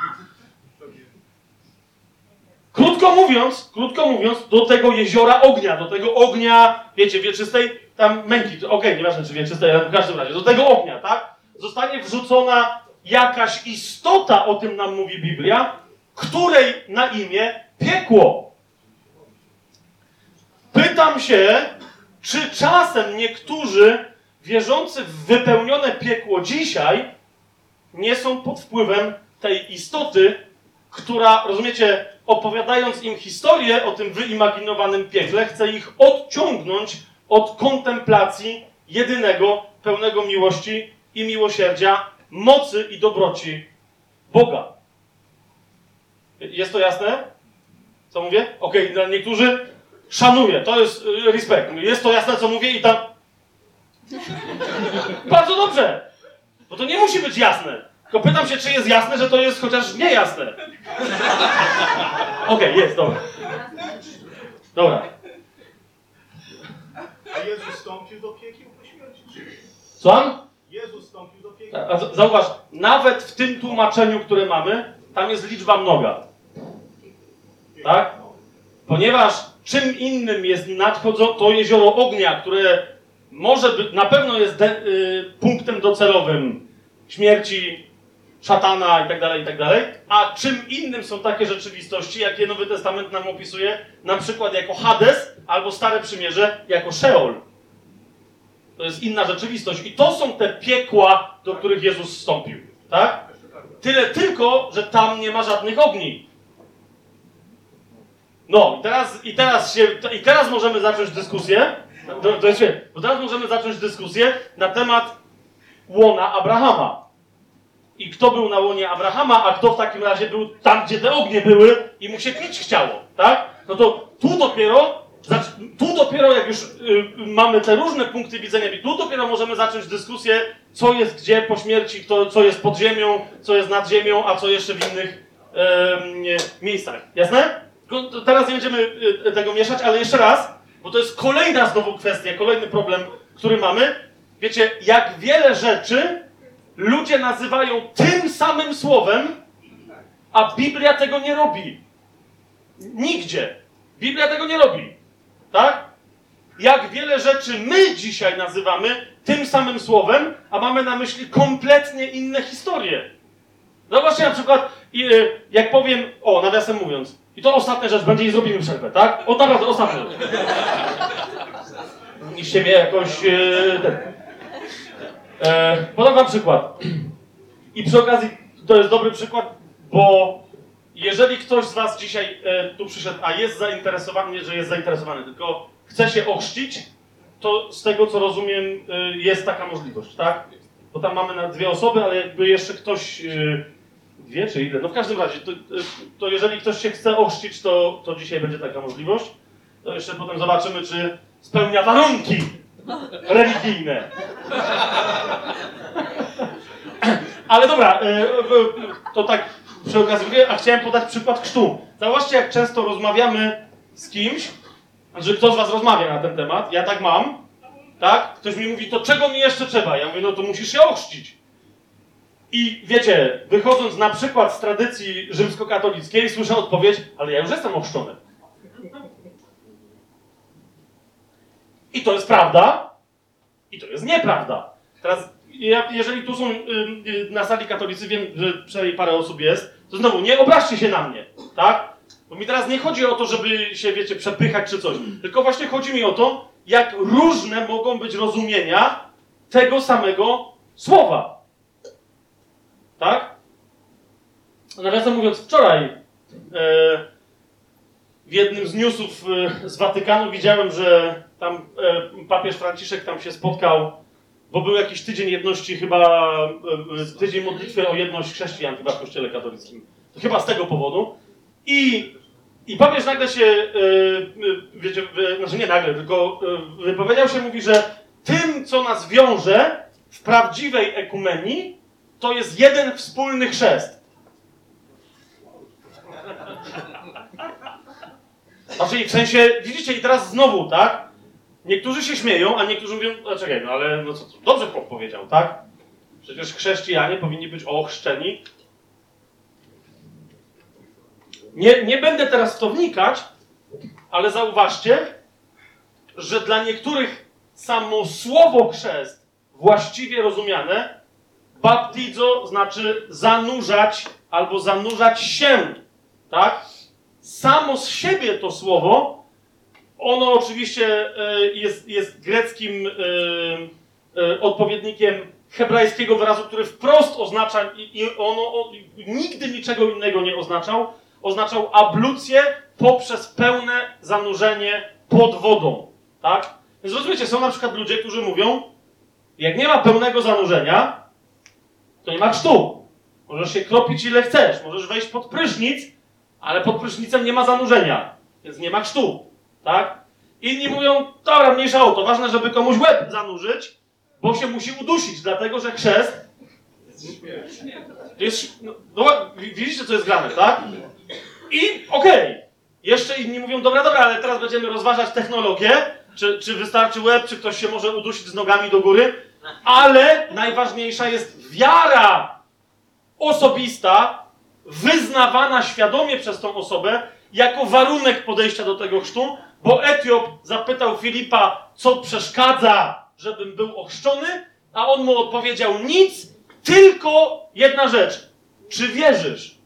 Krótko mówiąc, krótko mówiąc, do tego jeziora ognia, do tego ognia, wiecie, wieczystej, tam męki, okej, okay, nieważne czy wieczystej, ale w każdym razie, do tego ognia, tak? Zostanie wrzucona jakaś istota, o tym nam mówi Biblia, której na imię piekło. Pytam się, czy czasem niektórzy wierzący w wypełnione piekło dzisiaj nie są pod wpływem tej istoty, która, rozumiecie, opowiadając im historię o tym wyimaginowanym piekle, chce ich odciągnąć od kontemplacji jedynego, pełnego miłości i miłosierdzia, mocy i dobroci Boga. Jest to jasne? Co mówię? Okej, okay, niektórzy szanuję, to jest y, respekt. Jest to jasne, co mówię i tam... Bardzo dobrze! Bo to nie musi być jasne. Tylko pytam się, czy jest jasne, że to jest chociaż niejasne. Okej, okay, jest, dobra. Dobra. A Jezus wstąpił do piekieł po śmierci? Słucham? Jezus wstąpił do piekieł. A, a zauważ, nawet w tym tłumaczeniu, które mamy, tam jest liczba mnoga. Tak? Ponieważ czym innym jest nadchodzą to jezioro ognia, które może być, na pewno jest de, y, punktem docelowym śmierci szatana i tak dalej, i tak dalej. A czym innym są takie rzeczywistości, jakie Nowy Testament nam opisuje, na przykład jako Hades, albo Stare Przymierze jako Szeol. To jest inna rzeczywistość. I to są te piekła, do których Jezus wstąpił. Tak? Tyle tylko, że tam nie ma żadnych ogni. No, i teraz, i teraz, się, i teraz możemy zacząć dyskusję. To, to jest świetne, bo teraz możemy zacząć dyskusję na temat łona Abrahama. I kto był na łonie Abrahama, a kto w takim razie był tam, gdzie te ognie były i mu się pić chciało, tak? No to tu dopiero, tu dopiero jak już y, mamy te różne punkty widzenia, tu dopiero możemy zacząć dyskusję, co jest gdzie po śmierci, kto, co jest pod ziemią, co jest nad ziemią, a co jeszcze w innych y, miejscach. Jasne? Tylko teraz nie będziemy y, tego mieszać, ale jeszcze raz, bo to jest kolejna znowu kwestia, kolejny problem, który mamy. Wiecie, jak wiele rzeczy ludzie nazywają tym samym słowem, a Biblia tego nie robi. Nigdzie. Biblia tego nie robi. Tak? Jak wiele rzeczy my dzisiaj nazywamy tym samym słowem, a mamy na myśli kompletnie inne historie. Zobaczcie na przykład, jak powiem, o, nawiasem mówiąc, i to ostatnia rzecz, będzie i zrobimy przerwę, tak? O, naprawdę, ostatnia rzecz. Niście mnie jakoś... Yy, ten. E, podam wam przykład. I przy okazji to jest dobry przykład, bo jeżeli ktoś z was dzisiaj e, tu przyszedł, a jest zainteresowany, nie, że jest zainteresowany, tylko chce się ochrzcić, to z tego co rozumiem e, jest taka możliwość, tak? Bo tam mamy na dwie osoby, ale jakby jeszcze ktoś... E, dwie czy ile? No w każdym razie, to, to jeżeli ktoś się chce ochrzcić, to, to dzisiaj będzie taka możliwość. To jeszcze potem zobaczymy, czy spełnia warunki religijne. Ale dobra, to tak przy okazji mówię, a chciałem podać przykład chrztu. Zauważcie, jak często rozmawiamy z kimś, że kto z was rozmawia na ten temat, ja tak mam, tak? Ktoś mi mówi, to czego mi jeszcze trzeba? Ja mówię, no to musisz się ochrzcić. I wiecie, wychodząc na przykład z tradycji rzymskokatolickiej, słyszę odpowiedź, ale ja już jestem ochrzczony. I to jest prawda, i to jest nieprawda. Teraz, ja, jeżeli tu są y, y, na sali katolicy, wiem, że przynajmniej parę osób jest, to znowu, nie obraźcie się na mnie, tak? Bo mi teraz nie chodzi o to, żeby się, wiecie, przepychać czy coś, tylko właśnie chodzi mi o to, jak różne mogą być rozumienia tego samego słowa. Tak? Nawiasem mówiąc, wczoraj e, w jednym z newsów e, z Watykanu widziałem, że tam e, papież Franciszek tam się spotkał, bo był jakiś tydzień jedności, chyba e, tydzień modlitwy o jedność chrześcijan chyba w kościele katolickim. To chyba z tego powodu. I, i papież nagle się, e, wiecie, e, znaczy nie nagle, tylko e, wypowiedział się, mówi, że tym, co nas wiąże w prawdziwej ekumenii, to jest jeden wspólny chrzest. Znaczy, w sensie, widzicie, i teraz znowu, tak? Niektórzy się śmieją, a niektórzy mówią, no czekaj, no ale no co, dobrze powiedział, tak? Przecież chrześcijanie powinni być ochrzczeni. Nie, nie będę teraz w to wnikać, ale zauważcie, że dla niektórych samo słowo chrzest, właściwie rozumiane, baptizo znaczy zanurzać albo zanurzać się, tak? Samo z siebie to słowo, ono oczywiście jest, jest greckim e, e, odpowiednikiem hebrajskiego wyrazu, który wprost oznacza, i ono o, nigdy niczego innego nie oznaczał, oznaczał ablucję poprzez pełne zanurzenie pod wodą, tak? Więc rozumiecie, są na przykład ludzie, którzy mówią, jak nie ma pełnego zanurzenia, to nie ma chrztu. Możesz się kropić ile chcesz, możesz wejść pod prysznic, ale pod prysznicem nie ma zanurzenia, więc nie ma chrztu, tak? Inni mówią, dobra, mniejsza o to, ważne, żeby komuś łeb zanurzyć, bo się musi udusić, dlatego że chrzest jest... No, no, widzicie, co jest grane, tak? I okej, okay. Jeszcze inni mówią, dobra, dobra, ale teraz będziemy rozważać technologię, czy, czy wystarczy łeb, czy ktoś się może udusić z nogami do góry, ale najważniejsza jest wiara osobista, wyznawana świadomie przez tą osobę, jako warunek podejścia do tego chrztu, bo Etiop zapytał Filipa, co przeszkadza, żebym był ochrzczony, a on mu odpowiedział nic, tylko jedna rzecz. czy wierzysz?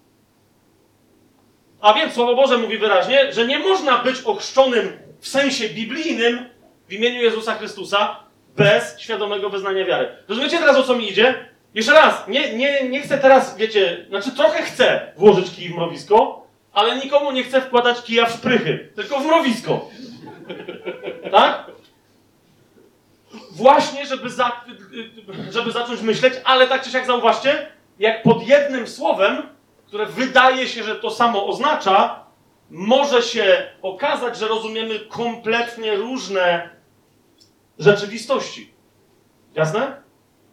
A więc Słowo Boże mówi wyraźnie, że nie można być ochrzczonym w sensie biblijnym w imieniu Jezusa Chrystusa bez świadomego wyznania wiary. Rozumiecie teraz, o co mi idzie? Jeszcze raz, nie, nie, nie chcę teraz, wiecie, znaczy trochę chcę włożyć kij w mrowisko, ale nikomu nie chcę wkładać kija w szprychy, tylko w mrowisko. Tak? Właśnie, żeby, za, żeby zacząć myśleć, ale tak czy siak zauważcie, jak pod jednym słowem, które wydaje się, że to samo oznacza, może się okazać, że rozumiemy kompletnie różne rzeczywistości. Jasne?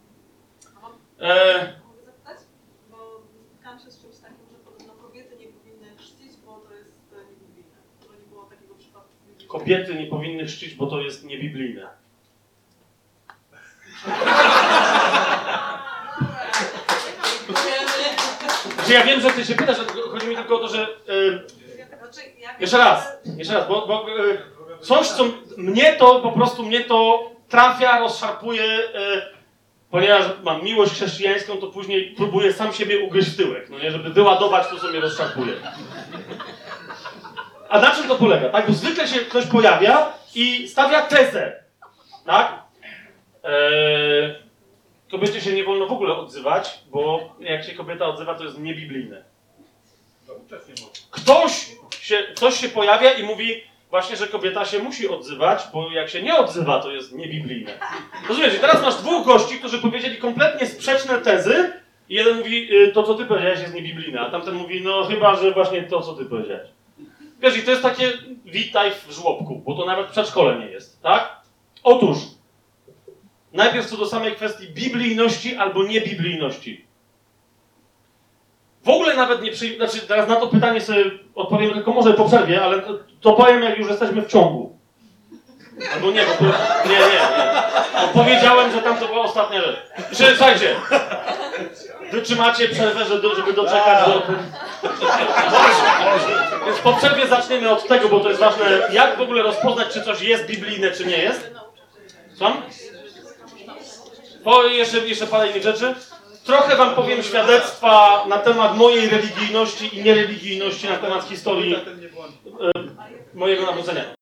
E... Mogę zapytać? Bo spotkałam się z czymś takim, że podobno kobiety nie powinny chrzcić, bo to jest e, niebiblijne. To nie było takiego przypadku. w Biblii. Kobiety nie powinny chrzcić, bo to jest niebiblijne. Znaczy ja wiem, że ty się pytasz, chodzi mi tylko o to, że... Yy, Znaczy, jak jeszcze raz, jeszcze raz, bo, bo yy, coś, co mnie to, po prostu mnie to trafia, rozszarpuje, yy, ponieważ mam miłość chrześcijańską, to później próbuję sam siebie ugryźć w tyłek, no nie, żeby wyładować to, co mnie rozszarpuje. A na czym to polega, tak? Bo zwykle się ktoś pojawia i stawia tezę, tak? Eee, kobiecie się nie wolno w ogóle odzywać, bo jak się kobieta odzywa, to jest niebiblijne. Ktoś się, ktoś się pojawia i mówi właśnie, że kobieta się musi odzywać, bo jak się nie odzywa, to jest niebiblijne. Rozumiesz? I teraz masz dwóch gości, którzy powiedzieli kompletnie sprzeczne tezy i jeden mówi, to co ty powiedziałeś jest niebiblijne, a tamten mówi, no chyba, że właśnie to co ty powiedziałeś. Wiesz, i to jest takie witaj w żłobku, bo to nawet w przedszkole nie jest, tak? Otóż, najpierw co do samej kwestii biblijności albo niebiblijności. W ogóle nawet nie przyjmę, znaczy teraz na to pytanie sobie odpowiem tylko może po przerwie, ale to, to powiem jak już jesteśmy w ciągu. Albo nie, bo nie, nie, nie. Bo powiedziałem, że tam to była ostatnia rzecz. Czy, słuchajcie, wytrzymacie przerwę, żeby, żeby doczekać do... Więc po przerwie zaczniemy od tego, bo to jest ważne, jak w ogóle rozpoznać, czy coś jest biblijne, czy nie jest. Słucham? Po jeszcze, jeszcze parę innych rzeczy. Trochę wam powiem świadectwa na temat mojej religijności i niereligijności, na temat historii e, mojego nawrócenia.